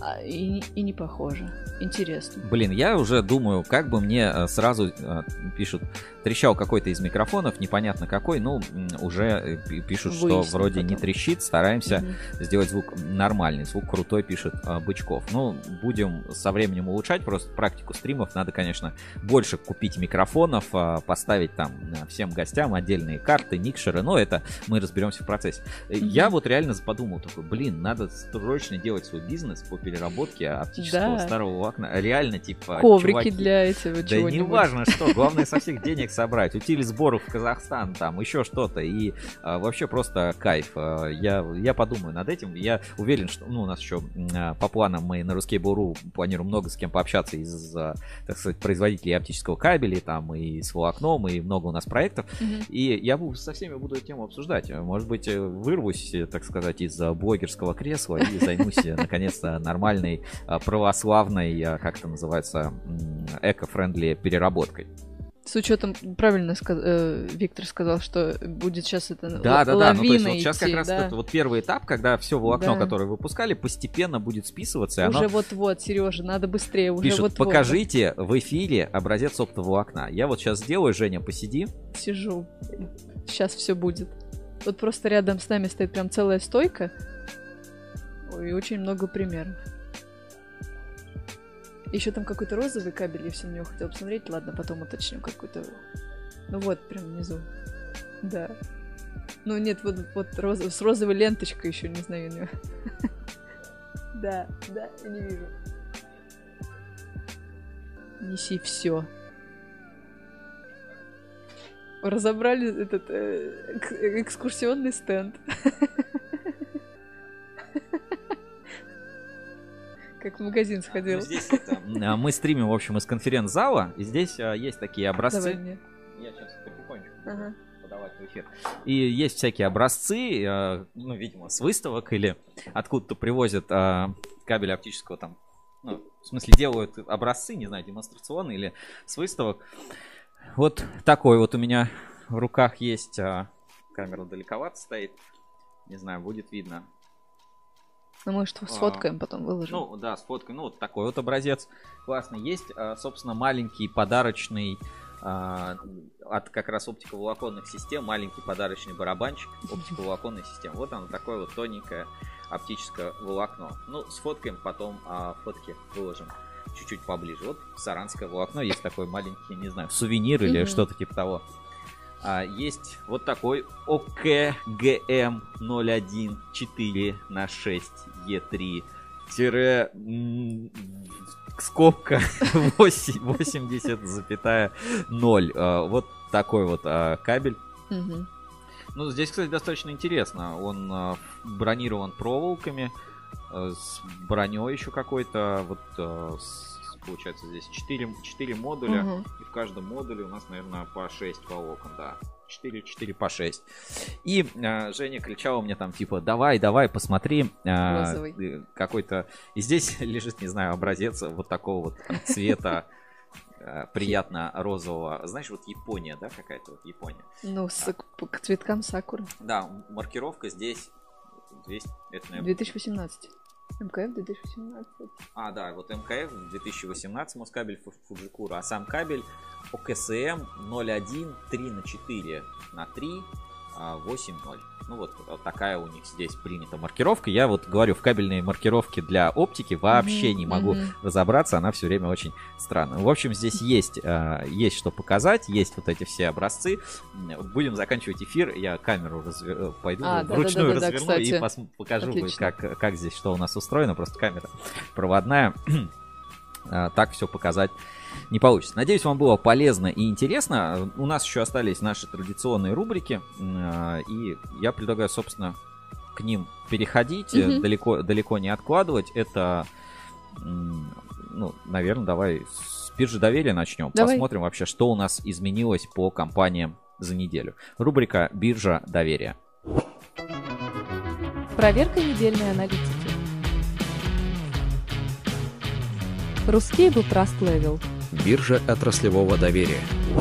и не похоже. Интересно. Блин, я уже думаю, как бы мне сразу пишут, трещал какой-то из микрофонов, непонятно какой, уже пишут, что вроде потом не трещит, стараемся сделать звук нормальный, звук крутой, пишет Бычков. Будем со временем улучшать, просто практику стримов, надо, конечно, больше купить микрофонов, поставить там всем гостям отдельные карты, микшеры, но это мы разберемся в процессе. Я вот реально подумал, такой, надо срочно делать свой бизнес по переработке оптического старого волокна. Реально, типа, коврики чуваки, для этого чего-нибудь. Да не важно что, главное со всех денег собрать, утиль сборов в Казахстан, там еще что-то, и вообще просто кайф. Я подумаю над этим, я уверен, что у нас еще по планам мы на Ruskable.ru планируем много с кем пообщаться из, так сказать, производителей оптического кабеля, там и с волокном, и много у нас проектов, и я со всеми буду эту тему обсуждать. Может быть, вырвусь, так сказать, из блогерского кресла и займусь наконец-то нормальной православной, как это называется, эко-френдли переработкой. С учетом, правильно Виктор сказал, что будет сейчас это лавина. Ну, то есть вот сейчас идти, как раз это вот первый этап, когда все волокно, которое выпускали, постепенно будет списываться. Уже вот-вот, Сережа, надо быстрее. Уже пишут, вот-вот. покажите в эфире образец оптоволокна. Я вот сейчас сделаю, Женя, посиди. Сижу. Сейчас все будет. Вот просто рядом с нами стоит прям целая стойка. И очень много примеров. Еще там какой-то розовый кабель, я все на него хотела посмотреть. Ладно, потом уточню какой-то. Ну вот, прям внизу. Да. Ну нет, вот с розовой ленточкой еще, не знаю, у него. Да, я не вижу. Неси все. Разобрали этот экскурсионный стенд. Как в магазин сходил. Ну, здесь мы стримим, в общем, из конференц-зала, и здесь есть такие образцы. Давай мне. Я сейчас потихонечку буду подавать в эфир. И есть всякие образцы, ну, видимо, с выставок или откуда-то привозят кабель оптического там. Ну, в смысле, делают образцы, не знаю, демонстрационные или с выставок. Вот такой вот у меня в руках есть. Камера далековато стоит. Не знаю, будет видно. Ну, может, сфоткаем, потом выложим. Ну, да, сфоткаем. Ну, вот такой вот образец. Классный. Есть, собственно, маленький подарочный от как раз оптиковолоконных систем. Маленький подарочный барабанчик оптиковолоконной системы. Вот оно, такое вот тоненькое оптическое волокно. Ну, сфоткаем, потом фотки выложим чуть-чуть поближе. Вот саранское волокно. Есть такой маленький, не знаю, сувенир или что-то типа того. Есть вот такой ОКГМ 014/6E3 скобка 80,0. Вот такой вот кабель. Ну, здесь, кстати, достаточно интересно. Он бронирован проволоками, с броней еще какой-то. Вот получается здесь 4 модуля. И в каждом модуле у нас, наверное, по 6 волокон, да. 4 по 6. И Женя кричала мне там, типа, давай, посмотри. Какой-то... И здесь лежит, не знаю, образец вот такого вот цвета. Приятно розового. Знаешь, вот Япония, да, какая-то вот Япония. Ну, к цветкам сакуры. Да, маркировка здесь 200, это, наверное... 2018. МКФ 2018. Да, вот МКФ 2018, Москабель Фуджикура, а сам кабель ОКСМ 01 3/4 на 3 8.0. Ну вот такая у них здесь принята маркировка. Я вот говорю, в кабельной маркировке для оптики вообще не могу разобраться. Она все время очень странная. В общем, здесь есть что показать. Есть вот эти все образцы. Будем заканчивать эфир. Я камеру пойду вручную разверну и покажу, как здесь что у нас устроено. Просто камера проводная. Так все показать не получится. Надеюсь, вам было полезно и интересно. У нас еще остались наши традиционные рубрики. И я предлагаю, собственно, к ним переходить, далеко не откладывать. Это, ну, наверное, давай с биржи доверия начнем. Давай. Посмотрим вообще, что у нас изменилось по компаниям за неделю. Рубрика «Биржа доверия». Проверка недельной аналитики. Ruscable Trust Level. Биржа отраслевого доверия.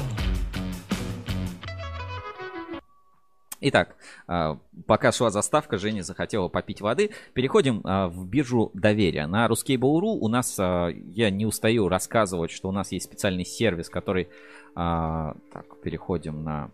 Итак, пока шла заставка, Женя захотела попить воды. Переходим в биржу доверия. На Ruscable.ru у нас, я не устаю рассказывать, что у нас есть специальный сервис, который... Так, переходим на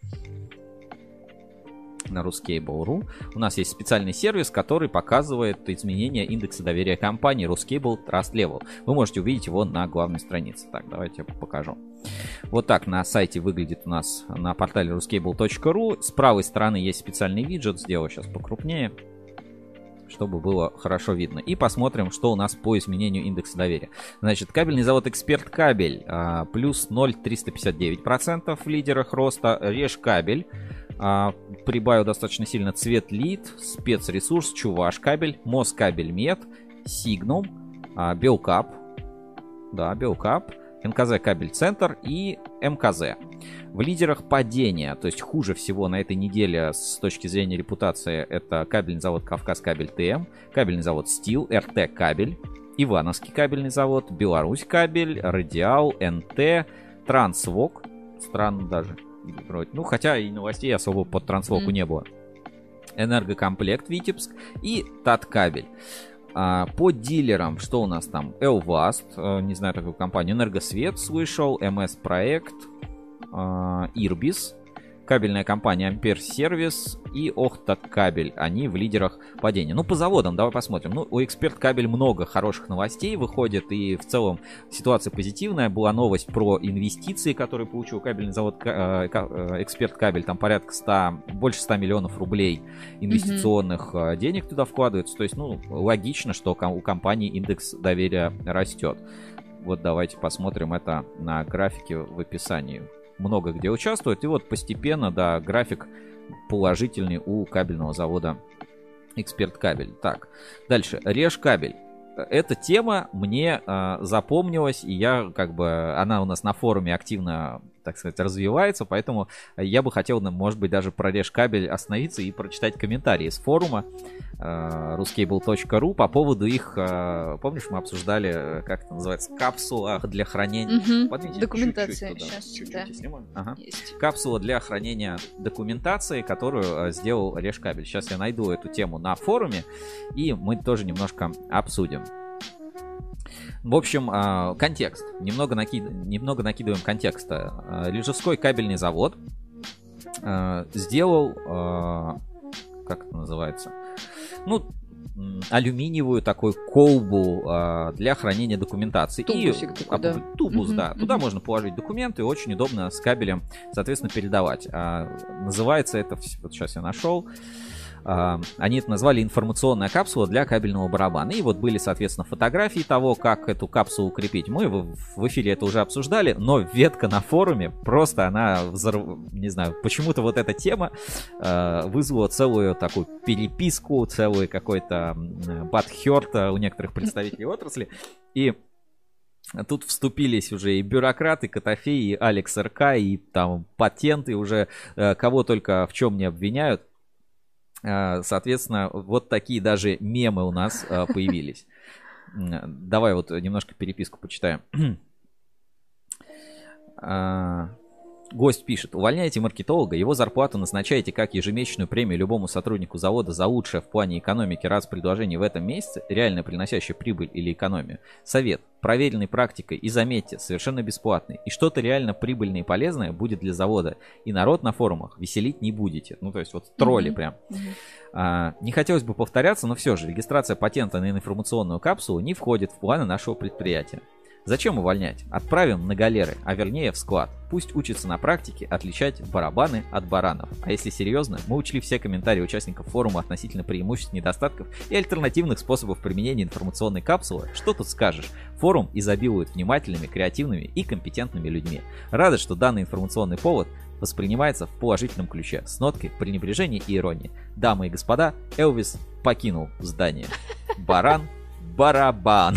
Ruscable.ru. У нас есть специальный сервис, который показывает изменения индекса доверия компании Ruscable Trust Level. Вы можете увидеть его на главной странице. Так, давайте я покажу. Вот так на сайте выглядит у нас на портале ruscable.ru. С правой стороны есть специальный виджет. Сделаю сейчас покрупнее, чтобы было хорошо видно. И посмотрим, что у нас по изменению индекса доверия. Значит, кабельный завод Эксперт Кабель плюс 0,359% в лидерах роста. Режкабель прибавил достаточно сильно. Цветлит, Спецресурс, Чуваш Кабель, Москабель Мед, Сигнум, Белкап, да, Белкап, НКЗ Кабель Центр и МКЗ. В лидерах падения, то есть хуже всего на этой неделе с точки зрения репутации, это кабельный завод Кавказ Кабель ТМ, кабельный завод Стил, РТ Кабель, Ивановский кабельный завод, Беларусь Кабель, Радиал, НТ, Трансвок, странно даже. Ну, хотя и новостей особо под Трансвоку не было. Энергокомплект Витебск и Таткабель. По дилерам, что у нас там? Элваст, не знаю такую компанию, Энергосвет слышал, МС Проект, Ирбис, кабельная компания Ампер Сервис и Охта Кабель. Они в лидерах падения. Ну, по заводам давай посмотрим. Ну, у Эксперт Кабель много хороших новостей выходит, и в целом ситуация позитивная. Была новость про инвестиции, которые получил кабельный завод Эксперт Кабель. Там порядка больше 100 миллионов рублей инвестиционных денег туда вкладывается. То есть, ну, логично, что у компании индекс доверия растет. Вот давайте посмотрим это на графике в описании. Много где участвует. И вот постепенно, да, график положительный у кабельного завода Эксперт Кабель. Так, дальше. Режкабель. Эта тема мне запомнилась, и она у нас на форуме активно, так сказать, развивается, поэтому я бы хотел, может быть, даже про Режкабель остановиться и прочитать комментарии с форума ruscable.ru по поводу их, помнишь, мы обсуждали, как это называется, капсула для хранения... Документация. Чуть-чуть, ага. Капсула для хранения документации, которую сделал Режкабель. Сейчас я найду эту тему на форуме, и мы тоже немножко обсудим. В общем, контекст. Немного накидываем контекста. Рижевской кабельный завод сделал, как это называется, ну, алюминиевую такую колбу для хранения документации. Тубусик такой, да. Тубус, да. Туда можно положить документы, и очень удобно с кабелем, соответственно, передавать. Называется это, вот сейчас я нашел, они это назвали информационная капсула для кабельного барабана. И вот были, соответственно, фотографии того, как эту капсулу укрепить. Мы в эфире это уже обсуждали, но ветка на форуме просто она, не знаю, почему-то вот эта тема вызвала целую такую переписку, целый какой-то бадхёрт у некоторых представителей отрасли. И тут вступились уже и бюрократы, и Котофей, и Алекс РК, и там патенты, уже кого только в чем не обвиняют. Соответственно, вот такие даже мемы у нас появились. Давай вот немножко переписку почитаем. Гость пишет: увольняете маркетолога, его зарплату назначаете как ежемесячную премию любому сотруднику завода за лучшее в плане экономики раз предложений в этом месяце, реально приносящее прибыль или экономию. Совет, проверенный практикой и, заметьте, совершенно бесплатный. И что-то реально прибыльное и полезное будет для завода. И народ на форумах веселить не будете. Ну, то есть вот тролли прям. Не хотелось бы повторяться, но все же регистрация патента на информационную капсулу не входит в планы нашего предприятия. Зачем увольнять? Отправим на галеры, а вернее в склад. Пусть учатся на практике отличать барабаны от баранов. А если серьезно, мы учли все комментарии участников форума относительно преимуществ, недостатков и альтернативных способов применения информационной капсулы. Что тут скажешь? Форум изобилует внимательными, креативными и компетентными людьми. Рады, что данный информационный повод воспринимается в положительном ключе, с ноткой пренебрежения и иронии. Дамы и господа, Элвис покинул здание. Барабан.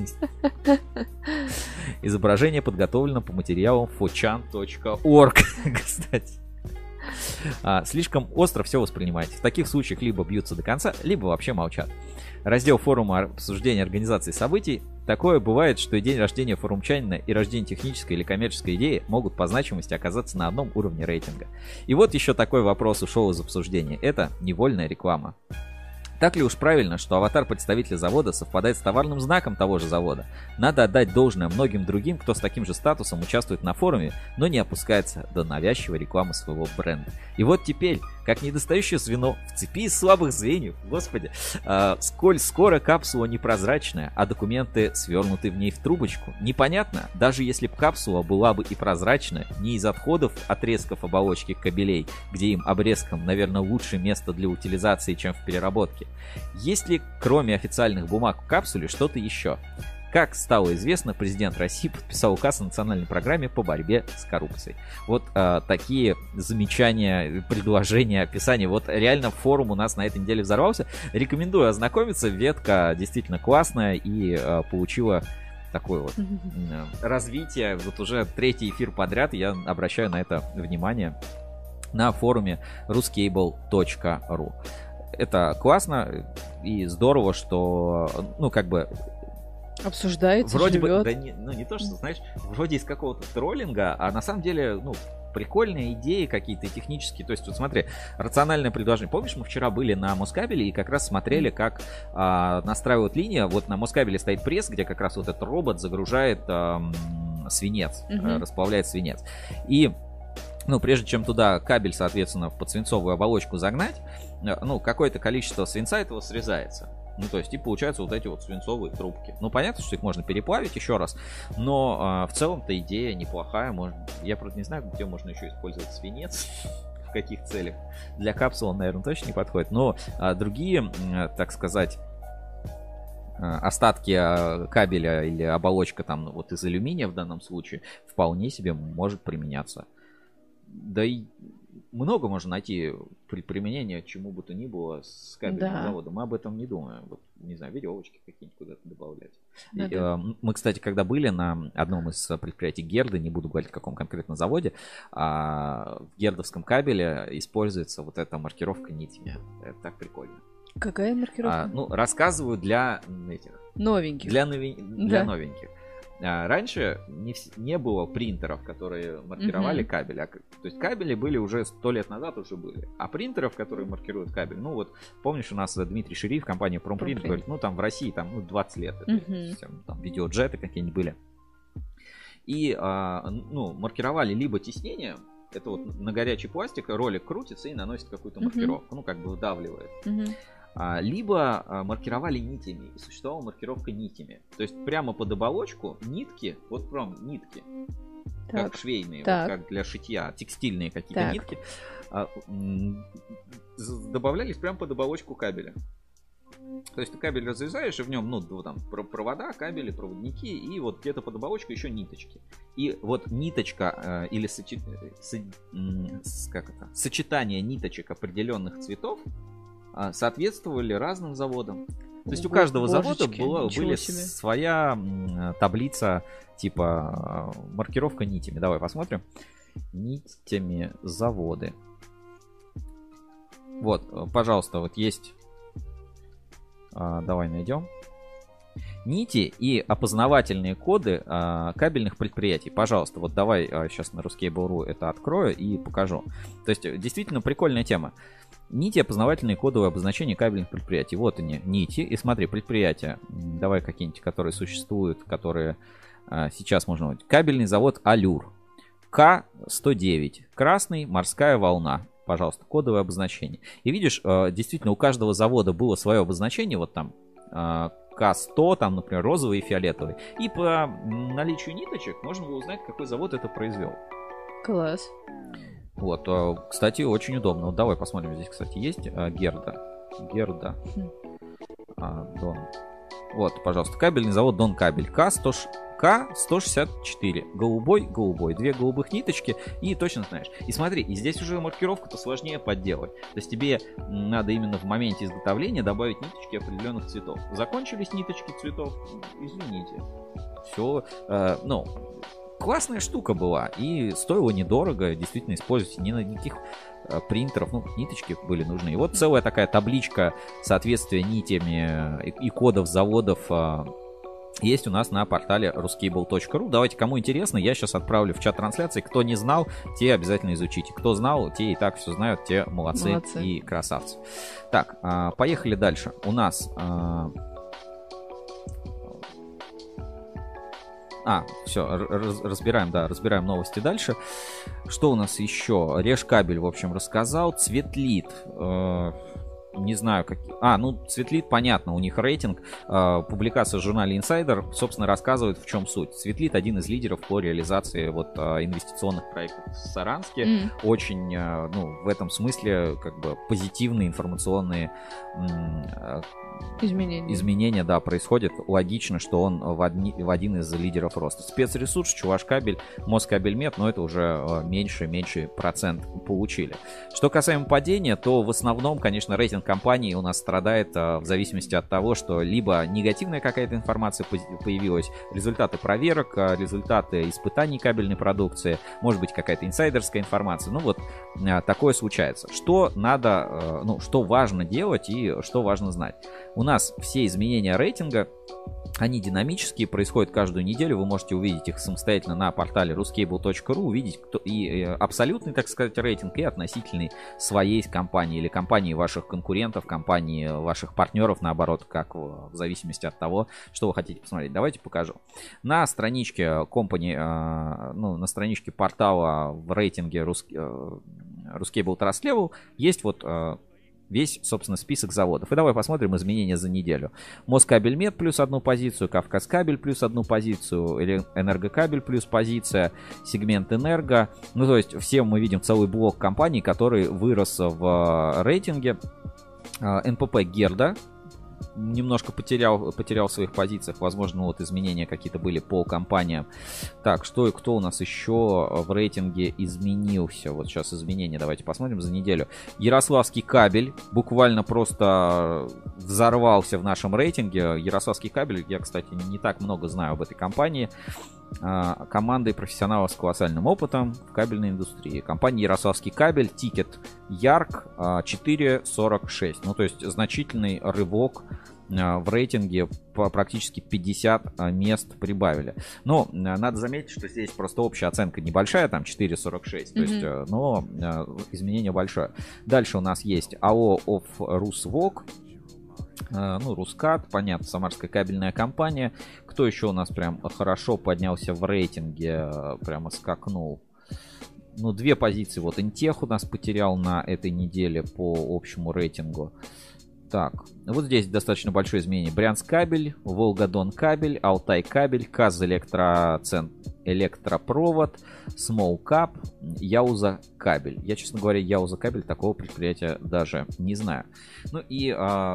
Изображение подготовлено по материалам fochan.org. Кстати. Слишком остро все воспринимаете. В таких случаях либо бьются до конца, либо вообще молчат. Раздел форума обсуждения организации событий. Такое бывает, что и день рождения форумчанина, и рождение технической или коммерческой идеи могут по значимости оказаться на одном уровне рейтинга. И вот еще такой вопрос ушел из обсуждения. Это невольная реклама. Так ли уж правильно, что аватар представителя завода совпадает с товарным знаком того же завода? Надо отдать должное многим другим, кто с таким же статусом участвует на форуме, но не опускается до навязчивой рекламы своего бренда. И вот теперь, как недостающее звено в цепи из слабых звеньев, господи, сколь скоро капсула непрозрачная, а документы свернуты в ней в трубочку, непонятно, даже если бы капсула была бы и прозрачная, не из отходов отрезков оболочки кабелей, где им обрезком, наверное, лучше место для утилизации, чем в переработке. Есть ли, кроме официальных бумаг в капсуле, что-то еще? Как стало известно, президент России подписал указ о национальной программе по борьбе с коррупцией. Вот такие замечания, предложения, описания. Вот реально форум у нас на этой неделе взорвался. Рекомендую ознакомиться. Ветка действительно классная и получила такое вот развитие. Вот уже третий эфир подряд я обращаю на это внимание на форуме ruscable.ru. Это классно и здорово, что, ну, как бы... Обсуждается, вроде живет. бы, да не то, что, знаешь, вроде из какого-то троллинга, а на самом деле, ну, прикольные идеи какие-то технические. То есть, вот смотри, рациональное предложение. Помнишь, мы вчера были на Москабеле и как раз смотрели, как настраивают линию. Вот на Москабеле стоит пресс, где как раз вот этот робот загружает свинец, расплавляет свинец. И Ну, прежде чем туда кабель, соответственно, в подсвинцовую оболочку загнать, ну, какое-то количество свинца этого срезается. Ну, то есть, и получаются вот эти вот свинцовые трубки. Ну, понятно, что их можно переплавить еще раз, но в целом-то идея неплохая. Я, правда, не знаю, где можно еще использовать свинец, в каких целях. Для капсул он, наверное, точно не подходит. Но другие, так сказать, остатки кабеля или оболочка там вот из алюминия в данном случае вполне себе может применяться. Да и много можно найти при применении чему бы то ни было с кабельным заводом. Мы об этом не думаем. Вот, не знаю, веревочки какие-нибудь куда-то добавлять. Мы, кстати, когда были на одном из предприятий Герды, не буду говорить, в каком конкретно заводе, в гердовском кабеле используется вот эта маркировка нитями. Это так прикольно. Какая маркировка? Ну, рассказываю для этих. Новеньких. Для новеньких. Раньше не было принтеров, которые маркировали кабель. То есть кабели были уже 100 лет назад уже были. А принтеров, которые маркируют кабель, ну вот, помнишь, у нас Дмитрий Шериф, компания Промпринт, говорит, ну там в России там 20 лет. Там видеоджеты какие-нибудь были. И, ну, маркировали либо тиснением, это вот на горячий пластик ролик крутится и наносит какую-то маркировку, ну как бы выдавливает. Либо маркировали нитями, и существовала маркировка нитями. То есть прямо под оболочку нитки, вот прям нитки, как швейные, вот как для шитья, текстильные какие-то нитки, добавлялись прямо под оболочку кабеля. То есть ты кабель разрезаешь, и в нем, ну, там провода, кабели, проводники, и вот где-то под оболочкой еще ниточки. И вот ниточка или сочетание ниточек определенных цветов соответствовали разным заводам. То есть у каждого завода были своя таблица, типа маркировка нитями. Давай посмотрим. Нитями заводы. Вот, пожалуйста, вот есть. Давай найдем. Нити и опознавательные коды кабельных предприятий. Пожалуйста, вот давай сейчас на Ruskable.ru это открою и покажу. То есть действительно прикольная тема. Нити, опознавательные кодовые обозначения кабельных предприятий. Вот они, нити. И смотри, предприятия. Давай какие-нибудь, которые существуют, которые сейчас можно... Кабельный завод Алюр. К-109. Красный, морская волна. Пожалуйста, кодовое обозначение. И видишь, действительно, у каждого завода было свое обозначение. Вот там К100, там, например, розовый и фиолетовый. И по наличию ниточек можно было узнать, какой завод это произвел. Класс. Вот, кстати, очень удобно. Вот давай посмотрим, здесь, кстати, есть Герда. Дон. Вот, пожалуйста, кабельный завод Дон Кабель. К-164. Голубой. Две голубых ниточки. И точно знаешь. И смотри, и здесь уже маркировку-то сложнее подделать. То есть тебе надо именно в моменте изготовления добавить ниточки определенных цветов. Закончились ниточки цветов? Извините. Все, ну... Классная штука была и стоила недорого, действительно используйте, никаких принтеров, ну, ниточки были нужны. И вот целая такая табличка соответствия нитями и кодов заводов есть у нас на портале ruskable.ru. Давайте, кому интересно, я сейчас отправлю в чат трансляции. Кто не знал, те обязательно изучите. Кто знал, те и так все знают, те молодцы. И красавцы. Так, поехали дальше. У нас... все, разбираем новости дальше. Что у нас еще? Режкабель, в общем, рассказал. Цветлит. Не знаю, как... Цветлит, понятно, у них рейтинг. Публикация в журнале Insider, собственно, рассказывает, в чем суть. Цветлит один из лидеров по реализации вот инвестиционных проектов в Саранске. Очень, в этом смысле, как бы позитивные информационные изменения, да, происходят. Логично, что он в один из лидеров роста. Спецресурс, Чувашкабель, Москабельмет, но это уже меньше процент получили. Что касаемо падения, то в основном, конечно, рейтинг компании у нас страдает в зависимости от того, что либо негативная какая-то информация появилась, результаты проверок, результаты испытаний кабельной продукции, может быть, какая-то инсайдерская информация. Ну вот, такое случается. Что надо, что важно делать и что важно знать. У нас все изменения рейтинга Они динамические, происходят каждую неделю. Вы можете увидеть их самостоятельно на портале ruscable.ru, увидеть и абсолютный, так сказать, рейтинг, и относительный своей компании или компании ваших конкурентов, компании ваших партнеров, наоборот, как в зависимости от того, что вы хотите посмотреть. Давайте покажу. На страничке на страничке портала в рейтинге Ruscable Trust Level есть вот весь, собственно, список заводов. И давай посмотрим изменения за неделю. Москабельмет плюс одну позицию, Кавказкабель плюс одну позицию, Энергокабель плюс позиция, Сегмент Энерго. Ну, то есть, все мы видим целый блок компаний, который вырос в рейтинге. НПП Герда немножко потерял в своих позициях. Возможно, вот изменения какие-то были по компаниям. Так, что и кто у нас еще в рейтинге изменился? Вот сейчас изменения, давайте посмотрим за неделю. Ярославский кабель буквально просто взорвался в нашем рейтинге. Ярославский кабель, я, кстати, не так много знаю об этой компании. Командой профессионалов с колоссальным опытом в кабельной индустрии. Компания Ярославский кабель, тикет Ярк 4.46. Ну, то есть значительный рывок в рейтинге, по практически 50 мест прибавили. Но надо заметить, что здесь просто общая оценка небольшая, там 4.46, то есть, но изменение большое. Дальше у нас есть АО Русвок, Рускат, понятно, самарская кабельная компания. Кто еще у нас прям хорошо поднялся в рейтинге, прямо скакнул? Ну, 2 позиции. Вот Интех у нас потерял на этой неделе по общему рейтингу. Так, вот здесь достаточно большое изменение. Брянск кабель, Волгодон кабель, Алтай кабель, КАЗ электропровод, Смолкап, Яуза кабель. Я, честно говоря, Яуза кабель, такого предприятия даже не знаю. Ну и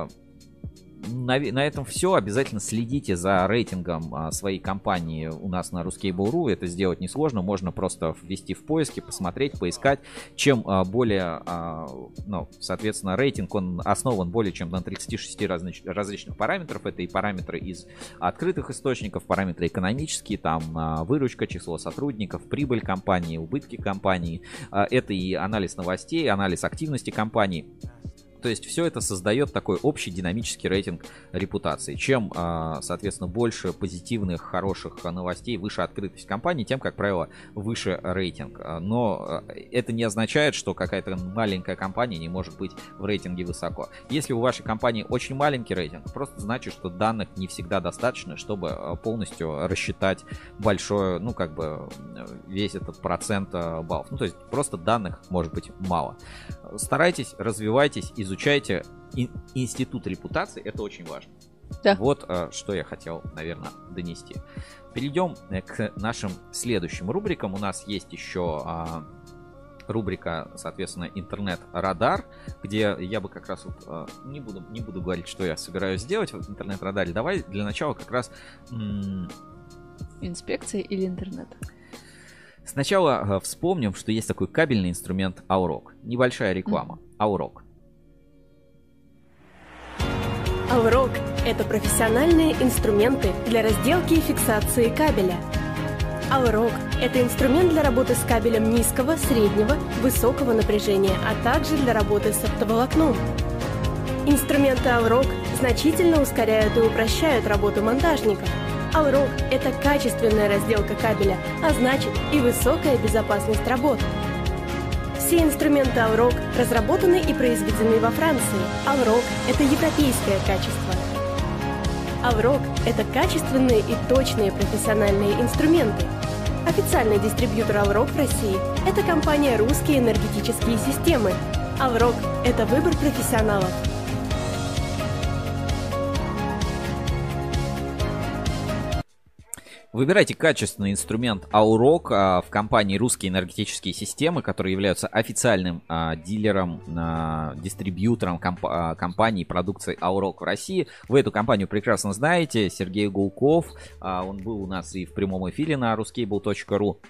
на этом все. Обязательно следите за рейтингом своей компании у нас на Ruscable.ru. Это сделать несложно. Можно просто ввести в поиске, посмотреть, поискать. Чем более, соответственно, рейтинг, он основан более чем на 36 различных параметров. Это и параметры из открытых источников, параметры экономические, там выручка, число сотрудников, прибыль компании, убытки компании. Это и анализ новостей, анализ активности компании. То есть все это создает такой общий динамический рейтинг репутации. Чем, соответственно, больше позитивных, хороших новостей, выше открытость компании, тем, как правило, выше рейтинг. Но это не означает, что какая-то маленькая компания не может быть в рейтинге высоко. Если у вашей компании очень маленький рейтинг, просто значит, что данных не всегда достаточно, чтобы полностью рассчитать большое, весь этот процент баллов. Ну, то есть просто данных может быть мало. Старайтесь, развивайтесь, изучайте институт репутации, это очень важно. Да. Вот что я хотел, наверное, донести. Перейдем к нашим следующим рубрикам. У нас есть еще рубрика, соответственно, интернет-радар, где я бы как раз не буду говорить, что я собираюсь сделать в интернет-радаре. Давай для начала как раз инспекция или интернет? Сначала вспомним, что есть такой кабельный инструмент Аурок. Небольшая реклама. Аурок. Аурок – это профессиональные инструменты для разделки и фиксации кабеля. Аурок – это инструмент для работы с кабелем низкого, среднего, высокого напряжения, а также для работы с оптоволокном. Инструменты Аурок значительно ускоряют и упрощают работу монтажников. Аурок – это качественная разделка кабеля, а значит и высокая безопасность работ. Все инструменты Аурок разработаны и произведены во Франции. Аурок – это европейское качество. Аурок – это качественные и точные профессиональные инструменты. Официальный дистрибьютор Аурок в России – это компания «Русские энергетические системы». Аурок – это выбор профессионалов. Выбирайте качественный инструмент Аурок в компании «Русские энергетические системы», которые являются официальным дилером, дистрибьютором компании продукции Аурок в России. Вы эту компанию прекрасно знаете. Сергей Гулков, он был у нас и в прямом эфире на ruscable.ru.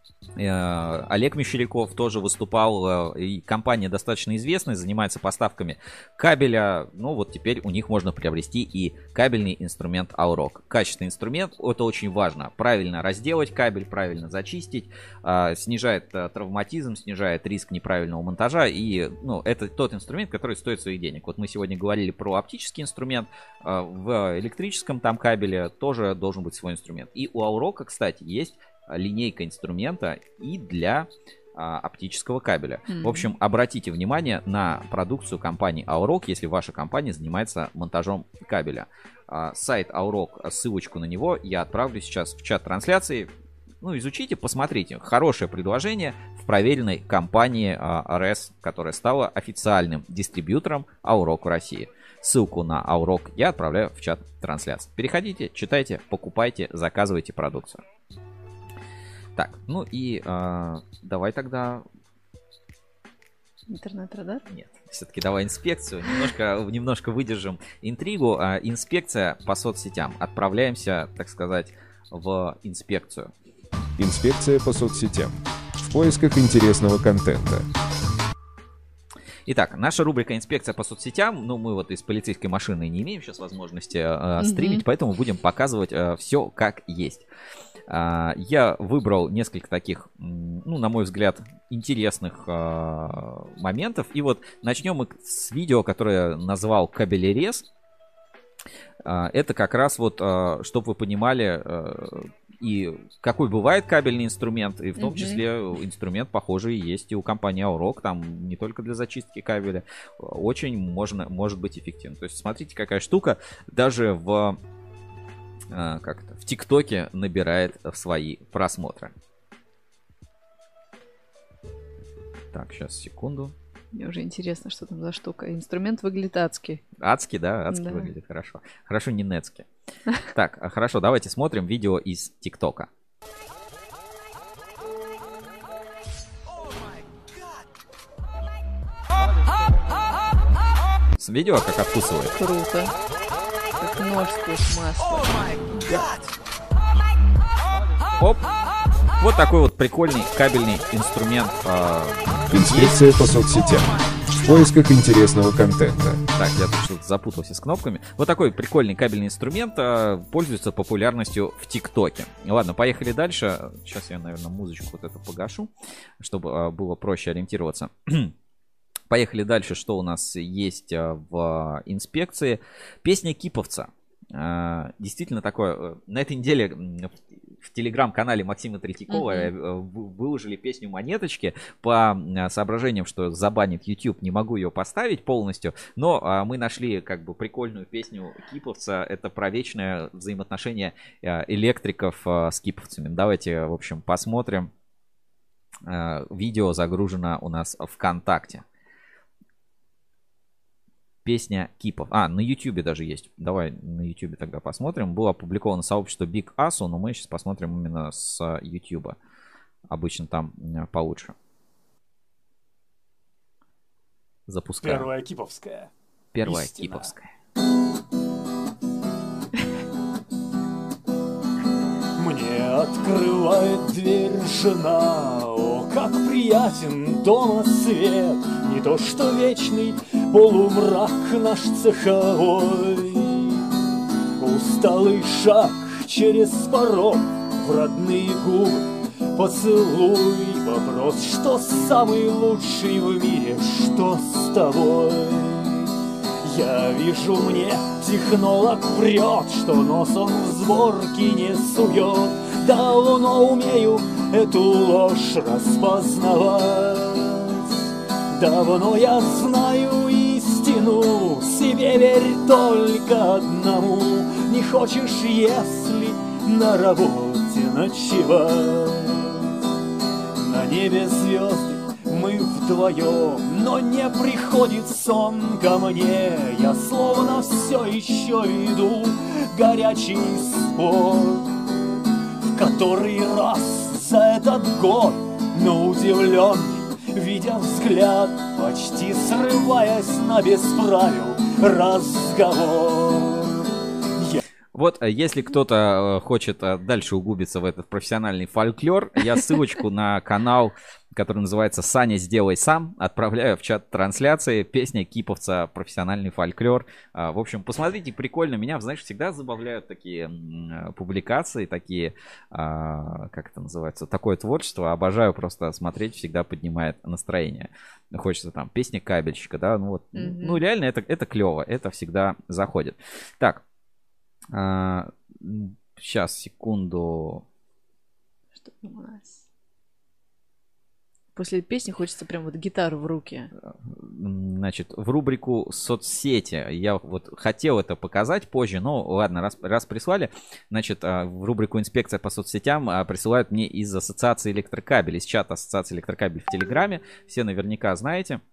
Олег Мещеряков тоже выступал, и компания достаточно известная, занимается поставками кабеля. Ну вот теперь у них можно приобрести и кабельный инструмент Auroch. Качественный инструмент, это очень важно. Правильно разделать кабель, правильно зачистить, снижает травматизм, снижает риск неправильного монтажа. И это тот инструмент, который стоит своих денег. Вот мы сегодня говорили про оптический инструмент, в электрическом там кабеле тоже должен быть свой инструмент. И у Auroch, кстати, есть линейка инструмента и для оптического кабеля. В общем, обратите внимание на продукцию компании Auroch, если ваша компания занимается монтажом кабеля. Сайт Auroch, ссылочку на него я отправлю сейчас в чат трансляции. Изучите, посмотрите. Хорошее предложение в проверенной компании RS, которая стала официальным дистрибьютором Auroch в России. Ссылку на Auroch я отправляю в чат трансляции. Переходите, читайте, покупайте, заказывайте продукцию. Так, давай тогда... Интернет-радар? Нет, все-таки давай инспекцию. Немножко выдержим интригу. Инспекция по соцсетям. Отправляемся, так сказать, в инспекцию. Инспекция по соцсетям. В поисках интересного контента. Итак, наша рубрика «Инспекция по соцсетям». Мы вот из полицейской машины не имеем сейчас возможности стримить, поэтому будем показывать все как есть. Я выбрал несколько таких, на мой взгляд, интересных моментов. И вот начнем мы с видео, которое назвал «Кабелерез». Это как раз вот, чтобы вы понимали, и какой бывает кабельный инструмент, и в том числе инструмент похожий есть и у компании Auroch, там не только для зачистки кабеля, очень может быть эффективно. То есть смотрите, какая штука, даже в ТикТоке набирает в свои просмотры. Так, сейчас, секунду. Мне уже интересно, что там за штука. Инструмент выглядит адский. Адский, да? Адский выглядит хорошо. Хорошо, не нетский. Так, хорошо, давайте смотрим видео из ТикТока. С видео как откусывает. Круто. Как нож сквозь масло. Оп. Вот такой вот прикольный кабельный инструмент. Инспекция по соцсетям. В поисках интересного контента. Так, я тут что-то запутался с кнопками. Вот такой прикольный кабельный инструмент пользуется популярностью в ТикТоке. Ладно, поехали дальше. Сейчас я, наверное, музычку вот эту погашу, чтобы было проще ориентироваться. Поехали дальше, что у нас есть в инспекции. Песня Киповца. Действительно такое. На этой неделе в телеграм-канале Максима Третьякова выложили песню «Монеточки» по соображениям, что забанит YouTube, не могу ее поставить полностью, но мы нашли как бы прикольную песню Киповца. Это про вечное взаимоотношение электриков с киповцами. Давайте, в общем, посмотрим. Видео загружено у нас ВКонтакте. Песня Кипов. На Ютубе даже есть. Давай на Ютубе тогда посмотрим. Было опубликовано сообщество Big Asu, но мы сейчас посмотрим именно с Ютуба. Обычно там получше. Запускаем. Первая Киповская. Первая Истина. Киповская. Мне открывает дверь жена. О, как приятен дома свет. Не то что вечный полумрак наш цеховой. Усталый шаг через порог в родные губы. Поцелуй, вопрос, что самый лучший в мире, что с тобой? Я вижу, мне технолог врет, что нос он в сборки не сует. Давно умею эту ложь распознавать. Давно я знаю истину, себе верь только одному. Не хочешь, если на работе ночевать. На небе звезды, мы вдвоем, но не приходит сон ко мне. Я словно все еще веду горячий спор, в который раз за этот год, но удивленный, видя взгляд, почти срываясь на без правил разговор. Вот, если кто-то хочет дальше углубиться в этот профессиональный фольклор, я ссылочку на канал, который называется «Саня, сделай сам», отправляю в чат трансляции. Песня Киповца «Профессиональный фольклор». В общем, посмотрите, прикольно. Меня, знаешь, всегда забавляют такие публикации, такие, как это называется, такое творчество. Обожаю просто смотреть, всегда поднимает настроение. Хочется там песня кабельщика, да, ну вот. Ну, реально, это клево, это всегда заходит. Так. Сейчас, секунду. Что у нас? После песни хочется прям вот гитару в руки. Значит, в рубрику соцсети я вот хотел это показать позже, но ладно, раз прислали. Значит, в рубрику инспекция по соцсетям присылают мне из Ассоциации электрокабелей, из чата Ассоциации электрокабелей в Телеграме. Все наверняка знаете.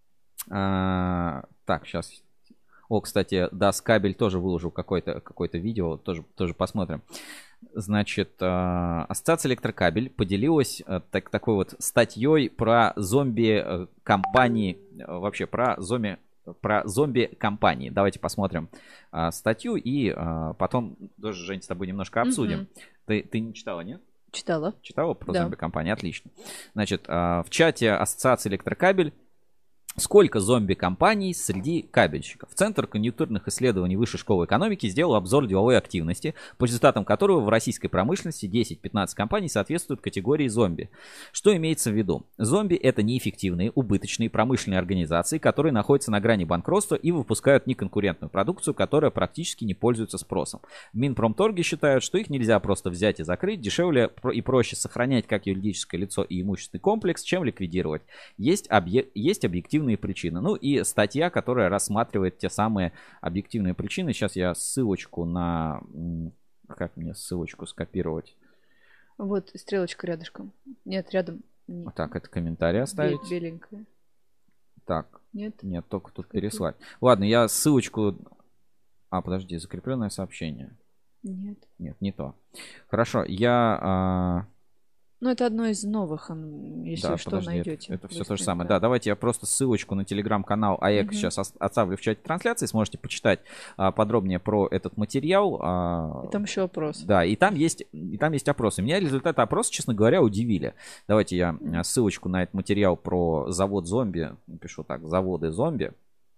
Так, сейчас. О, кстати, Даскабель тоже выложил какое-то видео, тоже посмотрим. Значит, Ассоциация электрокабель поделилась такой вот статьей про зомби-компании, вообще про зомби-компании. Давайте посмотрим статью и потом тоже, Жень, с тобой немножко обсудим. Ты не читала, нет? Читала. Читала про зомби-компании? Отлично. Значит, в чате Ассоциации электрокабель сколько зомби-компаний среди кабельщиков. Центр конъюнктурных исследований Высшей школы экономики сделал обзор деловой активности, по результатам которого в российской промышленности 10-15 компаний соответствуют категории зомби. Что имеется в виду? Зомби — это неэффективные, убыточные промышленные организации, которые находятся на грани банкротства и выпускают неконкурентную продукцию, которая практически не пользуется спросом. В Минпромторге считают, что их нельзя просто взять и закрыть, дешевле и проще сохранять как юридическое лицо и имущественный комплекс, чем ликвидировать. Есть объективные причины. Ну и статья, которая рассматривает те самые объективные причины. Сейчас я ссылочку на... Как мне ссылочку скопировать? Вот, стрелочка рядышком. Нет, рядом. Нет. Так, это комментарий оставить. Беленькая. Так. Нет, только тут переслать. Ладно, я ссылочку... подожди, закрепленное сообщение. Нет, не то. Хорошо, я... Ну, это одно из новых, если да, что, подожди, найдете. Это все то же самое. Да, давайте я просто ссылочку на телеграм-канал АЭК сейчас оставлю в чате трансляции. Сможете почитать подробнее про этот материал. И там еще опрос. Да, и там есть опросы. Меня результаты опроса, честно говоря, удивили. Давайте я ссылочку на этот материал про завод зомби. Напишу так, заводы зомби.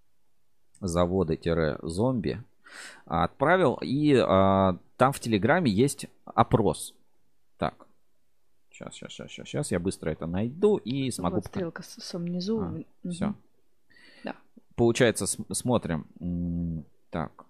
Заводы-зомби. Отправил. И там в телеграме есть опрос. Так. Сейчас я быстро это найду и смогу... Вот стрелка внизу. Все. Да. Получается, смотрим. Так.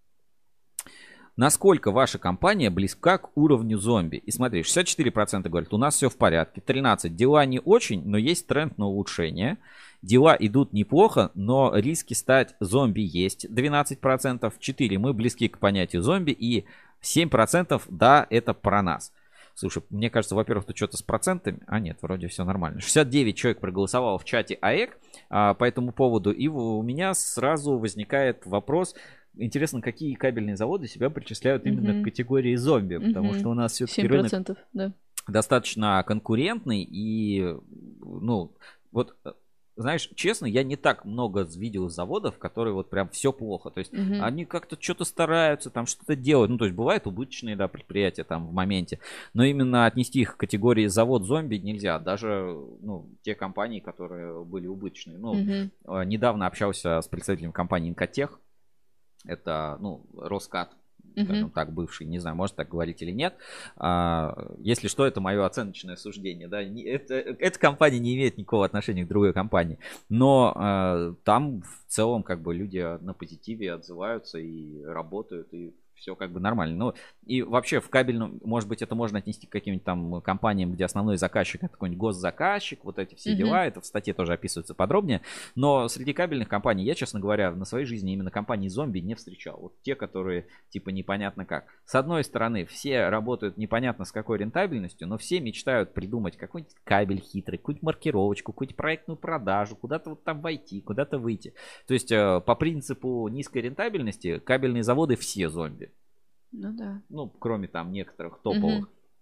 Насколько ваша компания близка к уровню зомби? И смотри, 64% говорят, у нас все в порядке. 13% дела не очень, но есть тренд на улучшение. Дела идут неплохо, но риски стать зомби есть. 12%. 4% мы близки к понятию зомби. И 7% да, это про нас. Слушай, мне кажется, во-первых, тут что-то с процентами. Нет, вроде все нормально. 69 человек проголосовало в чате АЭК по этому поводу. И у меня сразу возникает вопрос. Интересно, какие кабельные заводы себя причисляют именно к категории зомби. Потому что у нас все-таки рынок достаточно конкурентный. И, вот... Знаешь, честно, я не так много видел заводов, которые вот прям все плохо. То есть они как-то что-то стараются, там что-то делают. Ну, то есть бывают убыточные, да, предприятия там в моменте. Но именно отнести их к категории завод-зомби нельзя. Даже, те компании, которые были убыточные. Недавно общался с представителем компании Инкотех. Это, Роскат. Скажем так, бывший, не знаю, может так говорить или нет. Если что, это мое оценочное суждение. Да? Эта компания не имеет никакого отношения к другой компании. Но там в целом как бы люди на позитиве отзываются и работают, и все как бы нормально. Ну, и вообще в кабельном, может быть, это можно отнести к каким-нибудь там компаниям, где основной заказчик это какой-нибудь госзаказчик, вот эти все дела, это в статье тоже описывается подробнее. Но среди кабельных компаний я, честно говоря, на своей жизни именно компании зомби не встречал. Вот те, которые типа непонятно как. С одной стороны, все работают непонятно с какой рентабельностью, но все мечтают придумать какой-нибудь кабель хитрый, какую-нибудь маркировочку, какую-нибудь проектную продажу, куда-то вот там войти, куда-то выйти. То есть по принципу низкой рентабельности кабельные заводы все зомби. Ну да. Ну, кроме там некоторых топовых.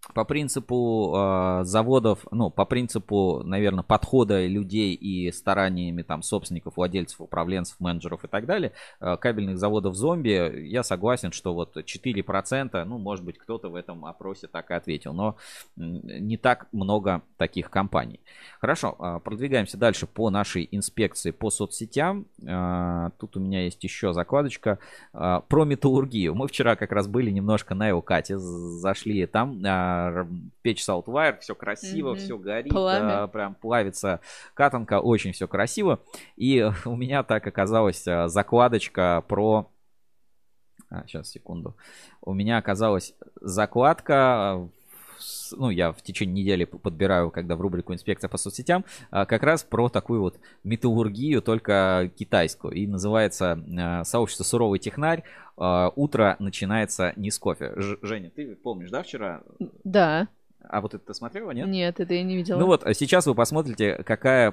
по принципу заводов, ну, по принципу, наверное, подхода людей и стараниями там собственников, владельцев, управленцев, менеджеров и так далее, кабельных заводов зомби, я согласен, что вот 4%, ну, может быть, кто-то в этом опросе так и ответил, но не так много таких компаний. Хорошо, продвигаемся дальше по нашей инспекции по соцсетям. Тут у меня есть еще закладочка про металлургию. Мы вчера как раз были немножко на Элкате, зашли там, печь Saltwire, все красиво, все горит, прям плавится катанка, очень все красиво. И у меня так оказалась закладочка про... сейчас, секунду. У меня оказалась закладка... Ну, я в течение недели подбираю, когда в рубрику «Инспекция по соцсетям», как раз про такую вот металлургию, только китайскую. И называется «Сообщество суровый технарь. Утро начинается не с кофе». Женя, ты помнишь, да, вчера? Да. А вот это ты смотрела, нет? Нет, это я не видела. Ну вот, сейчас вы посмотрите, какая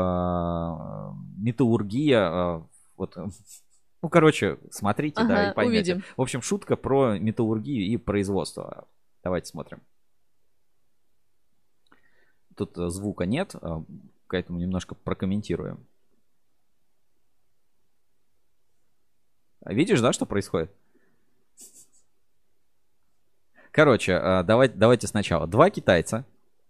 металлургия... вот, ну, короче, смотрите, да, и поймете. Увидим. В общем, шутка про металлургию и производство. Давайте смотрим. Тут звука нет, поэтому немножко прокомментируем. Видишь, да, что происходит? Короче, давайте сначала. 2 китайца,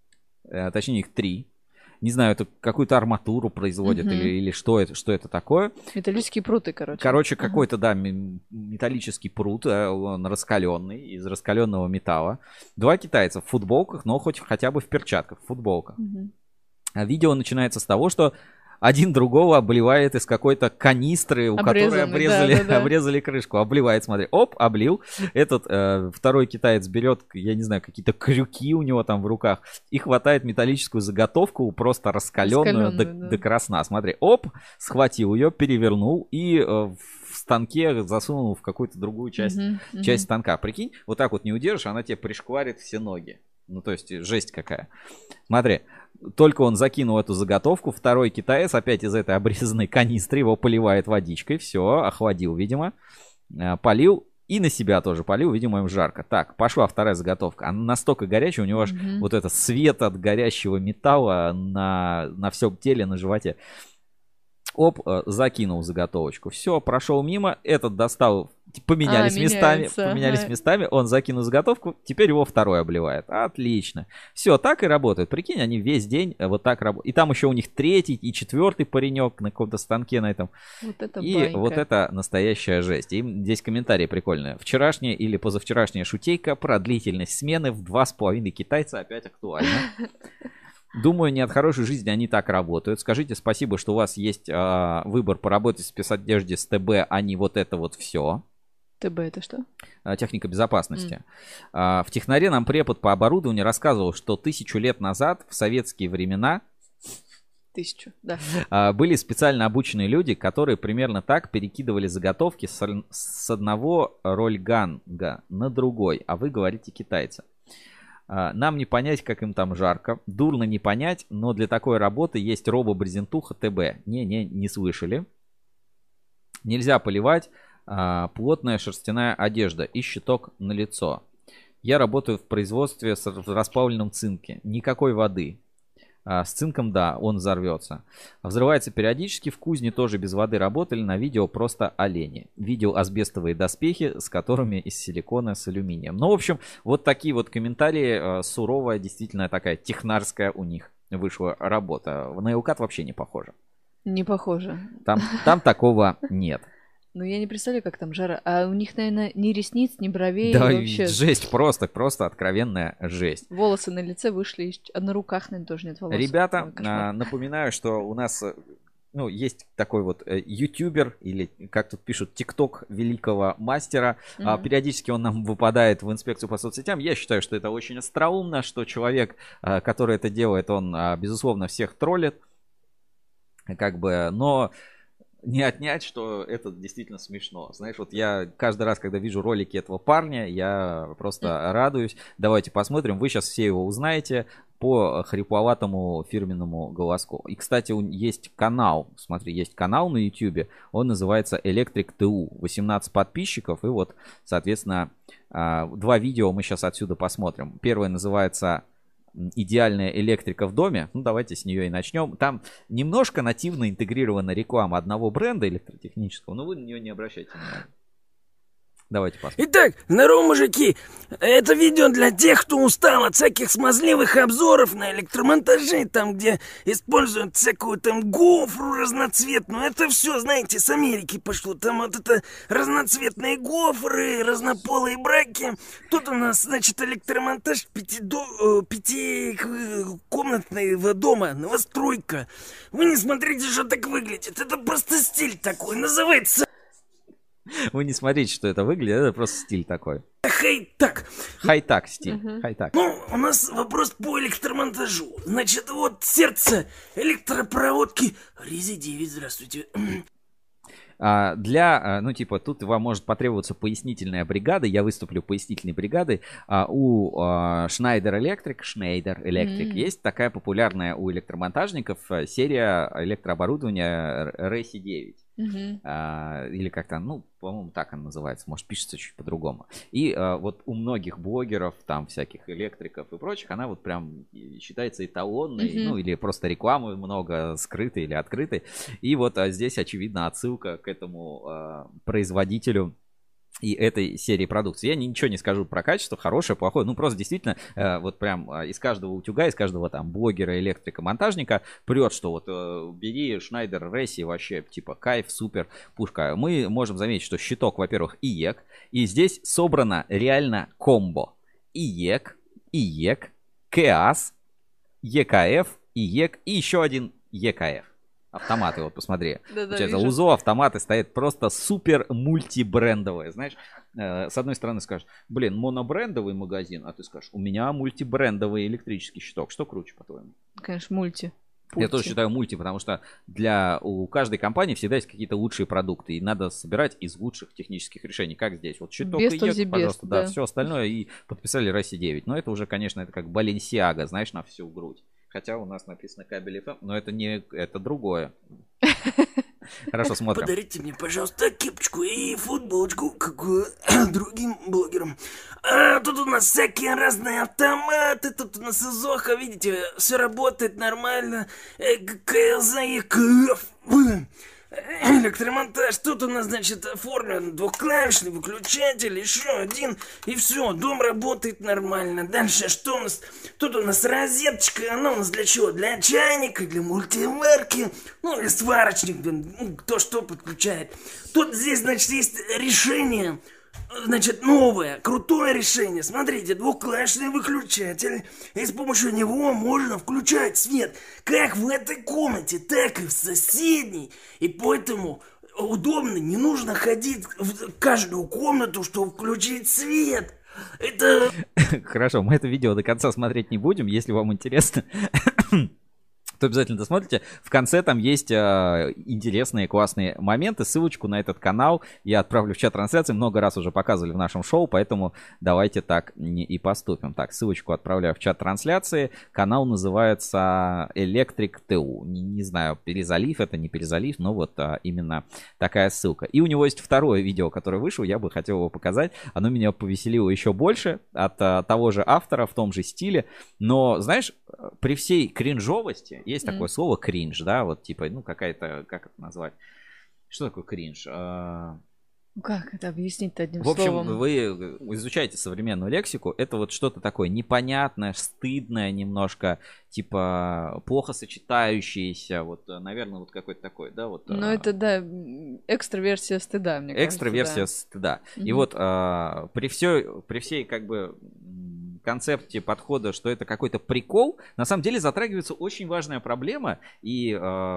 точнее их 3. Не знаю, это какую-то арматуру производят или что это такое. Металлические пруты, короче. Короче, какой-то, да, металлический прут, он раскаленный, из раскаленного металла. 2 китайца в футболках, но хотя бы в перчатках, в футболках. Видео начинается с того, что один другого обливает из какой-то канистры, у которой обрезали крышку. Обливает, смотри, оп, облил. Этот второй китаец берет, я не знаю, какие-то крюки у него там в руках и хватает металлическую заготовку, просто раскаленную до красна. Смотри, оп, схватил ее, перевернул и в станке засунул в какую-то другую часть станка. Прикинь, вот так вот не удержишь, она тебе пришкварит все ноги. Ну, то есть, жесть какая. Смотри, только он закинул эту заготовку, второй китаец опять из этой обрезанной канистры его поливает водичкой. Все, охладил, видимо. Полил и на себя тоже полил, видимо, им жарко. Так, пошла вторая заготовка. Она настолько горячая, у него аж вот это свет от горящего металла на всем теле, на животе. Оп, закинул заготовочку. Все, прошел мимо. Этот достал, поменялись местами. Он закинул заготовку, теперь его второй обливает. Отлично. Все, так и работает. Прикинь, они весь день вот так работают. И там еще у них 3-й и 4-й паренек на каком-то станке на этом. Вот это и байка. Вот это настоящая жесть. И здесь комментарии прикольные. Вчерашняя или позавчерашняя шутейка про длительность смены в 2,5 китайца опять актуальна. Думаю, не от хорошей жизни они так работают. Скажите спасибо, что у вас есть выбор поработать в спецодежде с ТБ, а не вот это вот все. ТБ это что? Техника безопасности. В технаре нам препод по оборудованию рассказывал, что 1000 лет назад, в советские времена, 1000, да. Были специально обученные люди, которые примерно так перекидывали заготовки с одного рольганга на другой. А вы говорите китайцы. Нам не понять, как им там жарко. Дурно не понять, но для такой работы есть робо-брезентуха ТБ. Не слышали. Нельзя поливать. Плотная шерстяная одежда и щиток на лицо. Я работаю в производстве с расплавленном цинке. Никакой воды. С цинком, да, он взорвется. Взрывается периодически. В кузне тоже без воды работали. На видео просто олени. Видел асбестовые доспехи, с которыми из силикона с алюминием. Ну, в общем, вот такие вот комментарии. Суровая, действительно такая технарская у них вышла работа. На Элкат вообще не похоже. Не похоже. Там такого нет. Ну, я не представляю, как там жара. А у них, наверное, ни ресниц, ни бровей. Да, вообще... жесть, просто откровенная жесть. Волосы на лице вышли, а на руках, наверное, тоже нет волос. Ребята, напоминаю, что у нас есть такой вот ютубер, или, как тут пишут, тикток великого мастера. Периодически он нам выпадает в инспекцию по соцсетям. Я считаю, что это очень остроумно, что человек, который это делает, он, безусловно, всех троллит. Но... не отнять, что это действительно смешно. Знаешь, вот я каждый раз, когда вижу ролики этого парня, я просто радуюсь. Давайте посмотрим. Вы сейчас все его узнаете. по хрипловатому фирменному голоску. И, кстати, есть канал, смотри, есть канал на YouTube, он называется Electric TU, 18 подписчиков, и вот, соответственно, 2 видео мы сейчас отсюда посмотрим. Первое называется «Идеальная электрика в доме». Ну, давайте с нее и начнем. Там немножко нативно интегрирована реклама одного бренда электротехнического, но вы на нее не обращайте внимания. Давайте посмотрим. Итак, здорово, мужики. Это видео для тех, кто устал от всяких смазливых обзоров на электромонтажи, там, где используют всякую там гофру разноцветную. Это все, знаете, с Америки пошло. Там вот это разноцветные гофры, разнополые браки. Тут у нас, значит, электромонтаж пятикомнатного дома, новостройка. Вы не смотрите, что так выглядит. Это просто стиль такой, называется... Вы не смотрите, что это выглядит, это просто стиль такой. Хай-так. Хай-так стиль. Хай-так. Ну, у нас вопрос по электромонтажу. Значит, вот сердце электропроводки Рези-9, здравствуйте. Ну, типа, тут вам может потребоваться пояснительная бригада. Я выступлю пояснительной бригадой. У Schneider Electric есть такая популярная у электромонтажников серия электрооборудования Resi-9. Или как-то, ну, по-моему, так она называется. Может, пишется чуть по-другому. И вот у многих блогеров, там, всяких электриков и прочих, она вот прям считается эталонной, ну, или просто рекламы много скрытой или открытой. И вот здесь, очевидно, отсылка к этому производителю и этой серии продукции. Я ничего не скажу про качество, хорошее, плохое. Ну, просто действительно, вот прям из каждого утюга, из каждого там блогера, электрика, монтажника прет, что вот бери Schneider Resi, вообще, типа, кайф, супер, пушка. Мы можем заметить, что щиток, во-первых, ИЕК, и здесь собрано реально комбо. ИЕК, КАС, ЕКФ, ИЕК и еще один ЕКФ. Автоматы, вот посмотри. Получается, УЗО, автоматы стоят просто супер мультибрендовые. Знаешь, с одной стороны скажешь, блин, монобрендовый магазин, а ты скажешь, у меня мультибрендовый электрический щиток. Что круче, по-твоему? Конечно, мульти. Я тоже считаю мульти, потому что у каждой компании всегда есть какие-то лучшие продукты, и надо собирать из лучших технических решений, как здесь. Вот щиток и ЕК, пожалуйста, да, все остальное, и подписали Resi-9. Но это уже, конечно, это как Balenciaga, знаешь, на всю грудь. Хотя у нас написано кабель FM, но это не, это другое. Хорошо, смотрим. Подарите мне, пожалуйста, кепочку и футболочку, как другим блогерам. Тут у нас всякие разные автоматы, тут у нас ИЗОХа, видите, все работает нормально. КЛЗ, ЕКФ. Электромонтаж. Тут у нас, значит, оформлен двухклавишный выключатель, еще один, и все, дом работает нормально. Дальше что у нас? Тут у нас розеточка, она у нас для чего? Для чайника, для мультиварки, ну или сварочник, ну, кто что подключает. Тут здесь, значит, есть решение. Значит, новое, крутое решение. Смотрите, двухклавишный выключатель. И с помощью него можно включать свет как в этой комнате, так и в соседней. И поэтому удобно, не нужно ходить в каждую комнату, чтобы включить свет. Это... Хорошо, мы это видео до конца смотреть не будем. Если вам интересно, то обязательно досмотрите. В конце там есть интересные, классные моменты. Ссылочку на этот канал я отправлю в чат трансляции. Много раз уже показывали в нашем шоу, поэтому давайте так и поступим. Так, ссылочку отправляю в чат трансляции. Канал называется Electric TU. Не знаю, перезалив это, не перезалив, но вот именно такая ссылка. И у него есть второе видео, которое вышло. Я бы хотел его показать. Оно меня повеселило еще больше от того же автора в том же стиле. Но, знаешь, при всей кринжовости, есть такое слово кринж, да, вот типа, ну какая-то, как это назвать? Что такое кринж? Как это объяснить-то одним словом? В общем, словом? вы изучаете современную лексику, это вот что-то такое непонятное, стыдное немножко, типа плохо сочетающееся, вот, наверное, вот какой-то такой, да, вот. Ну это, да, экстраверсия стыда, мне кажется. Экстраверсия стыда. И вот при всей как бы концепте подхода, что это какой-то прикол, на самом деле затрагивается очень важная проблема, и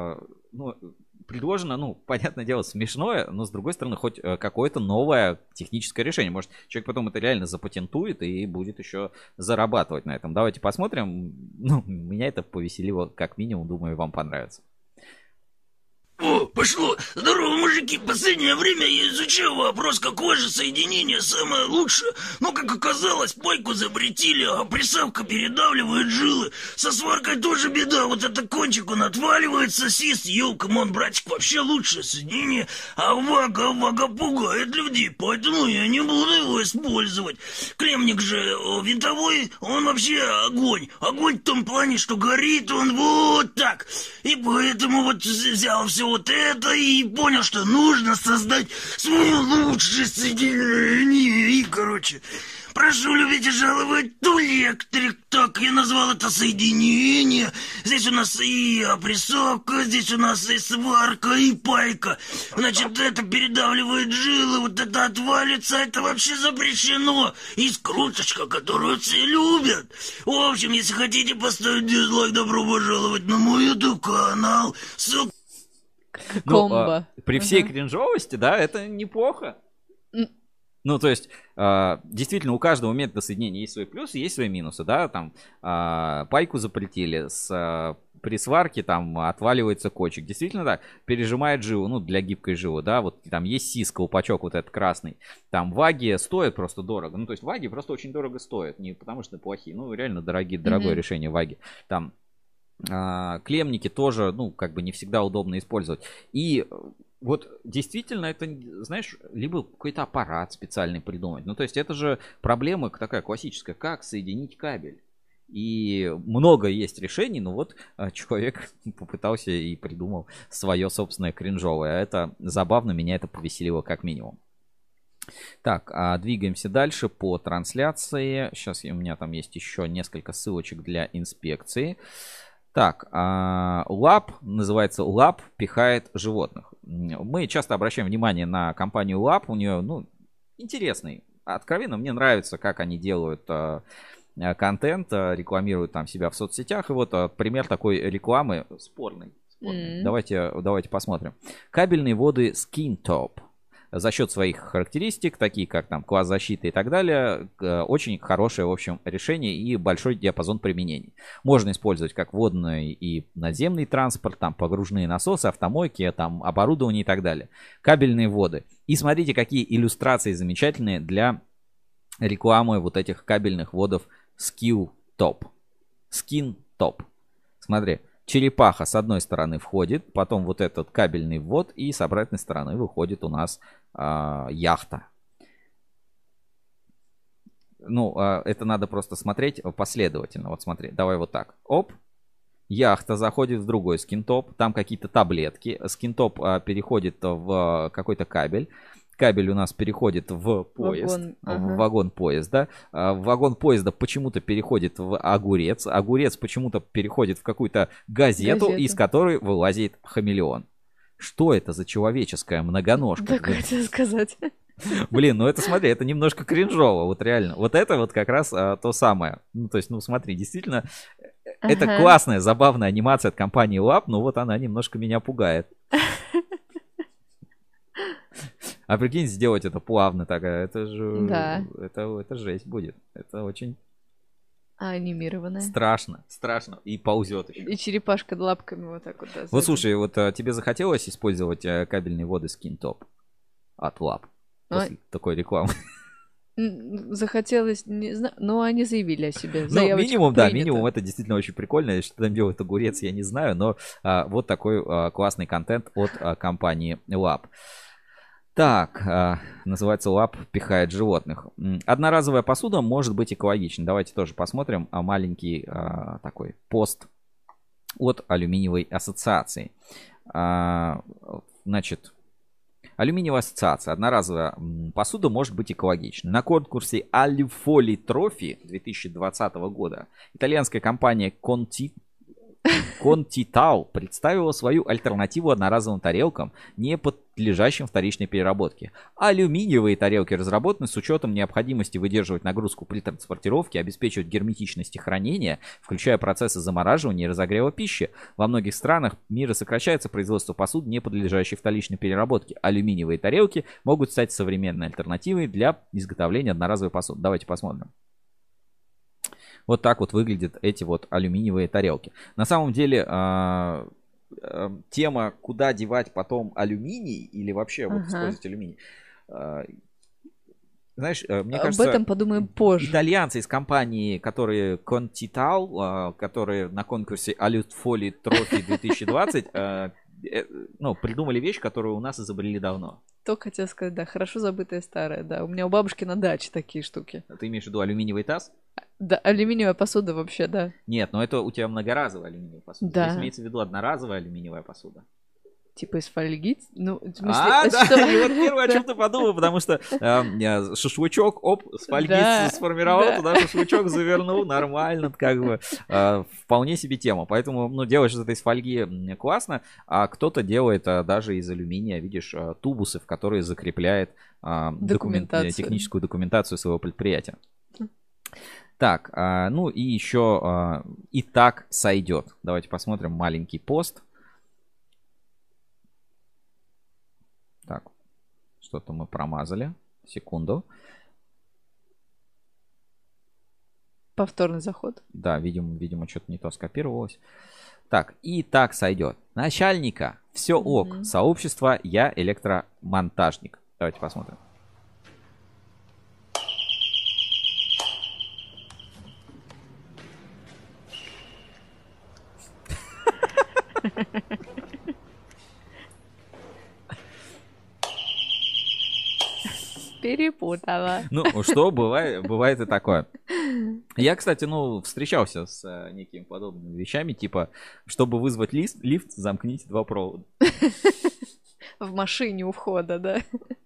предложено, понятное дело, смешное, но с другой стороны, хоть какое-то новое техническое решение. Может, человек потом это реально запатентует и будет еще зарабатывать на этом. Давайте посмотрим. Меня это повеселило, как минимум, думаю, вам понравится. О, пошло! Здорово, мужики! Последнее время я изучаю вопрос, какое же соединение самое лучшее. Но, как оказалось, пайку запретили, а присавка передавливает жилы. Со сваркой тоже беда. Вот это кончик, он отваливается, сист. Йоу, камон, братик, вообще лучшее соединение. А вага пугает людей, поэтому я не буду его использовать. Кремник же винтовой, он вообще огонь. Огонь в том плане, что горит он вот так. И поэтому вот взял все вот это и понял, что нужно создать свое лучшее соединение. И, короче, прошу любить и жаловать Тулектрик. Так я назвал это соединение. Здесь у нас и опрессовка, здесь у нас и сварка, и пайка. Значит, это передавливает жилы, вот это отвалится, это вообще запрещено. И скруточка, которую все любят. В общем, если хотите поставить дизлайк, добро пожаловать на мой YouTube-канал. Ссылка. Комбо. При всей кринжовости, да, это неплохо. Ну, то есть, действительно, у каждого метода соединения есть свои плюсы, есть свои минусы, да, там, пайку запретили, при сварке там отваливается кончик, действительно так, пережимает жилу, ну, для гибкой жилы, да, вот там есть сис, колпачок вот этот красный, там ваги стоят просто дорого, ну, то есть ваги просто очень дорого стоят, не потому что плохие, ну, реально дорогое решение ваги, там, клемники тоже, ну, как бы не всегда удобно использовать. И вот действительно это, знаешь, либо какой-то аппарат специальный придумать. Ну, то есть это же проблема такая классическая, как соединить кабель. И много есть решений, но вот человек попытался и придумал свое собственное кринжовое. А это забавно, меня это повеселило как минимум. Так, двигаемся дальше по трансляции. Сейчас у меня там есть еще несколько ссылочек для инспекции. Так, Лап, называется Лап, пихает животных. Мы часто обращаем внимание на компанию Лап. У нее, ну, интересный. Откровенно, мне нравится, как они делают контент, рекламируют там себя в соцсетях. И вот пример такой рекламы спорный. Давайте посмотрим. Кабельные воды SkinTop. За счет своих характеристик, такие как там класс защиты и так далее, очень хорошее, в общем, решение и большой диапазон применений. Можно использовать как водный и наземный транспорт, там погружные насосы, автомойки, там оборудование и так далее. Кабельные воды. И смотрите, какие иллюстрации замечательные для рекламы вот этих кабельных водов SkinTop. Смотри. Черепаха с одной стороны входит, потом вот этот кабельный ввод, и с обратной стороны выходит у нас яхта. Ну, это надо просто смотреть последовательно. Вот смотри, давай вот так. Оп. Яхта заходит в другой скинтоп, там какие-то таблетки. Скинтоп переходит в какой-то кабель. Кабель у нас переходит в поезд, в вагон поезда. Вагон поезда почему-то переходит в огурец. Огурец почему-то переходит в какую-то газету, из которой вылазит хамелеон. Что это за человеческая многоножка? Так хотел сказать. Блин, ну это смотри, это немножко кринжово, вот реально. Вот это вот как раз то самое. Ну то есть, ну смотри, действительно, это классная, забавная анимация от компании Lab, но вот она немножко меня пугает. А прикинь, сделать это плавно такая, это же, да. это жесть будет. Это очень анимированная. Страшно. И ползет еще. И черепашка лапками вот так вот. Да, вот слушай, вот тебе захотелось использовать кабельные воды SkinTop от Lab после такой рекламы? Захотелось, не знаю, но они заявили о себе. Ну, минимум, да, минимум это действительно очень прикольно. Что там делает огурец, я не знаю, но вот такой классный контент от компании Lab. Так, называется Lab пихает животных. Одноразовая посуда может быть экологичной. Давайте тоже посмотрим маленький такой пост от Алюминиевой ассоциации. Значит, Алюминиевая ассоциация. Одноразовая посуда может быть экологичной. На конкурсе Алифоли Трофи 2020 года итальянская компания Conti-Tau представила свою альтернативу одноразовым тарелкам, не подлежащим вторичной переработке. Алюминиевые тарелки разработаны с учетом необходимости выдерживать нагрузку при транспортировке, обеспечивать герметичность хранения, включая процессы замораживания и разогрева пищи. Во многих странах мира сокращается производство посуды, не подлежащей вторичной переработке. Алюминиевые тарелки могут стать современной альтернативой для изготовления одноразовой посуды. Давайте посмотрим. Вот так вот выглядят эти вот алюминиевые тарелки. На самом деле, тема, куда девать потом алюминий или вообще вот использовать алюминий. Знаешь, мне кажется, об этом подумаем позже. Итальянцы из компании, которые Continental, которые на конкурсе Alutfoli Trophy 2020, придумали вещь, которую у нас изобрели давно. Только хотел сказать, да, хорошо забытая старая, да. У меня у бабушки на даче такие штуки. Ты имеешь в виду алюминиевый таз? Да, алюминиевая посуда вообще, да. Нет, но это у тебя многоразовая алюминиевая посуда. Да. Здесь имеется в виду одноразовая алюминиевая посуда. Типа из фольги? Ну, в смысле, да, что? и вот первое, о чем ты подумал, потому что шашлычок, с фольги сформировал, туда шашлычок завернул, нормально, как бы, вполне себе тема. Поэтому, делаешь это из фольги классно, а кто-то делает даже из алюминия, видишь, тубусы, в которые закрепляет техническую документацию своего предприятия. Так, и еще «И так сойдет». Давайте посмотрим маленький пост. Так, что-то мы промазали. Секунду. Повторный заход. Да, видимо, что-то не то скопировалось. Так, «И так сойдет». Начальника. Все ок. Сообщество «Я электромонтажник». Давайте посмотрим. Перепутала. Что бывает и такое. Я, кстати, встречался с некими подобными вещами, типа, чтобы вызвать лифт, замкните 2 провода. В машине у входа, да?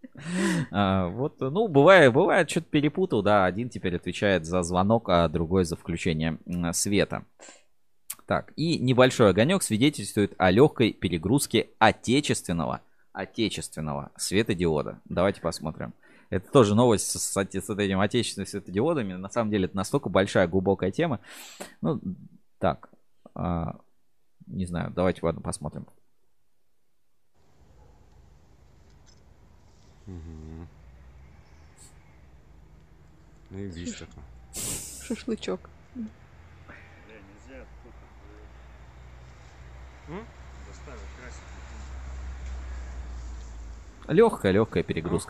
Бывает, что-то перепутал, да, один теперь отвечает за звонок, а другой за включение света. Так, и небольшой огонек свидетельствует о легкой перегрузке отечественного светодиода. Давайте посмотрим. Это тоже новость с этими отечественными светодиодами. На самом деле это настолько большая, глубокая тема. Не знаю, давайте, ладно, посмотрим. Ну и весь такой. Шашлычок. Легкая перегрузка.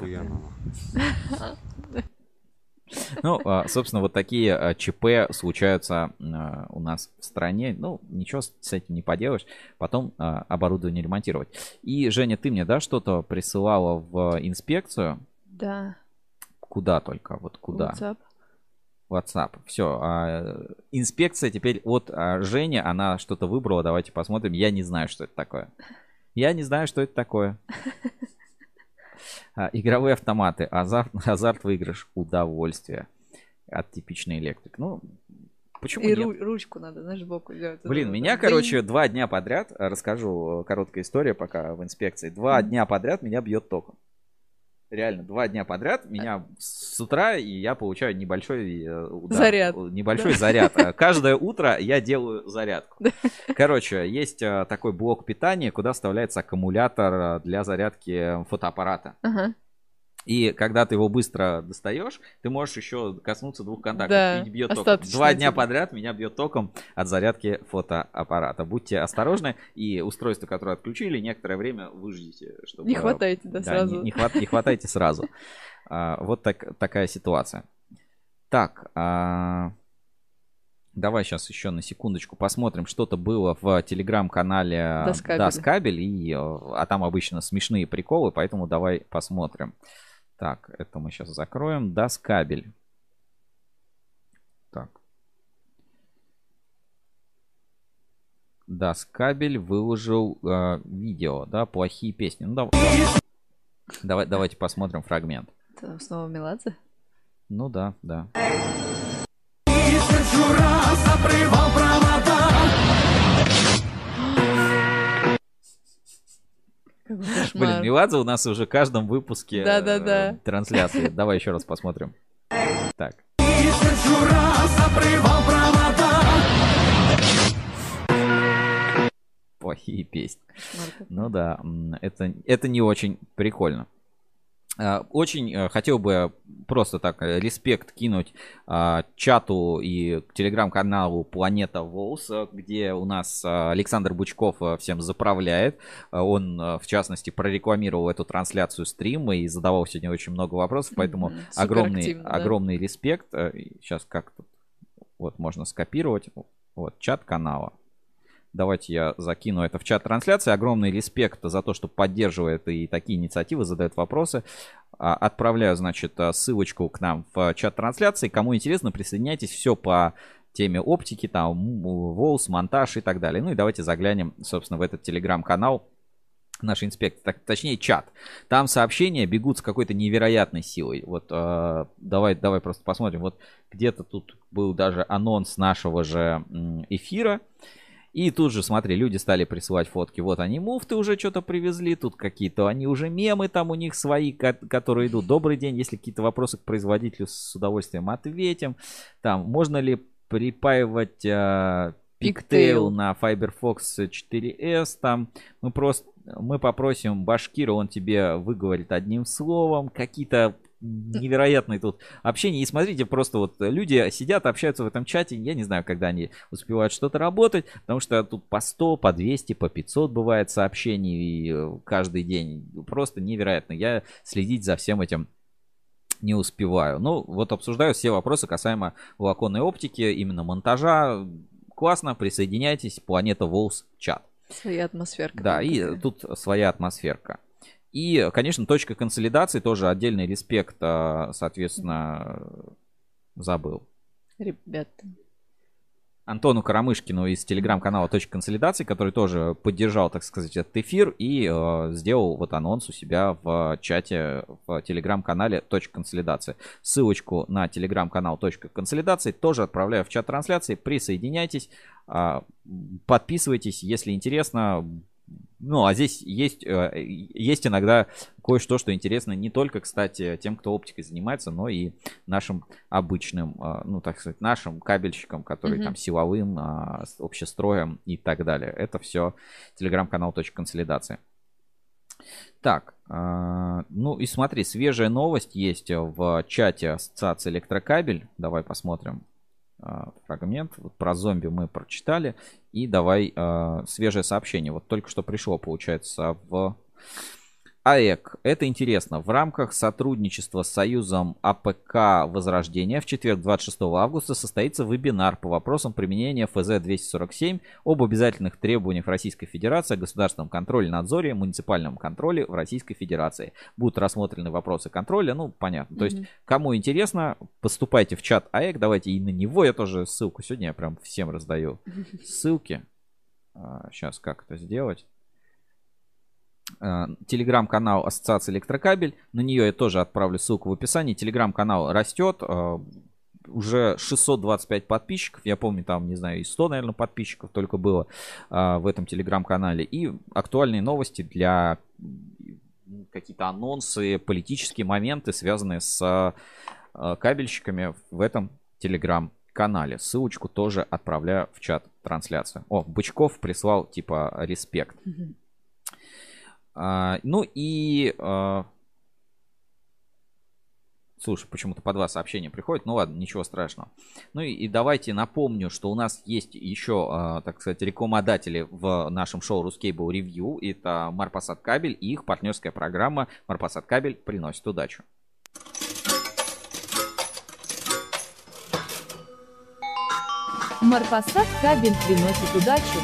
Собственно, вот такие ЧП случаются у нас в стране. Ничего с этим не поделаешь. Потом оборудование ремонтировать. И, Женя, ты мне, да, что-то присылала в инспекцию? Да. Куда только? Вот куда? WhatsApp. Все. Инспекция теперь от Жени. Она что-то выбрала. Давайте посмотрим. Я не знаю, что это такое. Игровые автоматы, азарт, выигрыш, удовольствие от типичный электрик. Почему нет? И ручку надо, знаешь, сбоку делать. Блин, меня, короче, 2 дня подряд, расскажу, короткая история пока в инспекции, 2 дня подряд меня бьет током. Реально, 2 дня подряд меня с утра, и я получаю небольшой заряд. Небольшой заряд. Каждое утро я делаю зарядку. Короче, есть такой блок питания, куда вставляется аккумулятор для зарядки фотоаппарата. И когда ты его быстро достаешь, ты можешь еще коснуться 2 контактов. Да, и бьет током. 2 дня подряд меня бьет током от зарядки фотоаппарата. Будьте осторожны. И устройство, которое отключили, некоторое время выждите. Чтобы... Не хватайте, сразу. Не хватайте сразу. Вот такая ситуация. Так, давай сейчас еще на секундочку посмотрим, что-то было в телеграм-канале Даскабель. А там обычно смешные приколы, поэтому давай посмотрим. Так, это мы сейчас закроем. Даскабель. Так. Даскабель выложил видео, да, плохие песни. Давайте посмотрим фрагмент. Это снова Меладзе? Ну да. Блин, Меладзе у нас уже в каждом выпуске трансляции. Давай еще раз посмотрим. Так. Плохие песни. Ну да, это не очень прикольно. Очень хотел бы просто так респект кинуть чату и телеграм-каналу Планета Волс, где у нас Александр Бучков всем заправляет. Он, в частности, прорекламировал эту трансляцию стрима и задавал сегодня очень много вопросов, поэтому огромный респект. Сейчас как тут вот можно скопировать. Вот чат канала. Давайте я закину это в чат трансляции. Огромный респект за то, что поддерживает и такие инициативы, задает вопросы. Отправляю, значит, ссылочку к нам в чат трансляции. Кому интересно, присоединяйтесь. Все по теме оптики, там, волс, монтаж и так далее. Ну и давайте заглянем, собственно, в этот телеграм-канал. Наш инспектор, точнее чат. Там сообщения бегут с какой-то невероятной силой. Вот давай просто посмотрим. Вот где-то тут был даже анонс нашего же эфира. И тут же, смотри, люди стали присылать фотки. Вот они муфты уже что-то привезли. Тут какие-то, они уже мемы там у них свои, которые идут. Добрый день, если какие-то вопросы к производителю, с удовольствием ответим. Там, можно ли припаивать пигтейл на Fiberfox 4S? Там мы попросим Башкира, он тебе выговорит одним словом. Какие-то невероятные тут общения. И смотрите, просто вот люди сидят, общаются в этом чате. Я не знаю, когда они успевают что-то работать, потому что тут по 100, по 200, по 500 бывает сообщений каждый день. Просто невероятно. Я следить за всем этим не успеваю. Ну, вот обсуждаю все вопросы касаемо волоконной оптики, именно монтажа. Классно, присоединяйтесь. Планета Волс чат. Своя атмосферка. Да, и тут своя атмосферка. И, конечно, точка консолидации, тоже отдельный респект, соответственно, забыл. Ребята. Антону Карамышкину из телеграм-канала «Точка консолидации», который тоже поддержал, так сказать, этот эфир и сделал вот анонс у себя в чате в телеграм-канале «Точка консолидации». Ссылочку на телеграм-канал «Точка консолидации» тоже отправляю в чат трансляции. Присоединяйтесь, подписывайтесь, если интересно. Ну, а здесь есть иногда кое-что, что интересно не только, кстати, тем, кто оптикой занимается, но и нашим обычным, ну, так сказать, нашим кабельщикам, которые там силовым, общестроем и так далее. Это все телеграм-канал «Точка консолидации». Так, ну и смотри, свежая новость есть в чате Ассоциации Электрокабель. Давай посмотрим фрагмент. Вот про зомби мы прочитали. И давай свежее сообщение. Вот только что пришло, получается, в АЭК. Это интересно. В рамках сотрудничества с Союзом АПК Возрождения в четверг, 26 августа, состоится вебинар по вопросам применения ФЗ-247 об обязательных требованиях Российской Федерации о государственном контроле, надзоре, муниципальном контроле в Российской Федерации. Будут рассмотрены вопросы контроля, ну, понятно. То есть, кому интересно, поступайте в чат АЭК, давайте и на него я тоже ссылку. Сегодня я прям всем раздаю ссылки. Сейчас как это сделать? Телеграм-канал Ассоциации Электрокабель. На нее я тоже отправлю ссылку в описании. Телеграм-канал растет. Уже 625 подписчиков. Я помню, там, не знаю, и 100, наверное, подписчиков только было в этом телеграм-канале. И актуальные новости для какие-то анонсы, политические моменты, связанные с кабельщиками в этом телеграм-канале. Ссылочку тоже отправляю в чат трансляции. О, Бычков прислал типа респект. Ну и... Слушай, почему-то по 2 сообщения приходит. Ну ладно, ничего страшного. Ну и давайте напомню, что у нас есть еще, так сказать, рекламодатели в нашем шоу Ruscable Review. Это Марпасад Кабель и их партнерская программа Марпасад Кабель приносит удачу. Марпасад Кабель приносит удачу.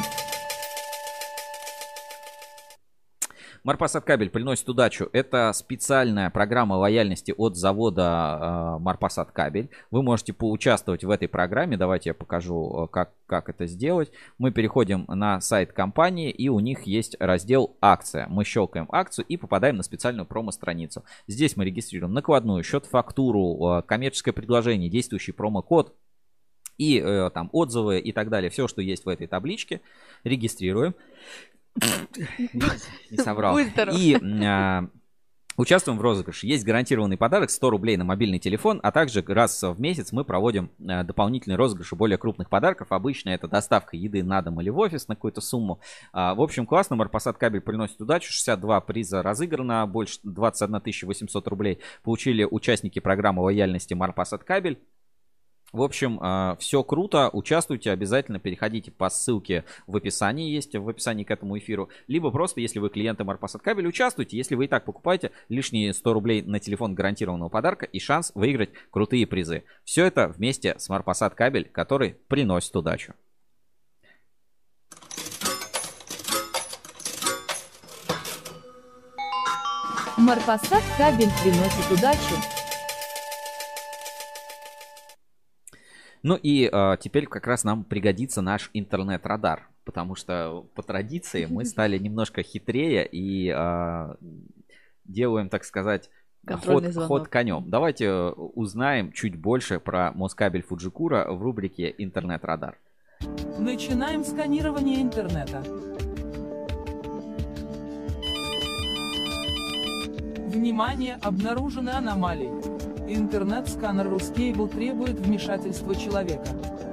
Марпасад Кабель приносит удачу. Это специальная программа лояльности от завода Марпасад Кабель. Вы можете поучаствовать в этой программе. Давайте я покажу, как это сделать. Мы переходим на сайт компании, и у них есть раздел «Акция». Мы щелкаем акцию и попадаем на специальную промо-страницу. Здесь мы регистрируем накладную, счет-фактуру, коммерческое предложение, действующий промокод и там отзывы и так далее. Все, что есть в этой табличке, регистрируем. Не соврал. И Участвуем в розыгрыше. Есть гарантированный подарок 100 рублей на мобильный телефон, а также раз в месяц мы проводим дополнительный розыгрыш более крупных подарков. Обычно это доставка еды на дом или в офис на какую-то сумму. В общем, классно. Марпасад кабель приносит удачу. 62 приза разыграно, больше 21 800 рублей получили участники программы лояльности Марпасад кабель. В общем, все круто, участвуйте, обязательно переходите по ссылке в описании, есть в описании к этому эфиру, либо просто, если вы клиенты Марпасад кабель, участвуйте, если вы и так покупаете, лишние 100 рублей на телефон гарантированного подарка и шанс выиграть крутые призы. Все это вместе с Марпасад кабель, который приносит удачу. Марпасад кабель приносит удачу. Ну и теперь как раз нам пригодится наш интернет-радар, потому что по традиции мы стали немножко хитрее и делаем, так сказать, ход конем. Давайте узнаем чуть больше про Москабель Фуджикура в рубрике «Интернет-радар». Начинаем сканирование интернета. Внимание, обнаружены аномалии. Интернет-сканер Ruscable требует вмешательства человека.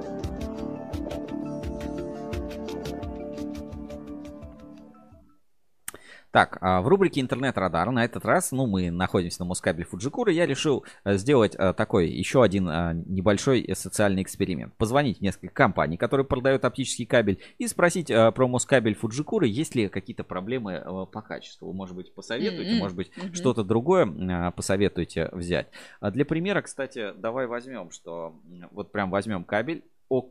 Так, в рубрике «Интернет-радар» на этот раз, мы находимся на Москабель Фуджикура, я решил сделать такой еще один небольшой социальный эксперимент. Позвонить в несколько компаний, которые продают оптический кабель, и спросить про Москабель Фуджикура, есть ли какие-то проблемы по качеству. Может быть, посоветуйте, может быть, что-то другое посоветуйте взять. Для примера, кстати, давай возьмем, что вот прям возьмем кабель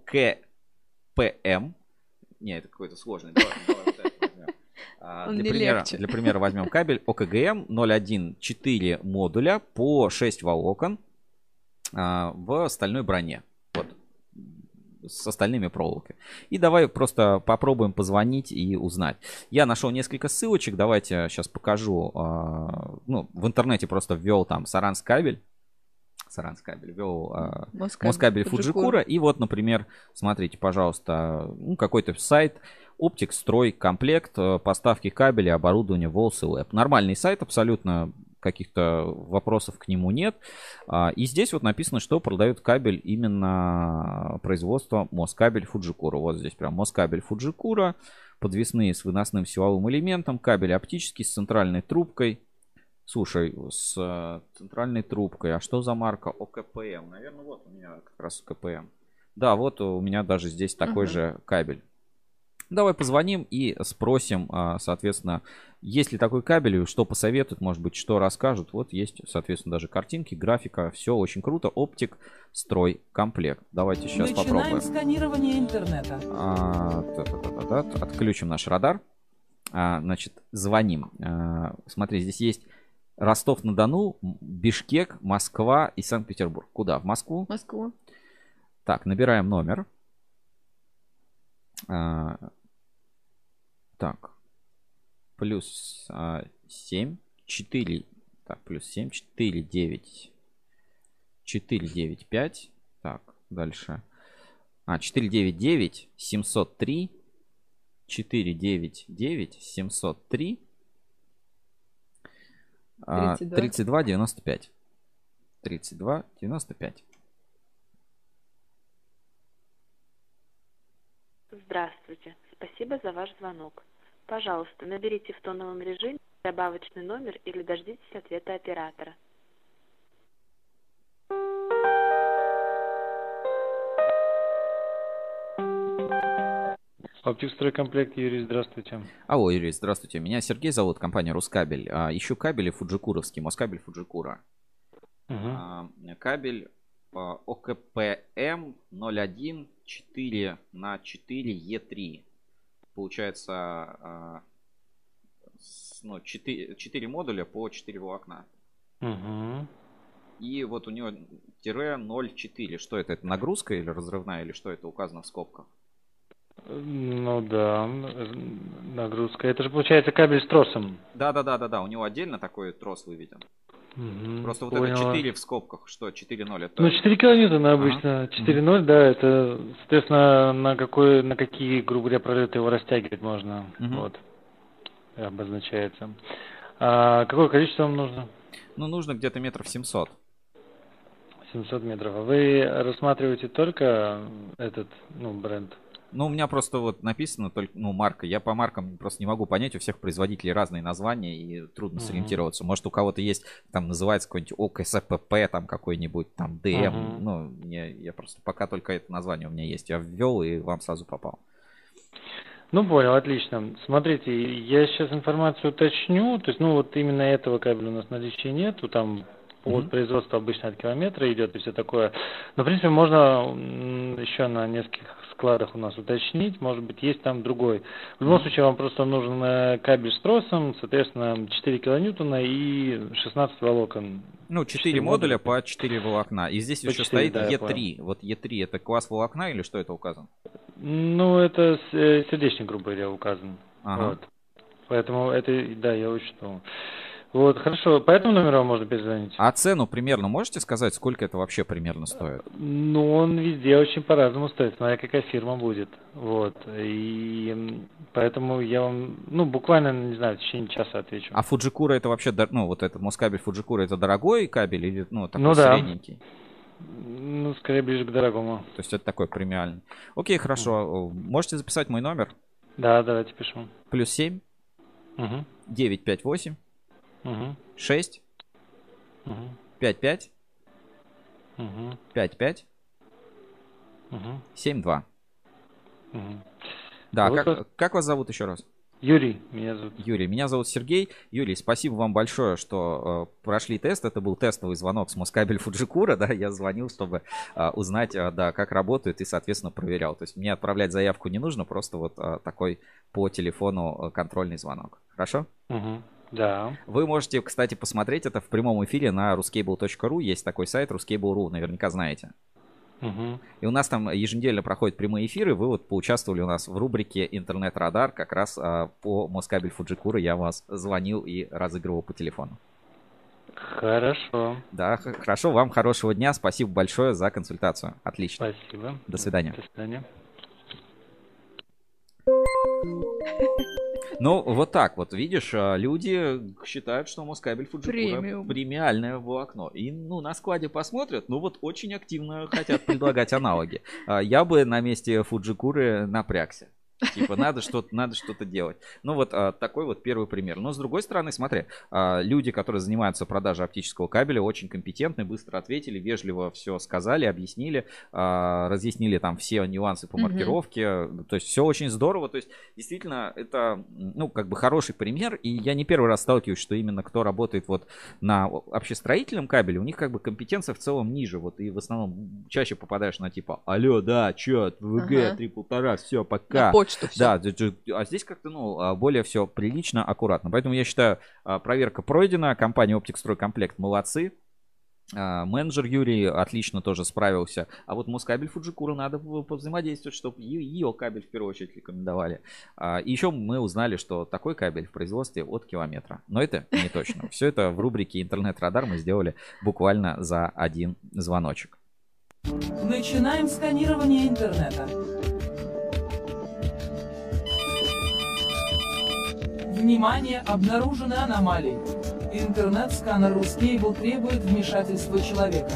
ОКПМ. Не, это какой-то сложный. Давай вот это возьмем. Для примера возьмем кабель ОКГМ 0.1.4 модуля по 6 волокон в стальной броне. Вот. С остальными проволоками. И давай просто попробуем позвонить и узнать. Я нашел несколько ссылочек. Давайте сейчас покажу. В интернете просто ввел там Саранск кабель. Ввел Москабель Фуджикура. И вот, например, смотрите, пожалуйста, какой-то сайт. Оптик, строй, комплект, поставки кабеля, оборудования, Волс и Лэп. Нормальный сайт, абсолютно каких-то вопросов к нему нет. И здесь вот написано, что продают кабель именно производства Москабель Фуджикура. Вот здесь прям Москабель Фуджикура, подвесные с выносным силовым элементом, кабель оптический с центральной трубкой. Слушай, с центральной трубкой. А что за марка? ОКПМ. Наверное, вот у меня как раз ОКПМ. Да, вот у меня даже здесь такой же кабель. Давай позвоним и спросим, соответственно, есть ли такой кабель, что посоветуют, может быть, что расскажут. Вот есть, соответственно, даже картинки, графика, все очень круто. Оптик, строй, комплект. Давайте сейчас попробуем. Начинаем сканирование интернета. Отключим наш радар. Значит, звоним. Смотри, здесь есть Ростов-на-Дону, Бишкек, Москва и Санкт-Петербург. Куда? В Москву? Москву. Так, набираем номер. Так, плюс 7, 4, так, плюс 7, 4, 9, 4, 9, 5, так, дальше, 4, 9, 9, 703, 4, 9, 9, 703, 32, 95, 32, 95. Здравствуйте. Спасибо за ваш звонок. Пожалуйста, наберите в тоновом режиме добавочный номер или дождитесь ответа оператора. Оптик-стройкомплект, Юрий, здравствуйте. Алло, Юрий, здравствуйте. Меня Сергей зовут, компания Рускабель. Ищу кабели фуджикуровские, Москабель Фуджикура. Кабель ОКПМ 0.1.4 на 4 Е3. Получается 4 модуля по 4 волокна. И вот у него тире 0.4. Что это? Это нагрузка или разрывная, или что это указано в скобках? Ну да, нагрузка. Это же получается кабель с тросом. Да. У него отдельно такой трос выведен. Просто вот это 4 в скобках. Что? 4.0 это... 4 килоньютона обычно. 4.0, да, это, соответственно, на какие, грубо говоря, пролеты его растягивать можно. Вот. Обозначается. А какое количество вам нужно? Ну, нужно где-то 700 метров. 700 метров. А вы рассматриваете только этот, бренд? Ну, у меня просто вот написано только, марка. Я по маркам просто не могу понять. У всех производителей разные названия, и трудно сориентироваться. Может, у кого-то есть, там называется какой-нибудь ОКСПП, там какой-нибудь, там ДМ. Я просто пока только это название у меня есть. Я ввел и вам сразу попал. Ну, понял, отлично. Смотрите, я сейчас информацию уточню. То есть, вот именно этого кабеля у нас в наличии нету. Там от производства обычно от километра идет и все такое. Но, в принципе, можно еще на нескольких складах у нас уточнить. Может быть, есть там другой. В любом случае, вам просто нужен кабель с тросом, соответственно, 4 килоньютона и 16 волокон. 4 модуля по 4 волокна. И здесь еще 4, стоит да, Е3. Вот Е3 это класс волокна или что это указано? Это сердечник, грубо говоря, указан. Ага. Вот. Поэтому это, да, я учту. Вот, хорошо, по этому номеру можно перезвонить. А цену примерно можете сказать, сколько это вообще примерно стоит? Он везде очень по-разному стоит, смотря какая фирма будет. Вот, и поэтому я вам, буквально, не знаю, в течение часа отвечу. А Fujikura это вообще, вот этот москабель Fujikura, это дорогой кабель или, такой средненький? Скорее ближе к дорогому. То есть это такой премиальный. Окей, хорошо. Можете записать мой номер? Да, давайте пишу. +7 958 6 55 55 72. Да, как вас зовут еще раз? Юрий, меня зовут. Юрий, меня зовут Сергей. Юрий, спасибо вам большое, что прошли тест. Это был тестовый звонок с москабель Fujikura, да, я звонил, чтобы узнать, да, как работает и, соответственно, проверял. То есть мне отправлять заявку не нужно, просто вот такой по телефону контрольный звонок. Хорошо? Да. Вы можете, кстати, посмотреть это в прямом эфире на ruscable.ru. Есть такой сайт ruscable.ru, наверняка знаете. И у нас там еженедельно проходят прямые эфиры. Вы вот поучаствовали у нас в рубрике «Интернет-радар». Как раз по москабель Fujikura я вас звонил и разыгрывал по телефону. Хорошо. Да, хорошо. Вам хорошего дня. Спасибо большое за консультацию. Отлично. Спасибо. До свидания. До свидания. Вот так вот, видишь, люди считают, что москабель Fujikura премиальное волокно. И, на складе посмотрят, очень активно хотят предлагать аналоги. Я бы на месте Fujikura напрягся. Типа, надо что-то делать. Такой вот первый пример. Но с другой стороны, смотри, люди, которые занимаются продажей оптического кабеля, очень компетентны, быстро ответили, вежливо все сказали, объяснили, разъяснили там все нюансы по маркировке. То есть все очень здорово. То есть действительно это, хороший пример. И я не первый раз сталкиваюсь, что именно кто работает вот на общестроительном кабеле, у них компетенция в целом ниже. И в основном чаще попадаешь на типа, алло, да, чё, ВГ, 3,5, все, пока. Да, а здесь как-то, более все прилично, аккуратно. Поэтому я считаю, проверка пройдена. Компания Оптик-Стройкомплект молодцы. Менеджер Юрий отлично тоже справился. А вот москабель Fujikura надо взаимодействовать, чтобы ее кабель в первую очередь рекомендовали. И еще мы узнали, что такой кабель в производстве от километра. Но это не точно. Все это в рубрике «Интернет-радар» мы сделали буквально за один звоночек. Начинаем сканирование интернета. Внимание, обнаружены аномалии. Интернет-сканер Ruscable требует вмешательства человека.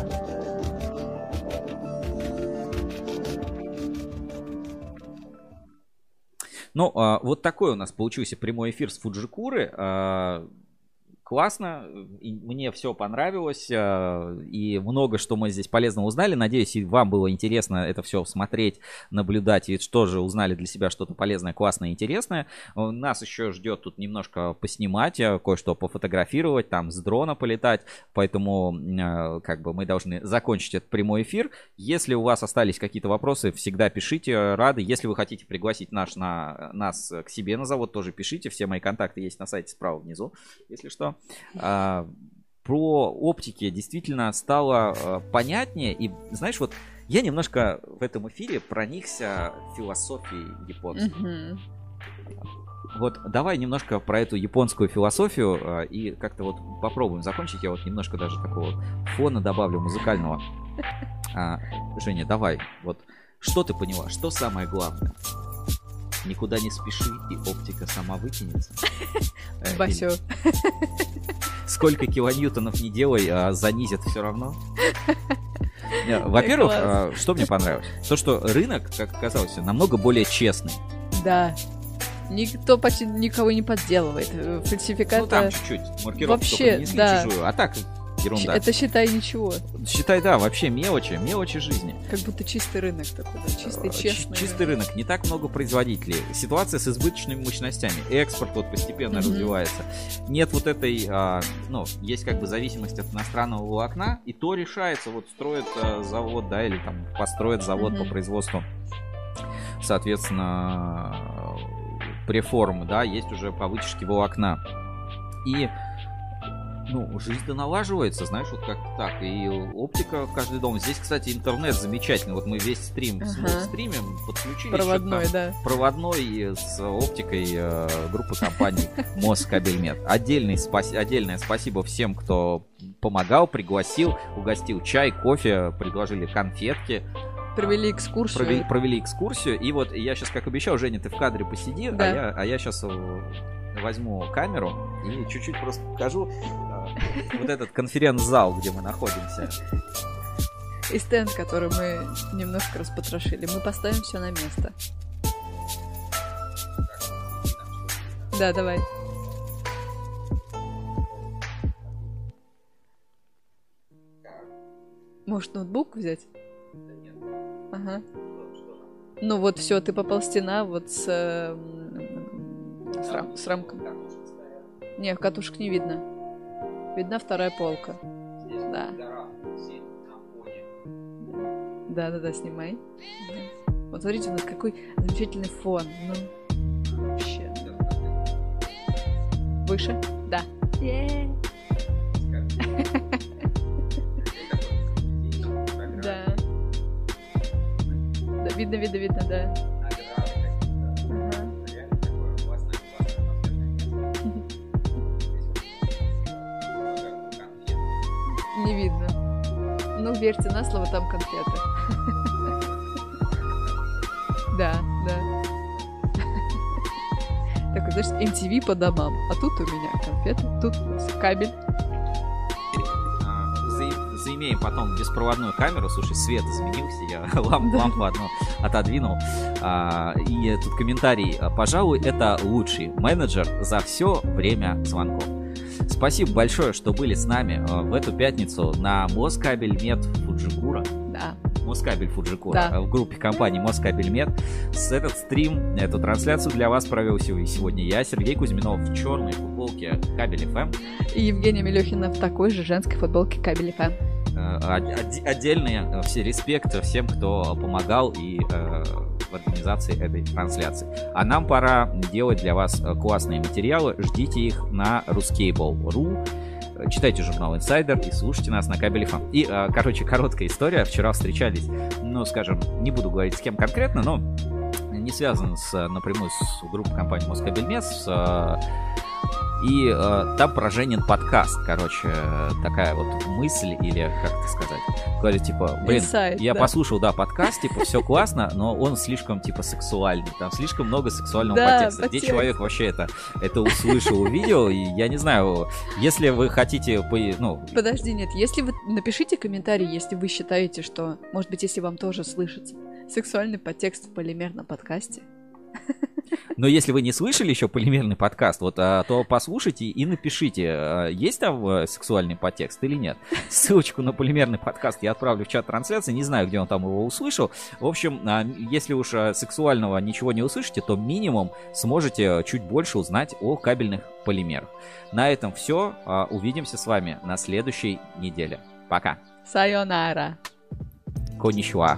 Вот такой у нас получился прямой эфир с Fujikura. Классно, мне все понравилось, и много что мы здесь полезного узнали. Надеюсь, и вам было интересно это все смотреть, наблюдать, и тоже узнали для себя что-то полезное, классное, интересное. Нас еще ждет тут немножко поснимать, кое-что пофотографировать, там с дрона полетать, поэтому мы должны закончить этот прямой эфир. Если у вас остались какие-то вопросы, всегда пишите, рады. Если вы хотите пригласить нас к себе на завод, тоже пишите, все мои контакты есть на сайте справа внизу, если что. Про оптики действительно стало понятнее. И знаешь, вот я немножко в этом эфире проникся философией японской. Вот давай немножко про эту японскую философию и как-то вот попробуем закончить. Я вот немножко даже такого фона добавлю музыкального. Женя, давай, вот что ты поняла, что самое главное? Никуда не спеши, и оптика сама вытянется. Басё. Сколько килоньютонов не делай, занизят все равно. Во-первых, что мне понравилось? То, что рынок, как оказалось, намного более честный. Да. Никто почти никого не подделывает. Фальсификаты... Ну, там чуть-чуть. Маркировку вообще, принесли да. чужую. А так, ерунда. Это, считай, ничего. Считай, да, вообще мелочи жизни. Как будто чистый рынок такой, да, чистый, честный. Чистый рынок. Не так много производителей. Ситуация с избыточными мощностями. Экспорт вот постепенно развивается. Нет вот этой, есть как бы зависимость от иностранного волокна, и то решается, вот строят завод, да, или там построят завод по производству, соответственно, преформы, да, есть уже по вытяжке волокна. И жизнь-то налаживается, знаешь, вот как-то так. И оптика в каждый дом. Здесь, кстати, интернет замечательный. Вот мы весь стрим стримим, подключились. Проводной, да. Проводной с оптикой группы компаний Москабельмет. Отдельное спасибо всем, кто помогал, пригласил, угостил чай, кофе, предложили конфетки. Провели экскурсию. Провели экскурсию. И вот я сейчас, как обещал, Женя, ты в кадре посиди, да. а я сейчас возьму камеру и чуть-чуть просто покажу вот этот конференц-зал, где мы находимся. И стенд, который мы немножко распотрошили. Мы поставим все на место. Да, давай. Может, ноутбук взять? Ага. Ну вот все, ты попал стена вот с рамкой. Не, катушек не видно. Видна вторая полка. Да. Да, снимай. Вот смотрите, у нас какой замечательный фон. Ну, вообще. Выше? Да. Да. Да, видно, да. Не видно. Ну, верьте на слово, там конфеты. Да. Так, знаешь, MTV по домам. А тут у меня конфеты, тут кабель. Заимеем потом беспроводную камеру. Слушай, свет изменился, я лампу одну отодвинул. И тут комментарий. Пожалуй, это лучший менеджер за все время звонков. Спасибо большое, что были с нами в эту пятницу на Москабельмет Фуджикура. Да. Москабель Фуджикура, в группе компании Москабельмет. Этот стрим, эту трансляцию для вас провел сегодня я, Сергей Кузьминов, в черной футболке Кабель ФМ. И Евгения Мелехина в такой же женской футболке Кабель ФМ. Отдельный респект всем, кто помогал и в организации этой трансляции. А нам пора делать для вас классные материалы. Ждите их на Ruscable.ru. Читайте журнал Insider и слушайте нас на Кабель ФМ. И, короткая история. Вчера встречались, скажем, не буду говорить с кем конкретно, но не связано напрямую с группой компании Москабельмет, и там про Женин подкаст, такая вот мысль, или как это сказать, говорю, типа, я послушал, подкаст, все классно, но он слишком, сексуальный, там слишком много сексуального подтекста. Где человек вообще это услышал, увидел, и я не знаю, если вы хотите, Подожди, нет, если вы напишите комментарий, если вы считаете, что, может быть, если вам тоже слышится сексуальный подтекст в полимерном подкасте. Но если вы не слышали еще полимерный подкаст, то послушайте и напишите, есть там сексуальный подтекст или нет. Ссылочку на полимерный подкаст я отправлю в чат трансляции, не знаю, где он там его услышал. В общем, если уж сексуального ничего не услышите, то минимум сможете чуть больше узнать о кабельных полимерах. На этом все. Увидимся с вами на следующей неделе. Пока. Сайонара. Конничуа.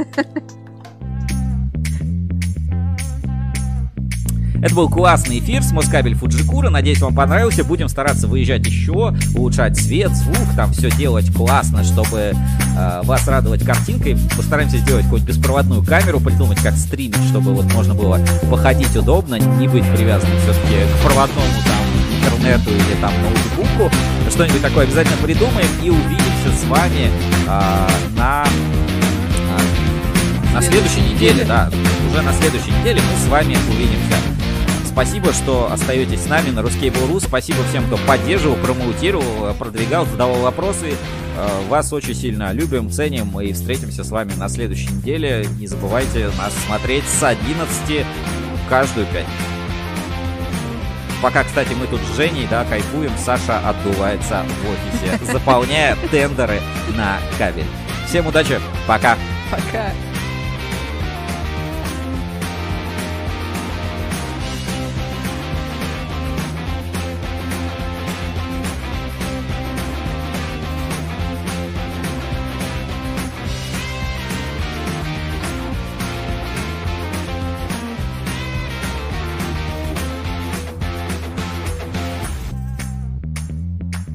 Это был классный эфир с Москабель Фуджикура. Надеюсь, вам понравился. Будем стараться выезжать еще, улучшать свет, звук, там все делать классно, чтобы вас радовать картинкой. Постараемся сделать какую-нибудь беспроводную камеру, придумать, как стримить, чтобы можно было походить удобно, не быть привязанным все-таки к проводному интернету или ноутбуку. Что-нибудь такое обязательно придумаем и увидимся с вами на На следующей неделе, да. Уже на следующей неделе мы с вами увидимся. Спасибо, что остаетесь с нами на Ruskable.ru. Спасибо всем, кто поддерживал, промоутировал, продвигал, задавал вопросы. Вас очень сильно любим, ценим и встретимся с вами на следующей неделе. Не забывайте нас смотреть с 11 каждую пятницу. Пока, кстати, мы тут с Женей, да, кайфуем. Саша отдувается в офисе, заполняя тендеры на кабель. Всем удачи, пока! Пока!